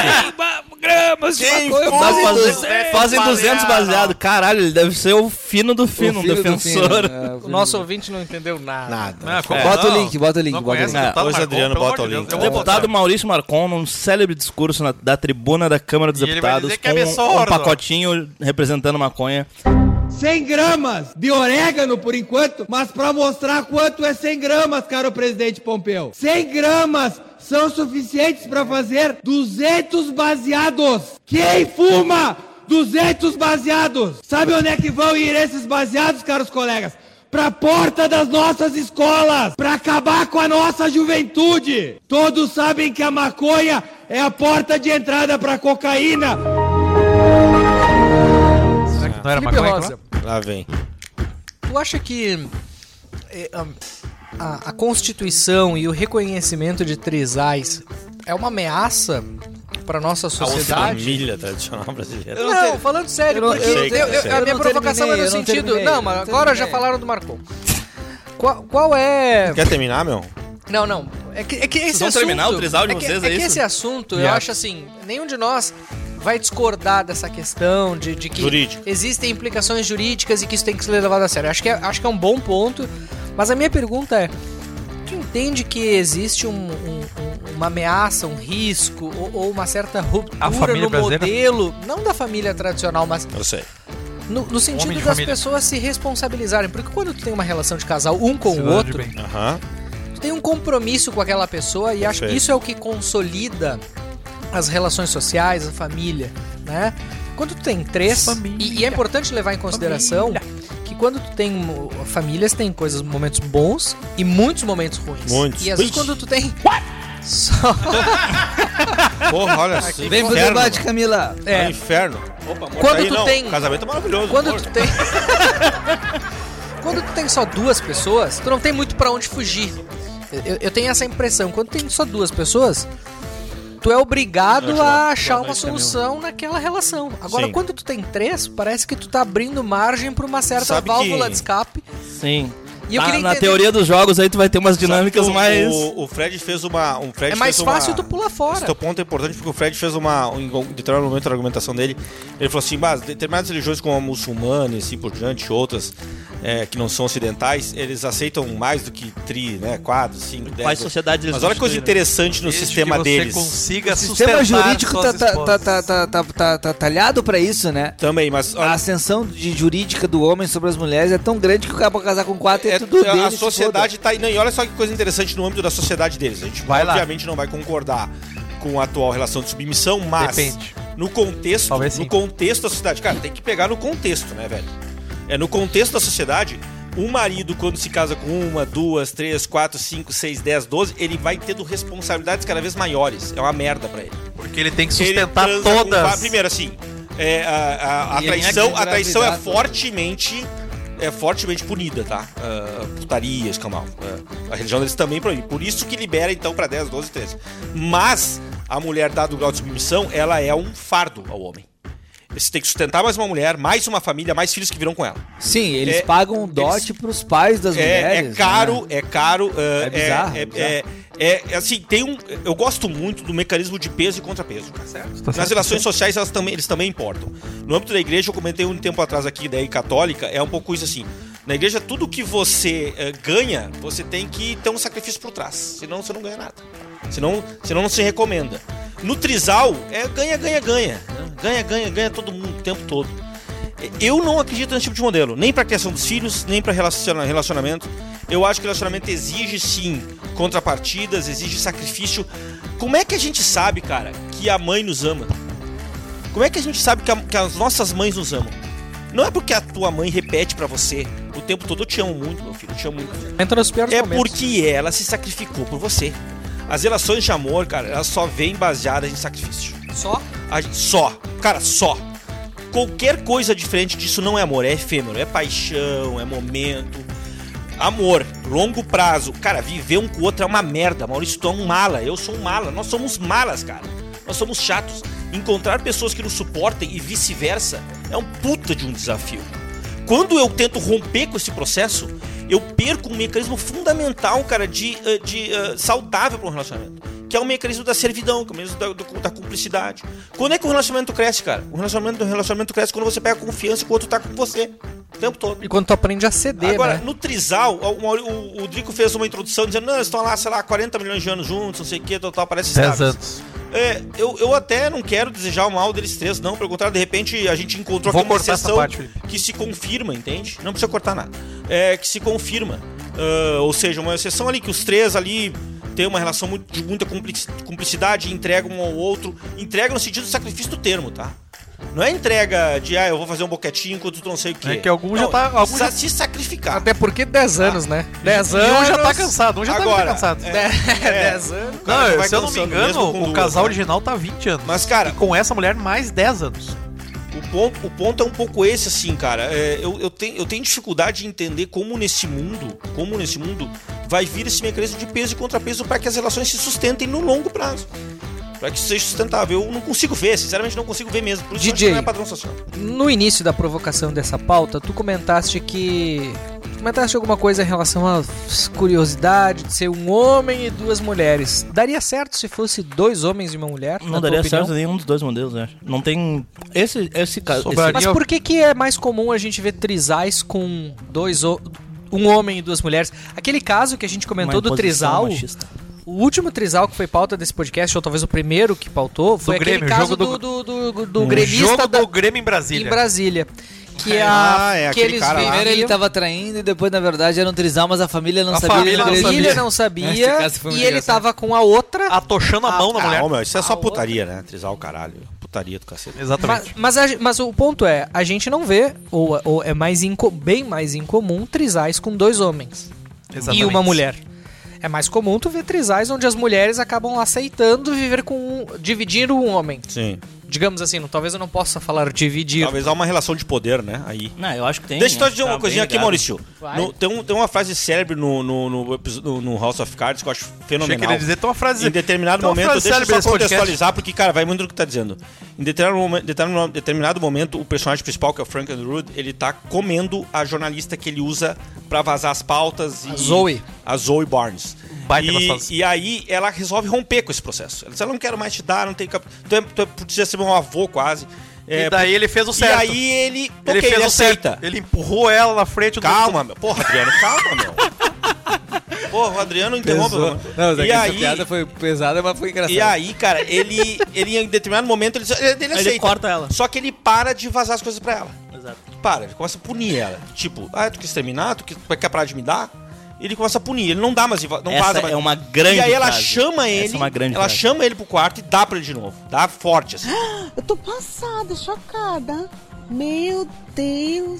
Speaker 1: gramas de maconha
Speaker 5: fazem 200 baseado. Caralho, ele deve ser o fino do fino, um defensor.
Speaker 4: O nosso ouvinte não entendeu nada.
Speaker 1: Bota o link.
Speaker 3: Hoje, Adriano, bota o link.
Speaker 5: O deputado Maurício Marcon, num célebre discurso da tribuna da Câmara dos Deputados, com um pacotinho representando maconha.
Speaker 11: 100 gramas de orégano por enquanto, mas pra mostrar quanto é 100 gramas, caro presidente Pompeu. 100 gramas são suficientes para fazer 200 baseados. Quem fuma 200 baseados? Sabe onde é que vão ir esses baseados, caros colegas? Pra porta das nossas escolas, pra acabar com a nossa juventude. Todos sabem que a maconha é a porta de entrada pra cocaína.
Speaker 2: Não era
Speaker 4: Felipe Rosa,
Speaker 3: lá vem.
Speaker 4: Tu acha que a Constituição e o reconhecimento de trisais é uma ameaça para nossa sociedade?
Speaker 3: A família tradicional brasileira.
Speaker 4: Não, falando sério, porque a minha provocação é no sentido... Não, mas agora já falaram do Marcon. Qual é...
Speaker 3: Quer terminar, meu?
Speaker 4: Não. É que esse
Speaker 5: vocês vão
Speaker 4: assunto...
Speaker 5: terminar o trisal de vocês, é isso?
Speaker 4: É que esse assunto, eu acho assim, nenhum de nós vai discordar dessa questão de que existem implicações jurídicas e que isso tem que ser levado a sério. Acho que é um bom ponto, mas a minha pergunta é, tu entende que existe uma ameaça, um risco ou uma certa ruptura no modelo, não da família tradicional, mas...
Speaker 3: Eu sei.
Speaker 4: No sentido das pessoas se responsabilizarem, porque quando tu tem uma relação de casal um com o outro, tu tem um compromisso com aquela pessoa e acho que isso é o que consolida as relações sociais, a família, né? Quando tu tem 3, e é importante levar em consideração que quando tu tem famílias, tem momentos bons e muitos momentos ruins.
Speaker 3: Muitos.
Speaker 4: E às vezes quando tu tem...
Speaker 3: Porra, olha,
Speaker 1: vem pro debate, Camila.
Speaker 3: É um inferno.
Speaker 4: Opa, quando aí, tu tem...
Speaker 3: O casamento é maravilhoso.
Speaker 4: Quando tu tem... Quando tu tem só 2 pessoas, tu não tem muito pra onde fugir. Eu tenho essa impressão. Quando tem só 2 pessoas, tu é obrigado a achar uma solução naquela relação. Agora, quando tu tem 3, parece que tu tá abrindo margem pra uma certa válvula de escape.
Speaker 5: Sim.
Speaker 4: E
Speaker 5: na teoria dos jogos aí tu vai ter umas dinâmicas mais...
Speaker 3: O Fred fez uma...
Speaker 4: é mais fácil tu pular fora.
Speaker 3: Esse teu ponto é importante porque o Fred fez em determinado momento da argumentação dele, ele falou assim, mas determinadas religiões como a muçulmana e assim por diante, outras que não são ocidentais, eles aceitam mais do que 4, 5, 10...
Speaker 5: Quais sociedades eles
Speaker 3: Mas olha que coisa interessante no sistema deles.
Speaker 2: Consiga
Speaker 1: o sistema jurídico tá talhado pra isso, né?
Speaker 3: Também, mas...
Speaker 1: A ascensão jurídica do homem sobre as mulheres é tão grande que o cara pode casar com 4 tudo dele.
Speaker 3: A sociedade tá... Não, e olha só que coisa interessante no âmbito da sociedade deles. A gente obviamente não vai concordar com a atual relação de submissão, mas...
Speaker 2: Depende.
Speaker 3: No contexto da sociedade... Cara, tem que pegar no contexto, né, velho? No contexto da sociedade... Um marido, quando se casa com 1, 2, 3, 4, 5, 6, 10, 12, ele vai tendo responsabilidades cada vez maiores. É uma merda pra ele.
Speaker 2: Porque ele tem que sustentar todas.
Speaker 3: Primeiro, assim, a traição é fortemente punida, tá? Putaria, escamal. A religião deles também proíbe. Por isso que libera, então, pra 10, 12, 13. Mas a mulher, dado o grau de submissão, ela é um fardo ao homem. Você tem que sustentar mais uma mulher, mais uma família, mais filhos que virão com ela.
Speaker 1: Sim, eles pagam um dote pros pais das mulheres.
Speaker 3: É caro, né?
Speaker 1: É bizarro.
Speaker 3: Assim, eu gosto muito do mecanismo de peso e contrapeso.
Speaker 2: Tá
Speaker 3: Nas relações sociais, eles também importam. No âmbito da igreja, eu comentei um tempo atrás aqui, da católica, é um pouco isso assim. Na igreja, tudo que você ganha, você tem que ter um sacrifício por trás. Senão, você não ganha nada. Senão não se recomenda. No trisal, ganha todo mundo o tempo todo. Eu não acredito nesse tipo de modelo, nem pra criação dos filhos, nem pra relacionamento. Eu acho que relacionamento exige, sim, contrapartidas, exige sacrifício. Como é que a gente sabe, cara, que a mãe nos ama? Como é que a gente sabe que as nossas mães nos amam? Não é porque a tua mãe repete pra você o tempo todo, eu te amo muito, meu filho, eu te amo muito.
Speaker 4: Entra nos piores momentos.
Speaker 3: Porque ela se sacrificou por você. As relações de amor, cara, elas só vêm baseadas em sacrifício.
Speaker 4: Só?
Speaker 3: Cara, só. Qualquer coisa diferente disso não é amor, é efêmero, é paixão, é momento. Amor, longo prazo. Cara, viver um com o outro é uma merda. Maurício, tu é um mala, eu sou um mala. Nós somos malas, cara. Nós somos chatos. Encontrar pessoas que nos suportem e vice-versa é um puta de um desafio. Quando eu tento romper com esse processo, eu perco um mecanismo fundamental, cara, de saudável para um relacionamento, que é o mecanismo da servidão, que é o mecanismo da cumplicidade. Quando é que o relacionamento cresce, cara? O relacionamento cresce quando você pega confiança e o outro tá com você o tempo todo.
Speaker 4: E quando tu aprende a ceder,
Speaker 3: agora,
Speaker 4: né?
Speaker 3: no trisal, o Drico fez uma introdução dizendo, não, eles estão lá, sei lá, 40 milhões de anos juntos, não sei o que, tal, parece
Speaker 2: 10 anos.
Speaker 3: Eu até não quero desejar o mal deles 3, não. Pelo contrário, de repente a gente encontrou aqui uma exceção que se confirma, entende? Não precisa cortar nada. Que se confirma. Ou seja, uma exceção ali que os 3 ali têm uma relação de muita cumplicidade, entregam um ao outro. Entregam no sentido do sacrifício do termo, tá? Não é entrega de, eu vou fazer um boquetinho enquanto tu não sei o quê.
Speaker 2: É que algum já tá... Algum
Speaker 3: já se sacrificar.
Speaker 4: Até porque 10 anos, né? 10 anos...
Speaker 2: Um já tá cansado, um já
Speaker 3: agora,
Speaker 2: tá cansado.
Speaker 4: 10 anos...
Speaker 2: Não, se eu não me engano, o casal original tá 20 anos.
Speaker 3: Mas, cara...
Speaker 2: E com essa mulher, mais 10 anos.
Speaker 3: O ponto é um pouco esse, assim, cara. Eu tenho dificuldade de entender como nesse mundo vai vir esse mecanismo de peso e contrapeso para que as relações se sustentem no longo prazo. Para que isso seja sustentável. Eu não consigo ver, sinceramente não consigo ver mesmo. Por isso
Speaker 4: DJ,
Speaker 3: não é padrão social.
Speaker 4: No início da provocação dessa pauta, tu comentaste alguma coisa em relação à curiosidade de ser um homem e 2 mulheres. Daria certo se fosse 2 homens e uma mulher?
Speaker 5: Não daria certo nenhum dos 2 modelos, né? Não tem... Esse caso...
Speaker 4: Mas por que é mais comum a gente ver trisais com um homem e 2 mulheres? Aquele caso que a gente comentou do trisal... Machista. O último trisal que foi pauta desse podcast, ou talvez o primeiro que pautou, foi aquele caso do gremista...
Speaker 2: Jogo do Grêmio em Brasília.
Speaker 4: Em Brasília. Que que eles
Speaker 1: primeiro ele tava traindo e depois, na verdade, era um trisal, mas a família não sabia.
Speaker 4: A família não sabia e ele tava com a outra...
Speaker 2: Atochando a mão na mulher.
Speaker 3: Isso é só putaria, né? Trisal, caralho. putaria do cacete.
Speaker 2: Exatamente.
Speaker 4: Mas o ponto é, a gente não vê, ou é bem mais incomum, trisais com 2 homens.
Speaker 2: Exatamente.
Speaker 4: E uma mulher. É mais comum tu ver trisais onde as mulheres acabam aceitando viver dividir um homem.
Speaker 3: Sim.
Speaker 4: Digamos assim, talvez eu não possa falar dividir.
Speaker 3: Talvez há uma relação de poder, né? Aí.
Speaker 5: Não, eu acho que tem.
Speaker 3: Deixa eu só dizer uma coisinha aqui, Maurício. Tem uma frase célebre no House of Cards que eu acho fenomenal.
Speaker 2: Achei que ele ia dizer, tem uma frase...
Speaker 3: Em determinado momento, deixa eu só contextualizar, porque, cara, vai muito do que tá dizendo. Em determinado momento, o personagem principal, que é o Frank Underwood, ele tá comendo a jornalista que ele usa pra vazar as pautas. A Zoe Barnes. E aí ela resolve romper com esse processo. Ela diz, eu não quero mais te dar, não tem... Tu podia ser meu avô quase.
Speaker 2: E daí ele fez o certo.
Speaker 3: E aí ele fez o
Speaker 2: certo. Ele empurrou ela na frente do...
Speaker 3: Calma, meu. Porra, Adriano, calma, meu. Porra, o Adriano interrompe.
Speaker 1: Não, mas essa piada foi pesada, mas foi engraçada.
Speaker 3: E aí, cara, ele em determinado momento, ele aceita.
Speaker 5: Ele corta ela.
Speaker 3: Só que ele para de vazar as coisas pra ela.
Speaker 5: Exato.
Speaker 3: Ele começa a punir ela. Tipo, tu quis terminar? Tu quer parar de me dar? Ele começa a punir, ele não dá mais, não
Speaker 5: essa
Speaker 3: vaza mais.
Speaker 5: É uma grande.
Speaker 3: E aí ela
Speaker 5: frase.
Speaker 3: chama ele, chama ele pro quarto e dá pra ele de novo. Dá forte, assim.
Speaker 12: Eu tô passada, chocada. Meu Deus.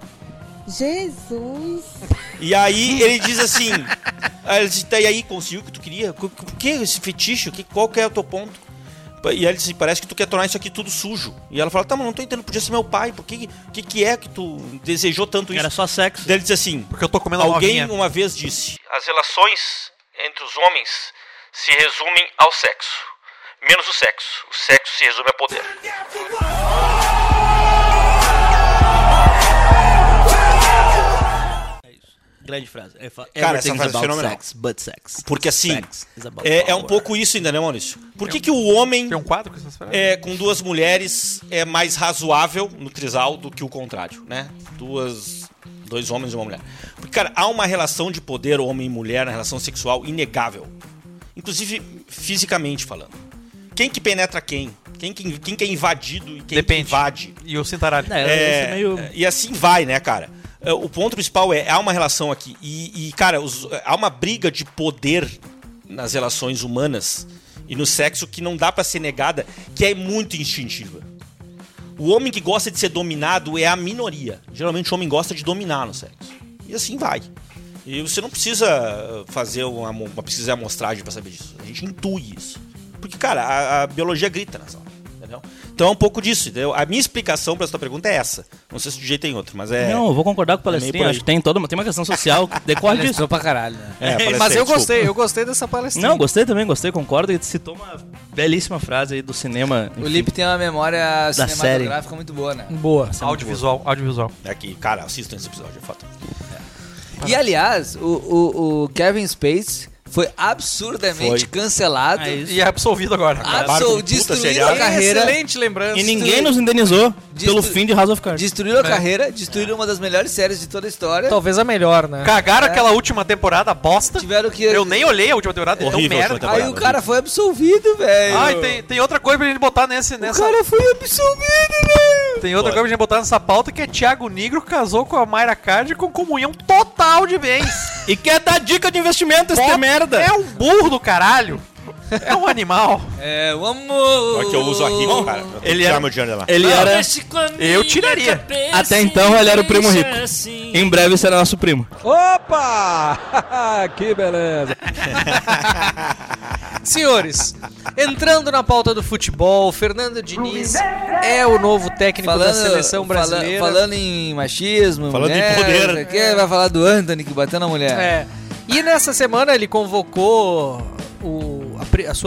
Speaker 12: Jesus.
Speaker 3: E aí ele diz assim, e aí, conseguiu o que tu queria? Por que esse fetiche? Qual que é o teu ponto? E aí ele disse, parece que tu quer tornar isso aqui tudo sujo. E ela fala, tá, mas não tô entendendo, podia ser meu pai. Por que é que tu desejou tanto isso?
Speaker 5: Era só sexo.
Speaker 3: Daí ele diz assim,
Speaker 2: porque eu tô comendo
Speaker 3: alguém
Speaker 2: novinha.
Speaker 3: Uma vez disse, as relações entre os homens se resumem ao sexo. Menos o sexo. O sexo se resume a poder.
Speaker 5: Grande frase.
Speaker 3: Cara, essa frase é fenomenal.
Speaker 5: Sex, but sex.
Speaker 3: Porque assim, é um pouco isso ainda, né, Maurício? Por que o homem
Speaker 2: tem um quadro com essas frases?
Speaker 3: Com 2 mulheres é mais razoável no trisal do que o contrário, né? 2 homens e uma mulher. Porque, cara, há uma relação de poder homem e mulher na relação sexual inegável. Inclusive, fisicamente falando. Quem que penetra quem? Quem que é invadido e quem que invade?
Speaker 2: E o cintaralho.
Speaker 3: E assim vai, né, cara? O ponto principal há uma relação aqui. E cara, há uma briga de poder nas relações humanas e no sexo que não dá pra ser negada, que é muito instintiva. O homem que gosta de ser dominado é a minoria. Geralmente o homem gosta de dominar no sexo. E assim vai. E você não precisa fazer uma pesquisa de amostragem pra saber disso. A gente intui isso. Porque, cara, a biologia grita nessa hora. Entendeu? Então é um pouco disso, entendeu? A minha explicação pra essa pergunta é essa. Não sei se de jeito tem outra, mas é...
Speaker 5: Não, eu vou concordar com o palestrinho. Acho que tem uma questão social que decorre disso.
Speaker 1: Palestrou pra caralho, né?
Speaker 4: Mas eu gostei dessa palestrinha.
Speaker 5: Não, gostei, concordo. E citou uma belíssima frase aí do cinema. Enfim,
Speaker 1: o Lipe tem uma memória cinematográfica
Speaker 5: série.
Speaker 1: Muito boa, né?
Speaker 4: Boa.
Speaker 2: Audiovisual.
Speaker 3: É que, cara, assistam esse episódio, é fato.
Speaker 1: E aliás, o Kevin Spacey foi absurdamente cancelado.
Speaker 2: E é absolvido agora.
Speaker 1: Destruiu a carreira.
Speaker 4: Excelente lembrança.
Speaker 5: E ninguém nos indenizou pelo fim de House of Cards.
Speaker 1: Destruiu a carreira, destruíram uma das melhores séries de toda a história.
Speaker 4: Talvez a melhor, né?
Speaker 2: Cagaram aquela última temporada bosta.
Speaker 1: Tiveram que...
Speaker 2: Eu nem olhei a última temporada, tão merda.
Speaker 1: Aí o cara foi absolvido, velho.
Speaker 2: Tem outra coisa pra gente botar nessa...
Speaker 1: O cara foi absolvido, velho.
Speaker 2: Tem outra coisa pra gente botar nessa pauta, que é Thiago Nigro casou com a Mayra Card com comunhão total de bens.
Speaker 5: E quer dar dica de investimento, esse merda.
Speaker 2: É um burro do caralho. É um animal.
Speaker 1: É um amor.
Speaker 3: Olha que eu uso a rima, cara.
Speaker 2: Ele era...
Speaker 3: meu dinheiro lá.
Speaker 5: Ele era...
Speaker 2: Eu tiraria.
Speaker 5: Até então ele era o primo rico. Em breve será nosso primo.
Speaker 13: Opa! Que beleza.
Speaker 4: Senhores, entrando na pauta do futebol, Fernando Diniz é o novo técnico da seleção brasileira.
Speaker 1: Falando em machismo,
Speaker 3: falando em poder.
Speaker 1: Vai falar do Anthony que bateu na mulher.
Speaker 4: E nessa semana ele convocou seu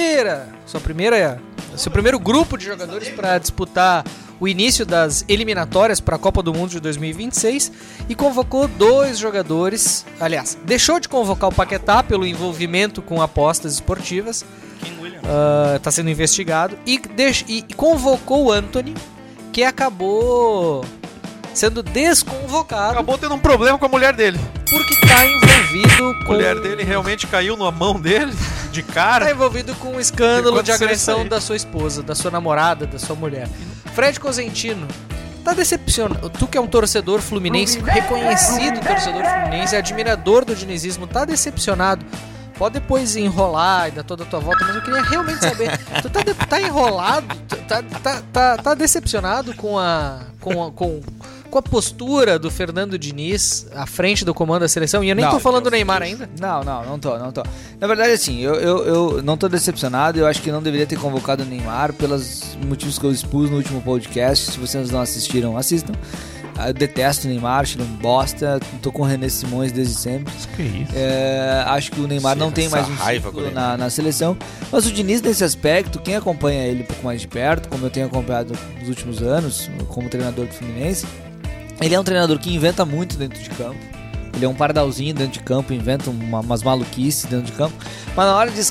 Speaker 4: primeiro grupo de jogadores para disputar o início das eliminatórias para a Copa do Mundo de 2026 e convocou 2 jogadores. Aliás, deixou de convocar o Paquetá pelo envolvimento com apostas esportivas. Está sendo investigado. E convocou o Anthony, que acabou sendo desconvocado.
Speaker 2: Acabou tendo um problema com a mulher dele.
Speaker 4: Porque tá envolvido com...
Speaker 2: A mulher dele realmente caiu na mão dele, de cara.
Speaker 4: Tá envolvido com um escândalo de agressão da sua esposa, da sua namorada, da sua mulher. Fred Cosentino, tá decepcionado. Tu que é um torcedor fluminense, reconhecido torcedor fluminense, admirador do dinizismo, tá decepcionado pode depois enrolar e dar toda a tua volta, mas eu queria realmente saber, tu tá enrolado, tá decepcionado com a postura do Fernando Diniz à frente do comando da seleção? E eu nem tô falando do Neymar ainda.
Speaker 1: Não tô. Na verdade, assim, eu não tô decepcionado. Eu acho que não deveria ter convocado o Neymar pelos motivos que eu expus no último podcast. Se vocês não assistiram, assistam. Eu detesto o Neymar, acho ele um bosta. Tô com o René Simões desde sempre.
Speaker 2: Que isso?
Speaker 1: Acho que o Neymar não tem mais um ciclo na seleção. Mas o Diniz, nesse aspecto, quem acompanha ele um pouco mais de perto, como eu tenho acompanhado nos últimos anos, como treinador do Fluminense, ele é um treinador que inventa muito dentro de campo. Ele é um pardalzinho dentro de campo, inventa umas maluquices dentro de campo. Mas na hora de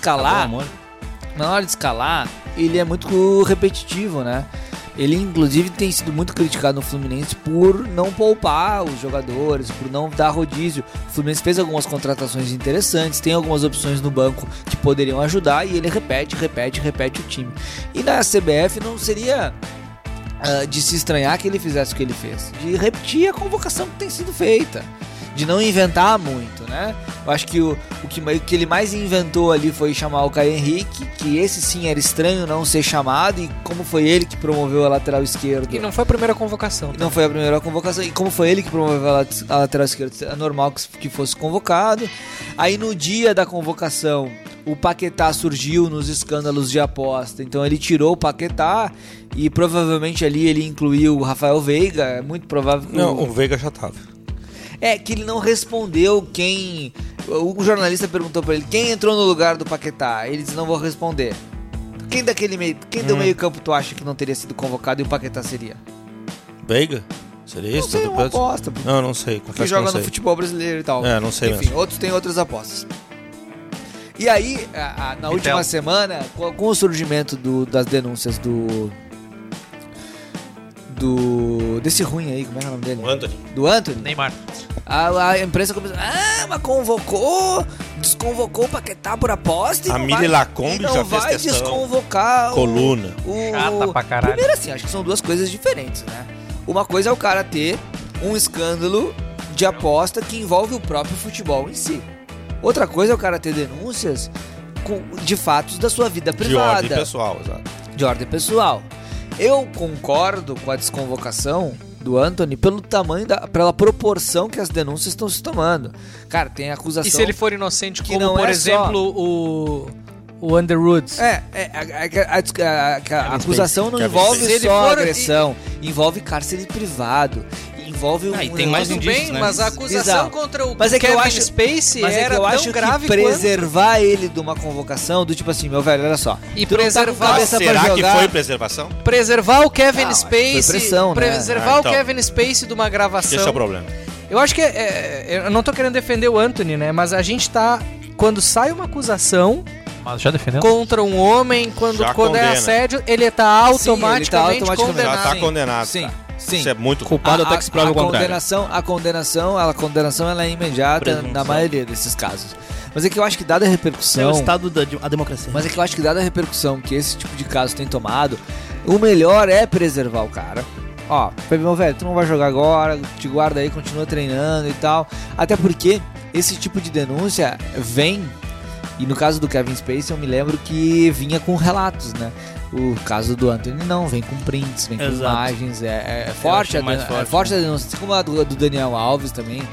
Speaker 1: escalar, ele é muito repetitivo, né? Ele, inclusive, tem sido muito criticado no Fluminense por não poupar os jogadores, por não dar rodízio. O Fluminense fez algumas contratações interessantes, tem algumas opções no banco que poderiam ajudar e ele repete o time. E na CBF não seria de se estranhar que ele fizesse o que ele fez, de repetir a convocação que tem sido feita, de não inventar muito, né? Eu acho que o que ele mais inventou ali foi chamar o Caio Henrique, que esse sim era estranho não ser chamado, e como foi ele que promoveu a lateral esquerda.
Speaker 4: E não foi a primeira convocação.
Speaker 1: Não foi a primeira convocação, e como foi ele que promoveu a lateral esquerda, é normal que fosse convocado. Aí no dia da convocação, o Paquetá surgiu nos escândalos de aposta, então ele tirou o Paquetá e provavelmente ali ele incluiu o Rafael Veiga, é muito provável que...
Speaker 3: Não, o Veiga já tava.
Speaker 1: É que ele não respondeu quem... O jornalista perguntou pra ele quem entrou no lugar do Paquetá. Ele disse, não vou responder. Quem do meio campo tu acha que não teria sido convocado e o Paquetá seria?
Speaker 3: Veiga? Seria isso?
Speaker 1: Não sei, uma aposta.
Speaker 3: Não sei.
Speaker 1: Porque joga no futebol brasileiro e tal.
Speaker 3: Não sei.
Speaker 1: Enfim, outros têm outras apostas. E aí, na última semana, com o surgimento das denúncias desse ruim aí, como é o nome dele? Do Antony?
Speaker 2: Neymar.
Speaker 1: A imprensa começou, mas desconvocou o Paquetá por aposta.
Speaker 3: A Mili Lacombe já fez questão.
Speaker 1: Desconvocar
Speaker 3: coluna.
Speaker 2: Chata pra caralho.
Speaker 1: Primeiro assim, acho que são duas coisas diferentes, né? Uma coisa é o cara ter um escândalo de aposta que envolve o próprio futebol em si. Outra coisa é o cara ter denúncias de fatos da sua vida privada.
Speaker 3: De ordem pessoal, exato.
Speaker 1: De ordem pessoal. Eu concordo com a desconvocação do Antony pelo tamanho, pela proporção que as denúncias estão se tomando. Cara, tem acusação...
Speaker 4: E se ele for inocente, como por exemplo o Underwood?
Speaker 1: A acusação não envolve só agressão, envolve cárcere privado, envolve
Speaker 4: tem mais indícios, né? Mas a acusação contra o Kevin Spacey era tão grave
Speaker 1: quanto... preservar ele de uma convocação, do tipo assim, meu velho, olha só.
Speaker 4: E preservar...
Speaker 3: Será que foi preservação?
Speaker 4: Preservar o Kevin Spacey...
Speaker 1: Foi pressão,
Speaker 4: preservar o Kevin Spacey de uma gravação...
Speaker 3: Esse é o problema.
Speaker 4: Eu acho que... eu não tô querendo defender o Antony, né? Mas a gente tá... Quando sai uma acusação...
Speaker 2: Mas já defendendo?
Speaker 4: Contra um homem, quando é assédio, ele tá automaticamente condenado.
Speaker 3: Já tá condenado.
Speaker 1: Sim. Sim.
Speaker 3: Isso é muito
Speaker 5: culpado até que se prove o contrário.
Speaker 1: A condenação ela é imediata na maioria desses casos. Mas é que eu acho que dada a repercussão...
Speaker 5: É o estado da democracia.
Speaker 1: Mas é que eu acho que dada a repercussão que esse tipo de caso tem tomado, o melhor é preservar o cara. Ó, meu velho, tu não vai jogar agora, te guarda aí, continua treinando e tal. Até porque esse tipo de denúncia vem... E no caso do Kevin Spacey, eu me lembro que vinha com relatos, né? O caso do Antony não, vem com prints, vem com imagens, é forte, é forte a denúncia, assim como a do Daniel Alves também,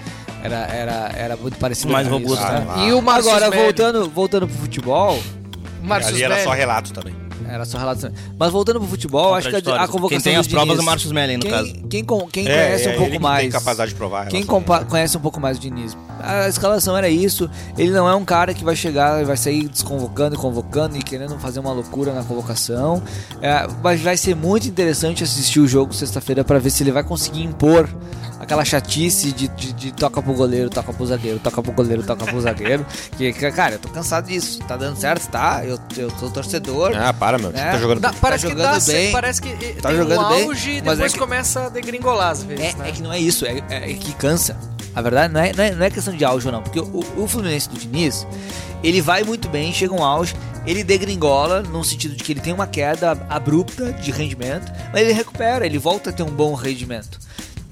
Speaker 1: era muito parecido.
Speaker 5: Mais robusto,
Speaker 1: né?
Speaker 4: E o Marcos
Speaker 1: agora, voltando pro futebol...
Speaker 3: Ali era só relato também.
Speaker 1: Era só relato também. Mas voltando pro futebol, acho que a convocação...
Speaker 5: Quem tem as provas é o Marcos Melling, no caso.
Speaker 1: Quem conhece um pouco mais...
Speaker 3: Tem capacidade de provar.
Speaker 1: Quem conhece um pouco mais o Diniz. A escalação era isso. Ele não é um cara que vai chegar e vai sair desconvocando e convocando e querendo fazer uma loucura na convocação. Mas vai ser muito interessante assistir o jogo sexta-feira pra ver se ele vai conseguir impor aquela chatice de toca pro goleiro, toca pro zagueiro, toca pro goleiro, toca pro zagueiro. Que, cara, eu tô cansado disso. Tá dando certo, tá? Eu sou torcedor.
Speaker 3: Para, meu. Tá jogando bem.
Speaker 4: Parece que
Speaker 1: tá
Speaker 4: tem
Speaker 1: jogando
Speaker 4: um
Speaker 1: bem,
Speaker 4: auge e depois começa a degringolar às vezes.
Speaker 1: É que não é isso, é que cansa. A verdade não é questão de auge ou não. Porque o Fluminense do Diniz, ele vai muito bem, chega um auge, ele degringola, no sentido de que ele tem uma queda abrupta de rendimento, mas ele recupera, ele volta a ter um bom rendimento.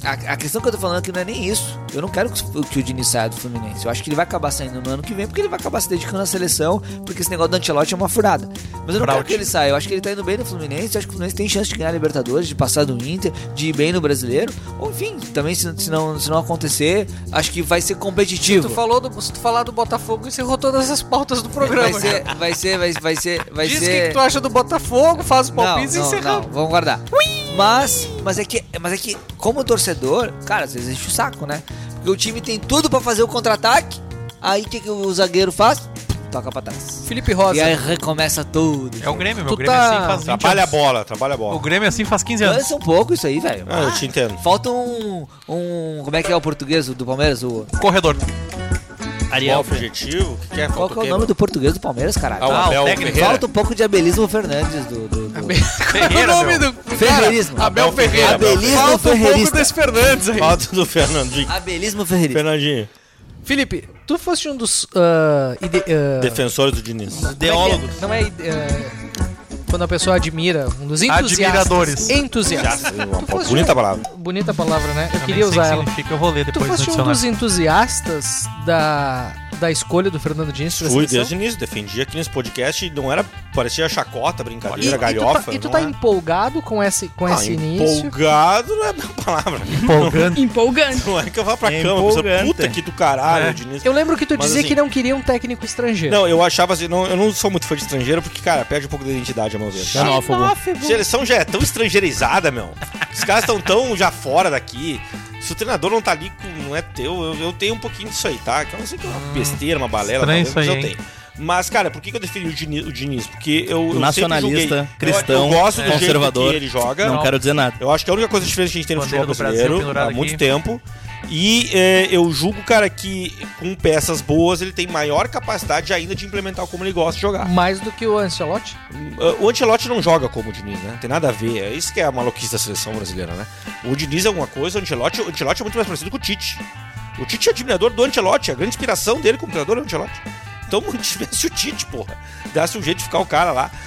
Speaker 1: a questão que eu tô falando aqui não é nem isso. Eu não quero que o Diniz saia do Fluminense. Eu acho que ele vai acabar saindo no ano que vem, porque ele vai acabar se dedicando à seleção, porque esse negócio do Ancelotti é uma furada. Mas eu não quero que ele saia. Eu acho que ele tá indo bem no Fluminense. Eu acho que o Fluminense tem chance de ganhar a Libertadores, de passar do Inter, de ir bem no Brasileiro. Ou enfim, também se não acontecer, acho que vai ser competitivo.
Speaker 4: Se tu falar do Botafogo, encerrou todas as pautas do programa.
Speaker 1: Vai ser.
Speaker 4: Diz o que tu acha do Botafogo, faz os palpites e encerramos.
Speaker 1: Não, vamos guardar. Mas é que, como torcedor, cara, às vezes enche o saco, né? Porque o time tem tudo pra fazer o contra-ataque, aí o que o zagueiro faz? Toca pra trás.
Speaker 4: Felipe Rosa.
Speaker 1: E aí recomeça tudo.
Speaker 2: É o Grêmio, meu Grêmio assim faz 20
Speaker 3: trabalha a bola.
Speaker 2: O Grêmio assim faz 15 anos.
Speaker 1: Cansa um pouco isso aí, velho.
Speaker 3: Eu te entendo.
Speaker 1: Falta um... Como é que é o português do Palmeiras? O
Speaker 2: corredor.
Speaker 3: Ariel Fugitivo? O que é?
Speaker 1: Qual que é o nome do português do Palmeiras, caralho?
Speaker 3: O Abel Ferreira.
Speaker 1: Falta um pouco de abelismo Fernandes
Speaker 2: Ferreira,
Speaker 4: o nome do...
Speaker 1: Ferreirismo.
Speaker 2: Abel Ferreira.
Speaker 1: Abelismo
Speaker 2: Falta um pouco desse Fernandes aí.
Speaker 3: Falta do Fernandinho.
Speaker 1: Abelismo Ferreirismo.
Speaker 3: Fernandinho.
Speaker 4: Felipe, tu foste um dos...
Speaker 3: defensores do Diniz.
Speaker 5: Ideólogos.
Speaker 4: Não é... quando a pessoa admira, um dos entusiastas.
Speaker 2: Admiradores.
Speaker 4: Entusiastas.
Speaker 3: Bonita palavra.
Speaker 4: Bonita palavra, né? Eu queria usar ela.
Speaker 2: Significa eu vou ler depois.
Speaker 4: Tu foste um dos entusiastas da escolha do Fernando Diniz pra
Speaker 3: Fui
Speaker 4: seleção?
Speaker 3: desde o início, defendi aqui nesse podcast, não era, parecia chacota, brincadeira, galhofa.
Speaker 4: E tu tá empolgado com esse início?
Speaker 3: Empolgado não é a minha palavra.
Speaker 14: Empolgante.
Speaker 3: Não é que eu vá pra cama, pessoa, puta que do caralho, Diniz.
Speaker 4: Eu lembro que tu
Speaker 3: Mas,
Speaker 4: dizia
Speaker 3: assim,
Speaker 4: que não queria um técnico estrangeiro.
Speaker 3: Não, eu achava assim, eu não sou muito fã de estrangeiro, porque, cara, perde um pouco da identidade, a meu ver.
Speaker 4: Xenófobo.
Speaker 3: Seleção já é tão estrangeirizada, meu. Os caras estão tão já fora daqui. Se o treinador não tá ali, não é teu, eu tenho um pouquinho disso aí, tá? Que eu não sei que é uma besteira, uma balela, talvez, mas eu tenho. Mas, cara, por que eu defini o Diniz? Porque eu
Speaker 5: nacionalista, cristão,
Speaker 3: eu gosto do
Speaker 5: conservador,
Speaker 3: jeito que ele joga.
Speaker 5: Não quero dizer nada.
Speaker 3: Eu acho que a única coisa diferente que a gente tem no futebol brasileiro há muito tempo. E eu julgo, cara, que com peças boas ele tem maior capacidade ainda de implementar como ele gosta de jogar.
Speaker 4: Mais do que o Ancelotti?
Speaker 3: O Ancelotti não joga como o Diniz, né? Tem nada a ver. É isso que é a maluquice da seleção brasileira, né? O Diniz é alguma coisa, o Ancelotti é muito mais parecido com o Tite. O Tite é admirador do Ancelotti, a grande inspiração dele como treinador é o Ancelotti. Então, se tivesse o Tite, porra, desse um jeito de ficar o cara lá.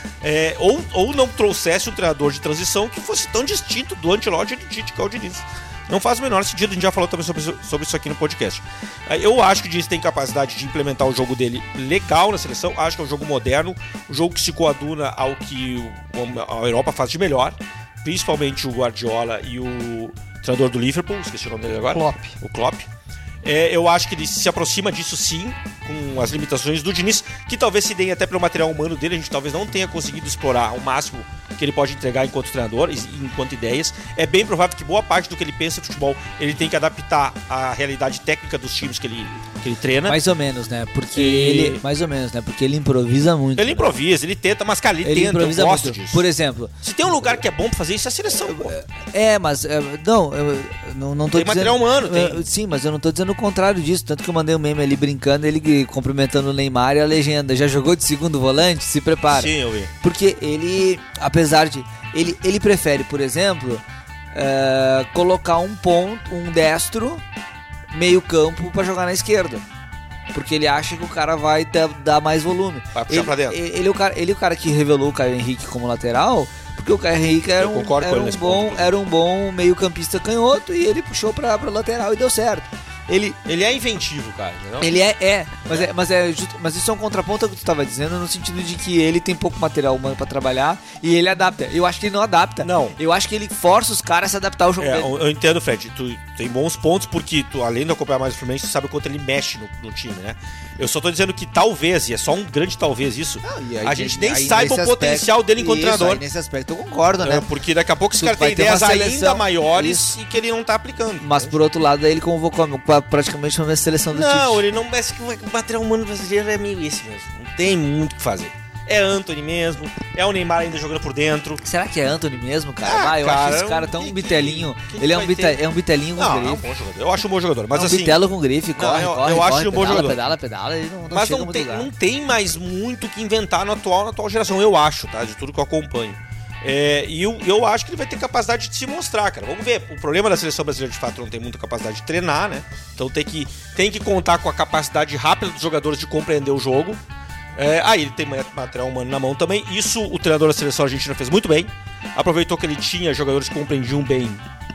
Speaker 3: Ou não trouxesse um treinador de transição que fosse tão distinto do Ancelotti e do Tite, que é o Diniz. Não faz o menor sentido, a gente já falou também sobre isso aqui no podcast. Eu acho que o Diniz tem capacidade de implementar o jogo dele legal na seleção. Acho que é um jogo moderno, um jogo que se coaduna ao que a Europa faz de melhor. Principalmente o Guardiola e o treinador do Liverpool, esqueci o nome dele agora. O Klopp. Eu acho que ele se aproxima disso sim, com as limitações do Diniz, que talvez se deem até pelo material humano dele, a gente talvez não tenha conseguido explorar o máximo que ele pode entregar enquanto treinador, enquanto ideias. É bem provável que boa parte do que ele pensa em futebol, ele tem que adaptar à realidade técnica dos times que ele treina.
Speaker 1: Mais ou menos, né? Porque ele improvisa muito.
Speaker 3: Ele improvisa, ele tenta, mas cara, ele tenta, eu gosto muito disso.
Speaker 1: Por exemplo,
Speaker 3: se tem um lugar que é bom pra fazer isso, é a seleção, pô.
Speaker 1: Mas não tô
Speaker 3: tem
Speaker 1: dizendo...
Speaker 3: material humano, tem.
Speaker 1: Sim, mas eu não tô dizendo o contrário disso, tanto que eu mandei um meme ali brincando, ele cumprimentando o Neymar e a legenda, já jogou de segundo volante? Se prepara.
Speaker 3: Sim, eu vi.
Speaker 1: Porque ele, apesar de... Ele prefere, por exemplo, colocar um destro, meio campo pra jogar na esquerda. Porque ele acha que o cara vai dar mais volume.
Speaker 3: Vai puxar pra dentro.
Speaker 1: Ele é o cara que revelou o Caio Henrique como lateral, porque o Caio Henrique era um bom meio campista canhoto e ele puxou pra lateral e deu certo. Ele
Speaker 3: é inventivo, cara. Não?
Speaker 1: Ele mas isso é um contraponto ao que tu estava dizendo, no sentido de que ele tem pouco material humano pra trabalhar e ele adapta. Eu acho que ele não adapta.
Speaker 3: Não.
Speaker 1: Eu acho que ele força os caras a se adaptar ao jogo dele.
Speaker 3: Eu entendo, Fred. Tu tem bons pontos porque tu, além de acompanhar mais o Fluminense, tu sabe o quanto ele mexe no time, né? Eu só tô dizendo que talvez, e é só um grande talvez isso, a gente nem saiba o potencial dele enquanto treinador.
Speaker 1: Nesse aspecto eu concordo, né?
Speaker 3: Porque daqui a pouco os caras têm ideias ainda maiores e que ele não tá aplicando.
Speaker 1: Mas por outro lado, ele convocou praticamente uma seleção do
Speaker 3: Não,
Speaker 1: Tite.
Speaker 3: ele não parece que o material humano brasileiro é meio esse mesmo. Não tem muito o que fazer. É Antony mesmo, é o Neymar ainda jogando por dentro.
Speaker 1: Será que é Antony mesmo, cara? Eu acho esse cara tão bitelinho. Ele é um bitelinho com grife.
Speaker 3: É um bom jogador. Eu acho um bom jogador, mas
Speaker 1: assim... bitelo com grife, corre,
Speaker 3: eu acho ele um bom jogador.
Speaker 1: Pedala, ele não
Speaker 3: mas
Speaker 1: chega muito lugar.
Speaker 3: Não tem mais muito o que inventar na atual geração, eu acho, tá? De tudo que eu acompanho. E eu acho que ele vai ter capacidade de se mostrar, cara. Vamos ver. O problema da seleção brasileira, de fato, não tem muita capacidade de treinar, né? Então tem que contar com a capacidade rápida dos jogadores de compreender o jogo. Ele tem material humano na mão também. Isso o treinador da seleção argentina fez muito bem. Aproveitou que ele tinha jogadores que compreendiam bem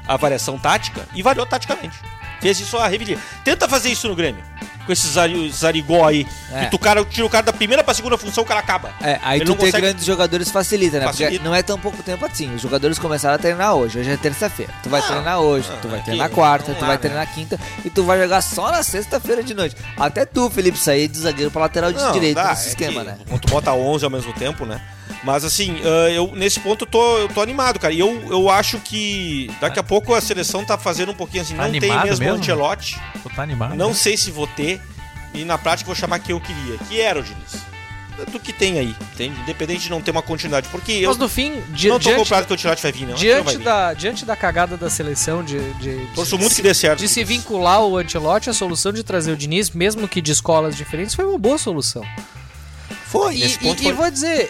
Speaker 3: a variação tática e variou taticamente. Fez isso a revelia. Tenta fazer isso no Grêmio. Com esses zarigó aí. Que tu tira o cara da primeira pra segunda função, o cara acaba.
Speaker 1: Aí ele tu ter grandes jogadores facilita, né? Porque não é tão pouco tempo assim. Os jogadores começaram a treinar hoje. Hoje é terça-feira. Tu vai treinar hoje, tu vai treinar quarta, tu vai treinar quinta e tu vai jogar só na sexta-feira de noite. Até tu, Felipe, sair de zagueiro pra lateral de direito nesse esquema, né?
Speaker 3: Quando tu bota 11 ao mesmo tempo, né? Mas assim, eu nesse ponto eu tô animado, cara. E eu acho que daqui a pouco a seleção tá fazendo um pouquinho assim. Não tem mesmo o Ancelotti.
Speaker 2: Tu tá animado?
Speaker 3: Não sei se vou ter. E na prática vou chamar quem eu queria. Que era o Diniz. Do que tem aí, entende? Independente de não ter uma continuidade. Porque
Speaker 4: mas no fim,
Speaker 3: não tô comprado que o Ancelotti vai vir, não.
Speaker 4: Diante da cagada da seleção
Speaker 3: torço muito que dê certo.
Speaker 4: De se vincular o Ancelotti, a solução de trazer o Diniz, mesmo que de escolas diferentes, foi uma boa solução.
Speaker 3: Foi,
Speaker 4: e vou dizer,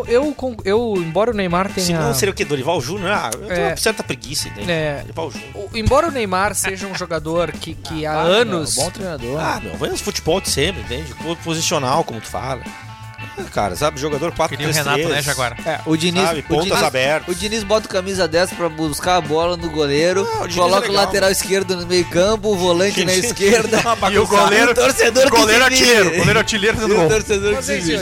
Speaker 4: eu embora o Neymar tenha...
Speaker 3: Se não, seria o quê? Dorival Júnior? Eu tenho uma certa preguiça, entende? Dorival Júnior.
Speaker 4: Embora o Neymar seja um jogador que há anos...
Speaker 1: Bom treinador.
Speaker 3: Vai no futebol de sempre, entende? Posicional, como tu fala. Cara, sabe, jogador 4-3-3.
Speaker 2: Queria o Renato, né, Jaguar?
Speaker 1: O Diniz,
Speaker 3: sabe, pontas abertas.
Speaker 1: O Diniz bota o camisa 10 pra buscar a bola no goleiro, coloca o lateral esquerdo no meio campo, o volante na esquerda.
Speaker 2: E o goleiro,
Speaker 1: torcedor
Speaker 2: artilheiro. O goleiro artilheiro do gol.
Speaker 1: Torcedor que se vira.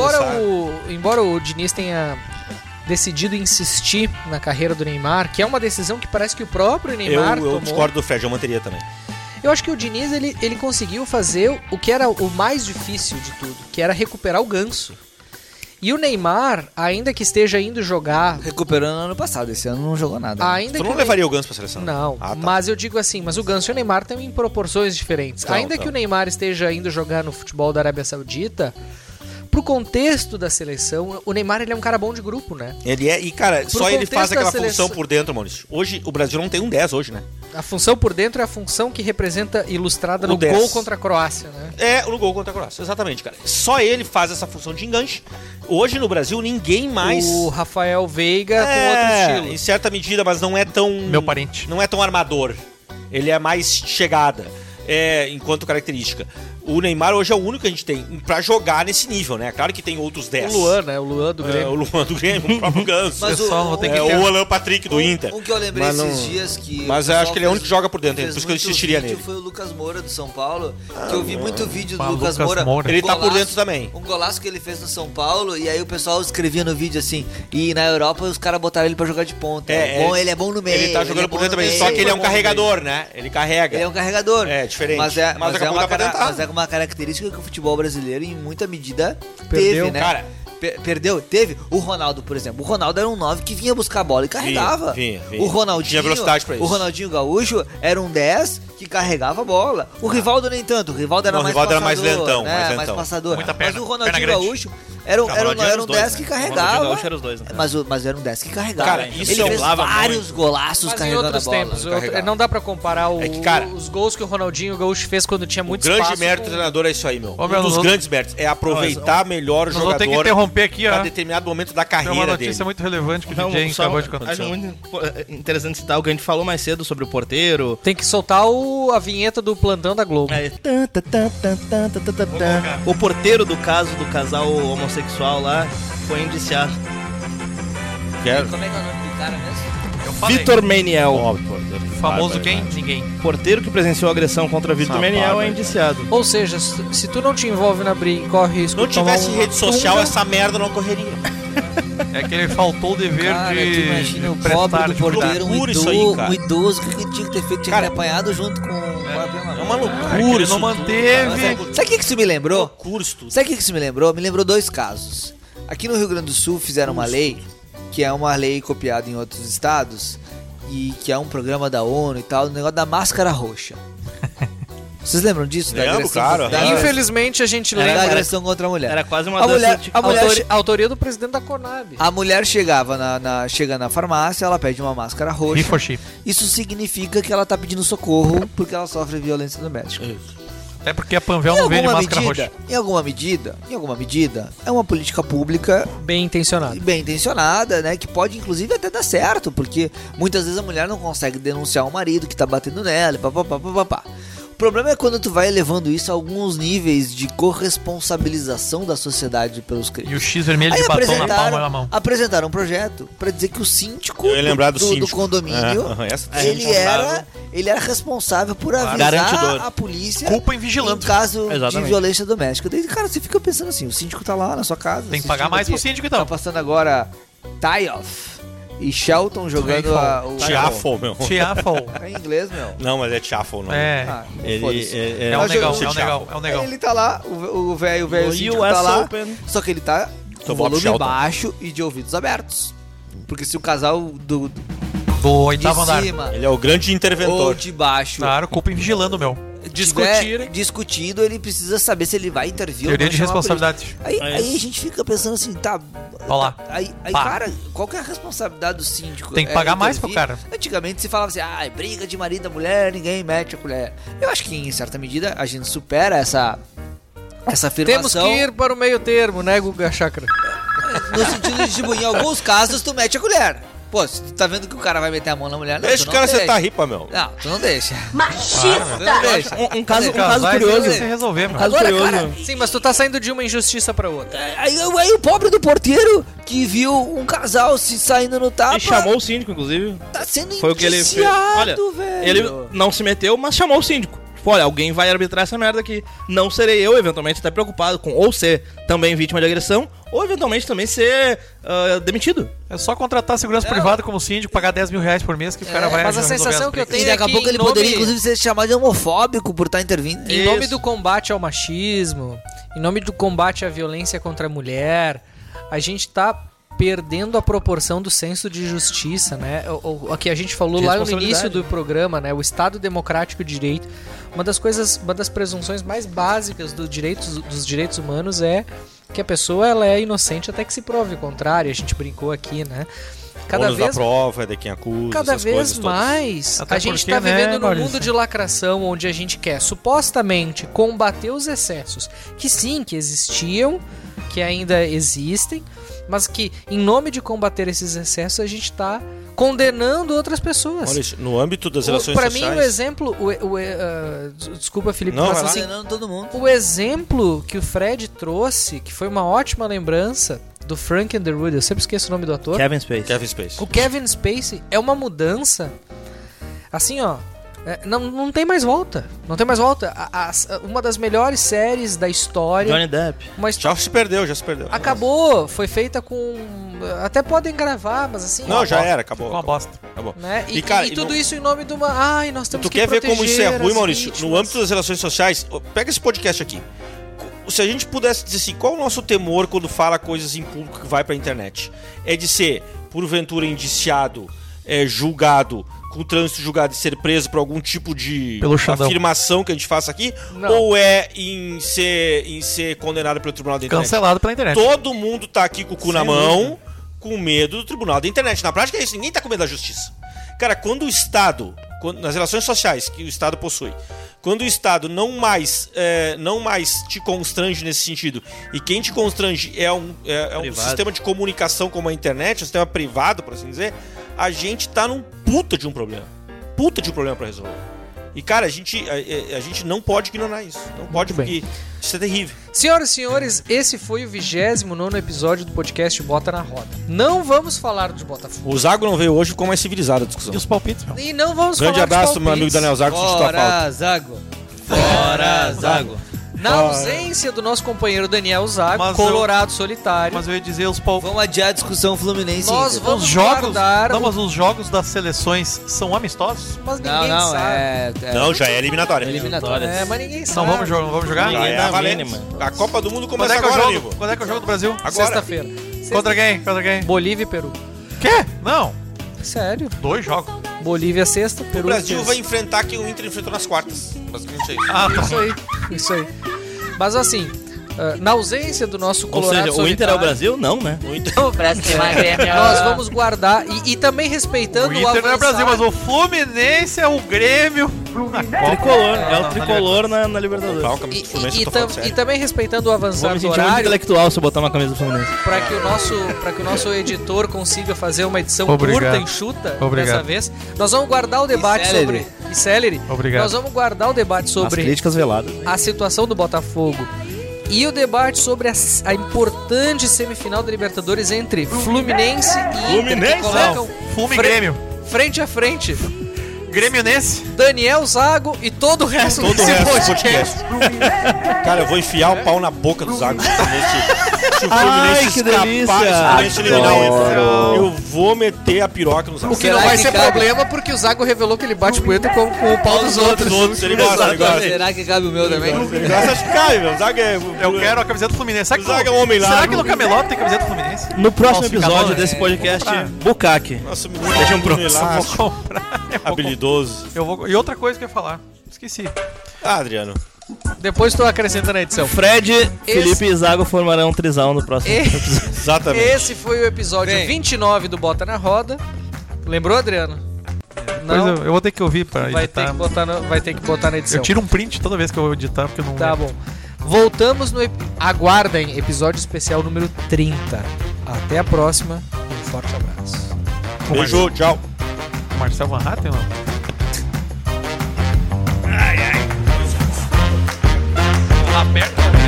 Speaker 4: Embora o Diniz tenha decidido insistir na carreira do Neymar, que é uma decisão que parece que o próprio Neymar tomou.
Speaker 3: Eu discordo do Fred, eu manteria também.
Speaker 4: Eu acho que o Diniz, ele conseguiu fazer o que era o mais difícil de tudo, que era recuperar o Ganso. E o Neymar, ainda que esteja indo jogar...
Speaker 1: Recuperando no ano passado, esse ano não jogou nada.
Speaker 3: Tu não levaria o Ganso pra seleção?
Speaker 4: Não, mas eu digo assim, mas o Ganso e o Neymar estão em proporções diferentes. Ainda que o Neymar esteja indo jogar no futebol da Arábia Saudita... Pro contexto da seleção, o Neymar ele é um cara bom de grupo, né?
Speaker 3: Ele é, e cara, só ele faz aquela função por dentro, Maurício. Hoje, o Brasil não tem um 10 hoje, né?
Speaker 4: A função por dentro é a função que representa ilustrada no
Speaker 3: 10.
Speaker 4: gol contra a Croácia, né?
Speaker 3: No gol contra a Croácia, exatamente, cara. Só ele faz essa função de enganche. Hoje no Brasil, ninguém mais...
Speaker 4: O Rafael Veiga com outro estilo.
Speaker 3: Em certa medida, mas não é tão...
Speaker 2: Meu parente.
Speaker 3: Não é tão armador. Ele é mais chegada, enquanto característica. O Neymar hoje é o único que a gente tem pra jogar nesse nível, né? Claro que tem outros 10.
Speaker 4: O Luan, né? O Luan do Grêmio.
Speaker 3: O Luan do Grêmio, o próprio Ganso.
Speaker 1: Mas
Speaker 3: o Alan Patrick do Inter.
Speaker 1: Um que eu lembrei esses dias que...
Speaker 3: Mas eu acho que ele é o único que joga por dentro, por isso que eu insistiria nele.
Speaker 1: Foi o Lucas Moura do São Paulo, que eu vi muito vídeo do Lucas Moura.
Speaker 3: Ele tá por dentro também.
Speaker 1: Um golaço que ele fez no São Paulo, e aí o pessoal escrevia no vídeo assim, e na Europa os caras botaram ele pra jogar de ponta. Ele é bom no meio.
Speaker 3: Ele tá jogando por dentro também, só que ele é um carregador, né? Ele carrega.
Speaker 1: Ele é um carregador.
Speaker 3: É, diferente.
Speaker 1: Mas é uma característica que o futebol brasileiro, em muita medida, teve, né?
Speaker 3: Cara,
Speaker 1: teve o Ronaldo, por exemplo. O Ronaldo era um 9 que vinha buscar a bola e carregava.
Speaker 3: Vinha.
Speaker 1: O Ronaldinho
Speaker 3: tinha velocidade pra isso.
Speaker 1: O Ronaldinho Gaúcho era um 10 que carregava a bola. O Rivaldo nem tanto. O Rivaldo era mais passador.
Speaker 3: Era mais lentão,
Speaker 1: mais passador.
Speaker 2: Muita perna,
Speaker 1: mas o Ronaldinho Gaúcho era um 10 que carregava.
Speaker 5: O era os dois, né?
Speaker 1: Mas era um 10 que carregava.
Speaker 3: Cara, isso
Speaker 1: ele fez vários golaços carregando a bola.
Speaker 4: Tempos, não dá pra comparar os gols que o Ronaldinho Gaúcho fez quando tinha muito espaço.
Speaker 3: O grande mérito do treinador é isso aí, meu. Um dos grandes méritos é aproveitar melhor o jogador.
Speaker 2: Vou ter que interromper aqui, ó.
Speaker 3: Pra determinado momento da carreira dele.
Speaker 2: É uma notícia muito relevante que o DJ acabou de contar.
Speaker 5: Acho muito interessante citar o que a gente falou mais cedo sobre o porteiro.
Speaker 4: Tem que soltar a vinheta do plantão da Globo.
Speaker 5: O porteiro do caso do casal homossexual lá foi indiciado.
Speaker 1: Como é que é o nome do cara mesmo?
Speaker 5: Vitor Meniel.
Speaker 2: Famoso quem? Ninguém.
Speaker 5: Porteiro que presenciou a agressão contra Vitor Meniel é indiciado.
Speaker 4: Ou seja, se tu não te envolve na briga e corre risco
Speaker 3: não tivesse rede social, essa merda não ocorreria.
Speaker 2: É que ele faltou o dever de
Speaker 1: imagina o pobre do porteiro, um idoso, o que ele tinha que ter feito? Tinha que ter apanhado junto com...
Speaker 3: É uma loucura,
Speaker 2: ele não manteve.
Speaker 1: Sabe o que isso me lembrou? Sabe o que isso me lembrou? Me lembrou dois casos. Aqui no Rio Grande do Sul fizeram uma lei, que é uma lei copiada em outros estados, e que é um programa da ONU e tal, o negócio da máscara roxa. Vocês lembram disso?
Speaker 3: Lembro, claro.
Speaker 4: Infelizmente a gente lembra
Speaker 1: da agressão contra a mulher.
Speaker 5: Era quase uma
Speaker 4: autoria do presidente da Conab.
Speaker 1: A mulher chega na farmácia, ela pede uma máscara roxa. Isso significa que ela tá pedindo socorro porque ela sofre violência doméstica.
Speaker 2: Até porque a Panvel não vende máscara roxa.
Speaker 1: Em alguma medida, é uma política pública
Speaker 4: bem
Speaker 1: intencionada, né? Que pode inclusive até dar certo, porque muitas vezes a mulher não consegue denunciar o marido que tá batendo nela, papapá. O problema é quando tu vai elevando isso a alguns níveis de corresponsabilização da sociedade pelos crimes.
Speaker 2: E o X vermelho de batom na palma da mão.
Speaker 1: Apresentaram um projeto pra dizer que o síndico
Speaker 3: do
Speaker 1: condomínio, ele era responsável por avisar a polícia
Speaker 2: culpa em vigilante
Speaker 1: em caso de violência doméstica. Daí, cara, você fica pensando assim, o síndico tá lá na sua casa.
Speaker 2: Tem que pagar mais pro síndico então.
Speaker 1: Tá passando agora Tie-Off e Shelton jogando o...
Speaker 3: Tiafel, meu.
Speaker 2: Tiafel.
Speaker 1: É em inglês, meu.
Speaker 3: Não, mas é Tiafel, não.
Speaker 2: É.
Speaker 3: É
Speaker 2: um negão.
Speaker 1: Ele tá lá, o velho síndico tá lá, só que ele tá com volume baixo e de ouvidos abertos. Porque se o casal do
Speaker 2: oitavo andar,
Speaker 3: ele é o grande interventor.
Speaker 1: Ou de baixo.
Speaker 2: Claro, culpa em vigilando, meu.
Speaker 1: Discutido, ele precisa saber se ele vai intervir ou não.
Speaker 2: Teoria de responsabilidade.
Speaker 1: Aí a gente fica pensando assim, tá.
Speaker 2: Olha lá.
Speaker 1: Aí cara, qual que é a responsabilidade do síndico?
Speaker 2: Tem que pagar mais pro cara.
Speaker 1: Antigamente se falava assim, briga de marido e mulher, ninguém mete a colher. Eu acho que em certa medida a gente supera essa afirmação.
Speaker 4: Temos que ir para o meio termo, né, Guga Chakra?
Speaker 1: No sentido de, tipo, em alguns casos tu mete a colher. Pô, se tu tá vendo que o cara vai meter a mão na mulher, não,
Speaker 3: deixa o cara sentar a ripa, meu.
Speaker 1: Não, tu não deixa.
Speaker 12: Machista!
Speaker 1: Não deixa.
Speaker 5: Um caso curioso.
Speaker 2: Você resolver, meu.
Speaker 1: Agora, cara,
Speaker 4: sim, mas tu tá saindo de uma injustiça pra outra.
Speaker 1: Aí o pobre do porteiro que viu um casal se saindo no tapa.
Speaker 5: E chamou o síndico, inclusive.
Speaker 1: Tá sendo
Speaker 5: Foi o que ele fez. Olha,
Speaker 1: velho.
Speaker 5: Ele não se meteu, mas chamou o síndico. Olha, alguém vai arbitrar essa merda aqui. Não serei eu, eventualmente, até preocupado com ou ser também vítima de agressão, ou eventualmente também ser demitido.
Speaker 2: É só contratar segurança privada como síndico, pagar 10 mil reais por mês que o cara vai...
Speaker 4: Mas a sensação que eu tenho
Speaker 1: e daqui a pouco ele poderia, inclusive, ser chamado de homofóbico por estar intervindo.
Speaker 4: Em nome do combate ao machismo, em nome do combate à violência contra a mulher, a gente tá perdendo a proporção do senso de justiça, né? O que a gente falou lá no início do programa, né? O Estado Democrático de Direito. Uma das presunções mais básicas dos direitos humanos é que a pessoa ela é inocente até que se prove o contrário. A gente brincou aqui, né?
Speaker 3: Cada vez da prova, é de quem acusa.
Speaker 4: Cada vez mais a gente está vivendo num mundo de lacração onde a gente quer supostamente combater os excessos que sim, que existiam, que ainda existem, mas que em nome de combater esses excessos a gente está condenando outras pessoas.
Speaker 3: Olha isso, no âmbito das relações
Speaker 4: sociais.
Speaker 3: Para
Speaker 4: mim o exemplo, desculpa, Felipe,
Speaker 1: não, mas assim, todo mundo.
Speaker 4: O exemplo que o Fred trouxe, que foi uma ótima lembrança do Frank Underwood, eu sempre esqueço o nome do ator.
Speaker 5: Kevin Spacey.
Speaker 4: O Kevin Spacey é uma mudança assim, ó. Não tem mais volta. Não tem mais volta. Uma das melhores séries da história.
Speaker 5: Johnny Depp.
Speaker 3: Já se perdeu.
Speaker 4: Acabou. Foi feita com... Até podem gravar, mas assim...
Speaker 3: Não, já era. Acabou.
Speaker 2: Uma bosta.
Speaker 3: Acabou.
Speaker 4: Né? E tudo isso em nome de uma... Ai, nós temos que
Speaker 3: proteger. Tu quer ver como isso é ruim, Maurício?
Speaker 4: Vítimas.
Speaker 3: No âmbito das relações sociais, pega esse podcast aqui. Se a gente pudesse dizer assim, qual o nosso temor quando fala coisas em público que vai pra internet? É de ser, porventura, indiciado, julgado, com trânsito julgado, de ser preso por algum tipo de afirmação que a gente faça aqui? Não. Ou é em ser condenado pelo tribunal da internet?
Speaker 2: Cancelado pela internet.
Speaker 3: Todo mundo tá aqui com o cu na mão, com medo do tribunal da internet. Na prática é isso, ninguém tá com medo da justiça. Cara, quando o Estado, nas relações sociais que o Estado possui, quando o Estado não mais te constrange nesse sentido, e quem te constrange é um sistema de comunicação como a internet, um sistema privado, por assim dizer, a gente tá num puta de um problema pra resolver. E, cara, a gente não pode ignorar isso. Não pode, porque isso é terrível.
Speaker 4: Senhoras e senhores, esse foi o 29º episódio do podcast Bota na Roda. Não vamos falar de Botafogo.
Speaker 3: O Zago não veio hoje, ficou mais civilizada a discussão.
Speaker 2: E os palpites, meu?
Speaker 4: E não vamos
Speaker 3: falar
Speaker 4: dos palpites.
Speaker 3: Grande abraço, meu amigo Daniel Zago.
Speaker 1: Fora, Zago. Fora, Zago.
Speaker 4: Na ausência do nosso companheiro Daniel Zago, Colorado solitário.
Speaker 2: Mas eu ia dizer os palpites.
Speaker 1: Vamos adiar a discussão Fluminense.
Speaker 4: Nós vamos
Speaker 2: guardar... Não, mas os jogos das seleções são amistosos?
Speaker 4: Mas ninguém sabe.
Speaker 3: Não, já é eliminatória.
Speaker 4: Mas ninguém sabe.
Speaker 2: Não vamos jogar?
Speaker 3: Já é a valente. A Copa do Mundo começa agora, amigo.
Speaker 2: Quando é que é o jogo do Brasil?
Speaker 3: Agora.
Speaker 4: Sexta-feira.
Speaker 2: Contra quem?
Speaker 4: Bolívia e Peru.
Speaker 2: Quê? Não.
Speaker 4: Sério?
Speaker 2: 2 jogos.
Speaker 4: Bolívia sexta, Peru.
Speaker 3: O Brasil
Speaker 4: terça.
Speaker 3: vai enfrentar quem o Inter enfrentou nas quartas. Basicamente é isso.
Speaker 4: Isso aí. Mas assim, Na ausência do nosso
Speaker 5: Ou
Speaker 4: Colorado
Speaker 5: seja, o Inter é o Brasil? Não, né?
Speaker 4: Nós vamos guardar e também respeitando
Speaker 2: O Inter não é o Brasil, mas o Fluminense é o Grêmio.
Speaker 5: Tricolor, é o tricolor na Libertadores.
Speaker 4: E também respeitando o avançar
Speaker 5: Vou me
Speaker 4: do
Speaker 5: sentir muito
Speaker 4: horário,
Speaker 5: intelectual se eu botar uma camisa do Fluminense.
Speaker 4: para que o nosso editor consiga fazer uma edição curta, enxuta dessa vez. Nós vamos guardar o debate sobre
Speaker 2: Obrigado.
Speaker 4: Nós vamos guardar o debate sobre
Speaker 5: As críticas veladas.
Speaker 4: a situação do Botafogo e o debate sobre a importante semifinal da Libertadores entre Fluminense e Inter, que colocam
Speaker 2: Grêmio.
Speaker 4: frente a frente
Speaker 2: Grêmio-nense,
Speaker 4: Daniel Zago e todo o resto desse podcast.
Speaker 3: Cara, eu vou enfiar o pau na boca do Zago se o Fluminense
Speaker 5: que delícia!
Speaker 3: Eu vou meter a piroca no Zago.
Speaker 4: O que não vai ser problema, porque o Zago revelou que ele bate punheta com o pau dos outros.
Speaker 3: Ele gosta.
Speaker 1: Será que cabe o meu também?
Speaker 3: Acho que cabe, meu. O Zago é...
Speaker 2: Eu quero a camiseta do Fluminense. Será que,
Speaker 3: Zago é um homem
Speaker 2: será
Speaker 3: largo.
Speaker 2: que no Camelot tem camiseta do Fluminense?
Speaker 5: No próximo
Speaker 2: Falsificador,
Speaker 5: episódio desse podcast, Bucaque.
Speaker 3: Nossa, menino,
Speaker 5: Deixa um
Speaker 3: pronto.
Speaker 2: Eu vou comprar.
Speaker 3: Habilidoso.
Speaker 2: E outra coisa que eu ia falar. Esqueci.
Speaker 3: Adriano.
Speaker 4: Depois tu acrescenta na edição.
Speaker 5: Fred, Felipe e Zago formarão um trisal no próximo episódio.
Speaker 3: Exatamente.
Speaker 4: Esse foi o episódio 29 do Bota na Roda. Lembrou, Adriano? Não.
Speaker 2: Pois eu vou ter que ouvir pra
Speaker 4: Vai
Speaker 2: editar.
Speaker 4: ter que botar na edição.
Speaker 2: Eu tiro um print toda vez que eu editar, porque eu não...
Speaker 4: Tá bom. Voltamos aguardem episódio especial número 30. Até a próxima. Um forte abraço.
Speaker 3: Beijo, tchau.
Speaker 2: Marcel Van Hatten, não? Aperta.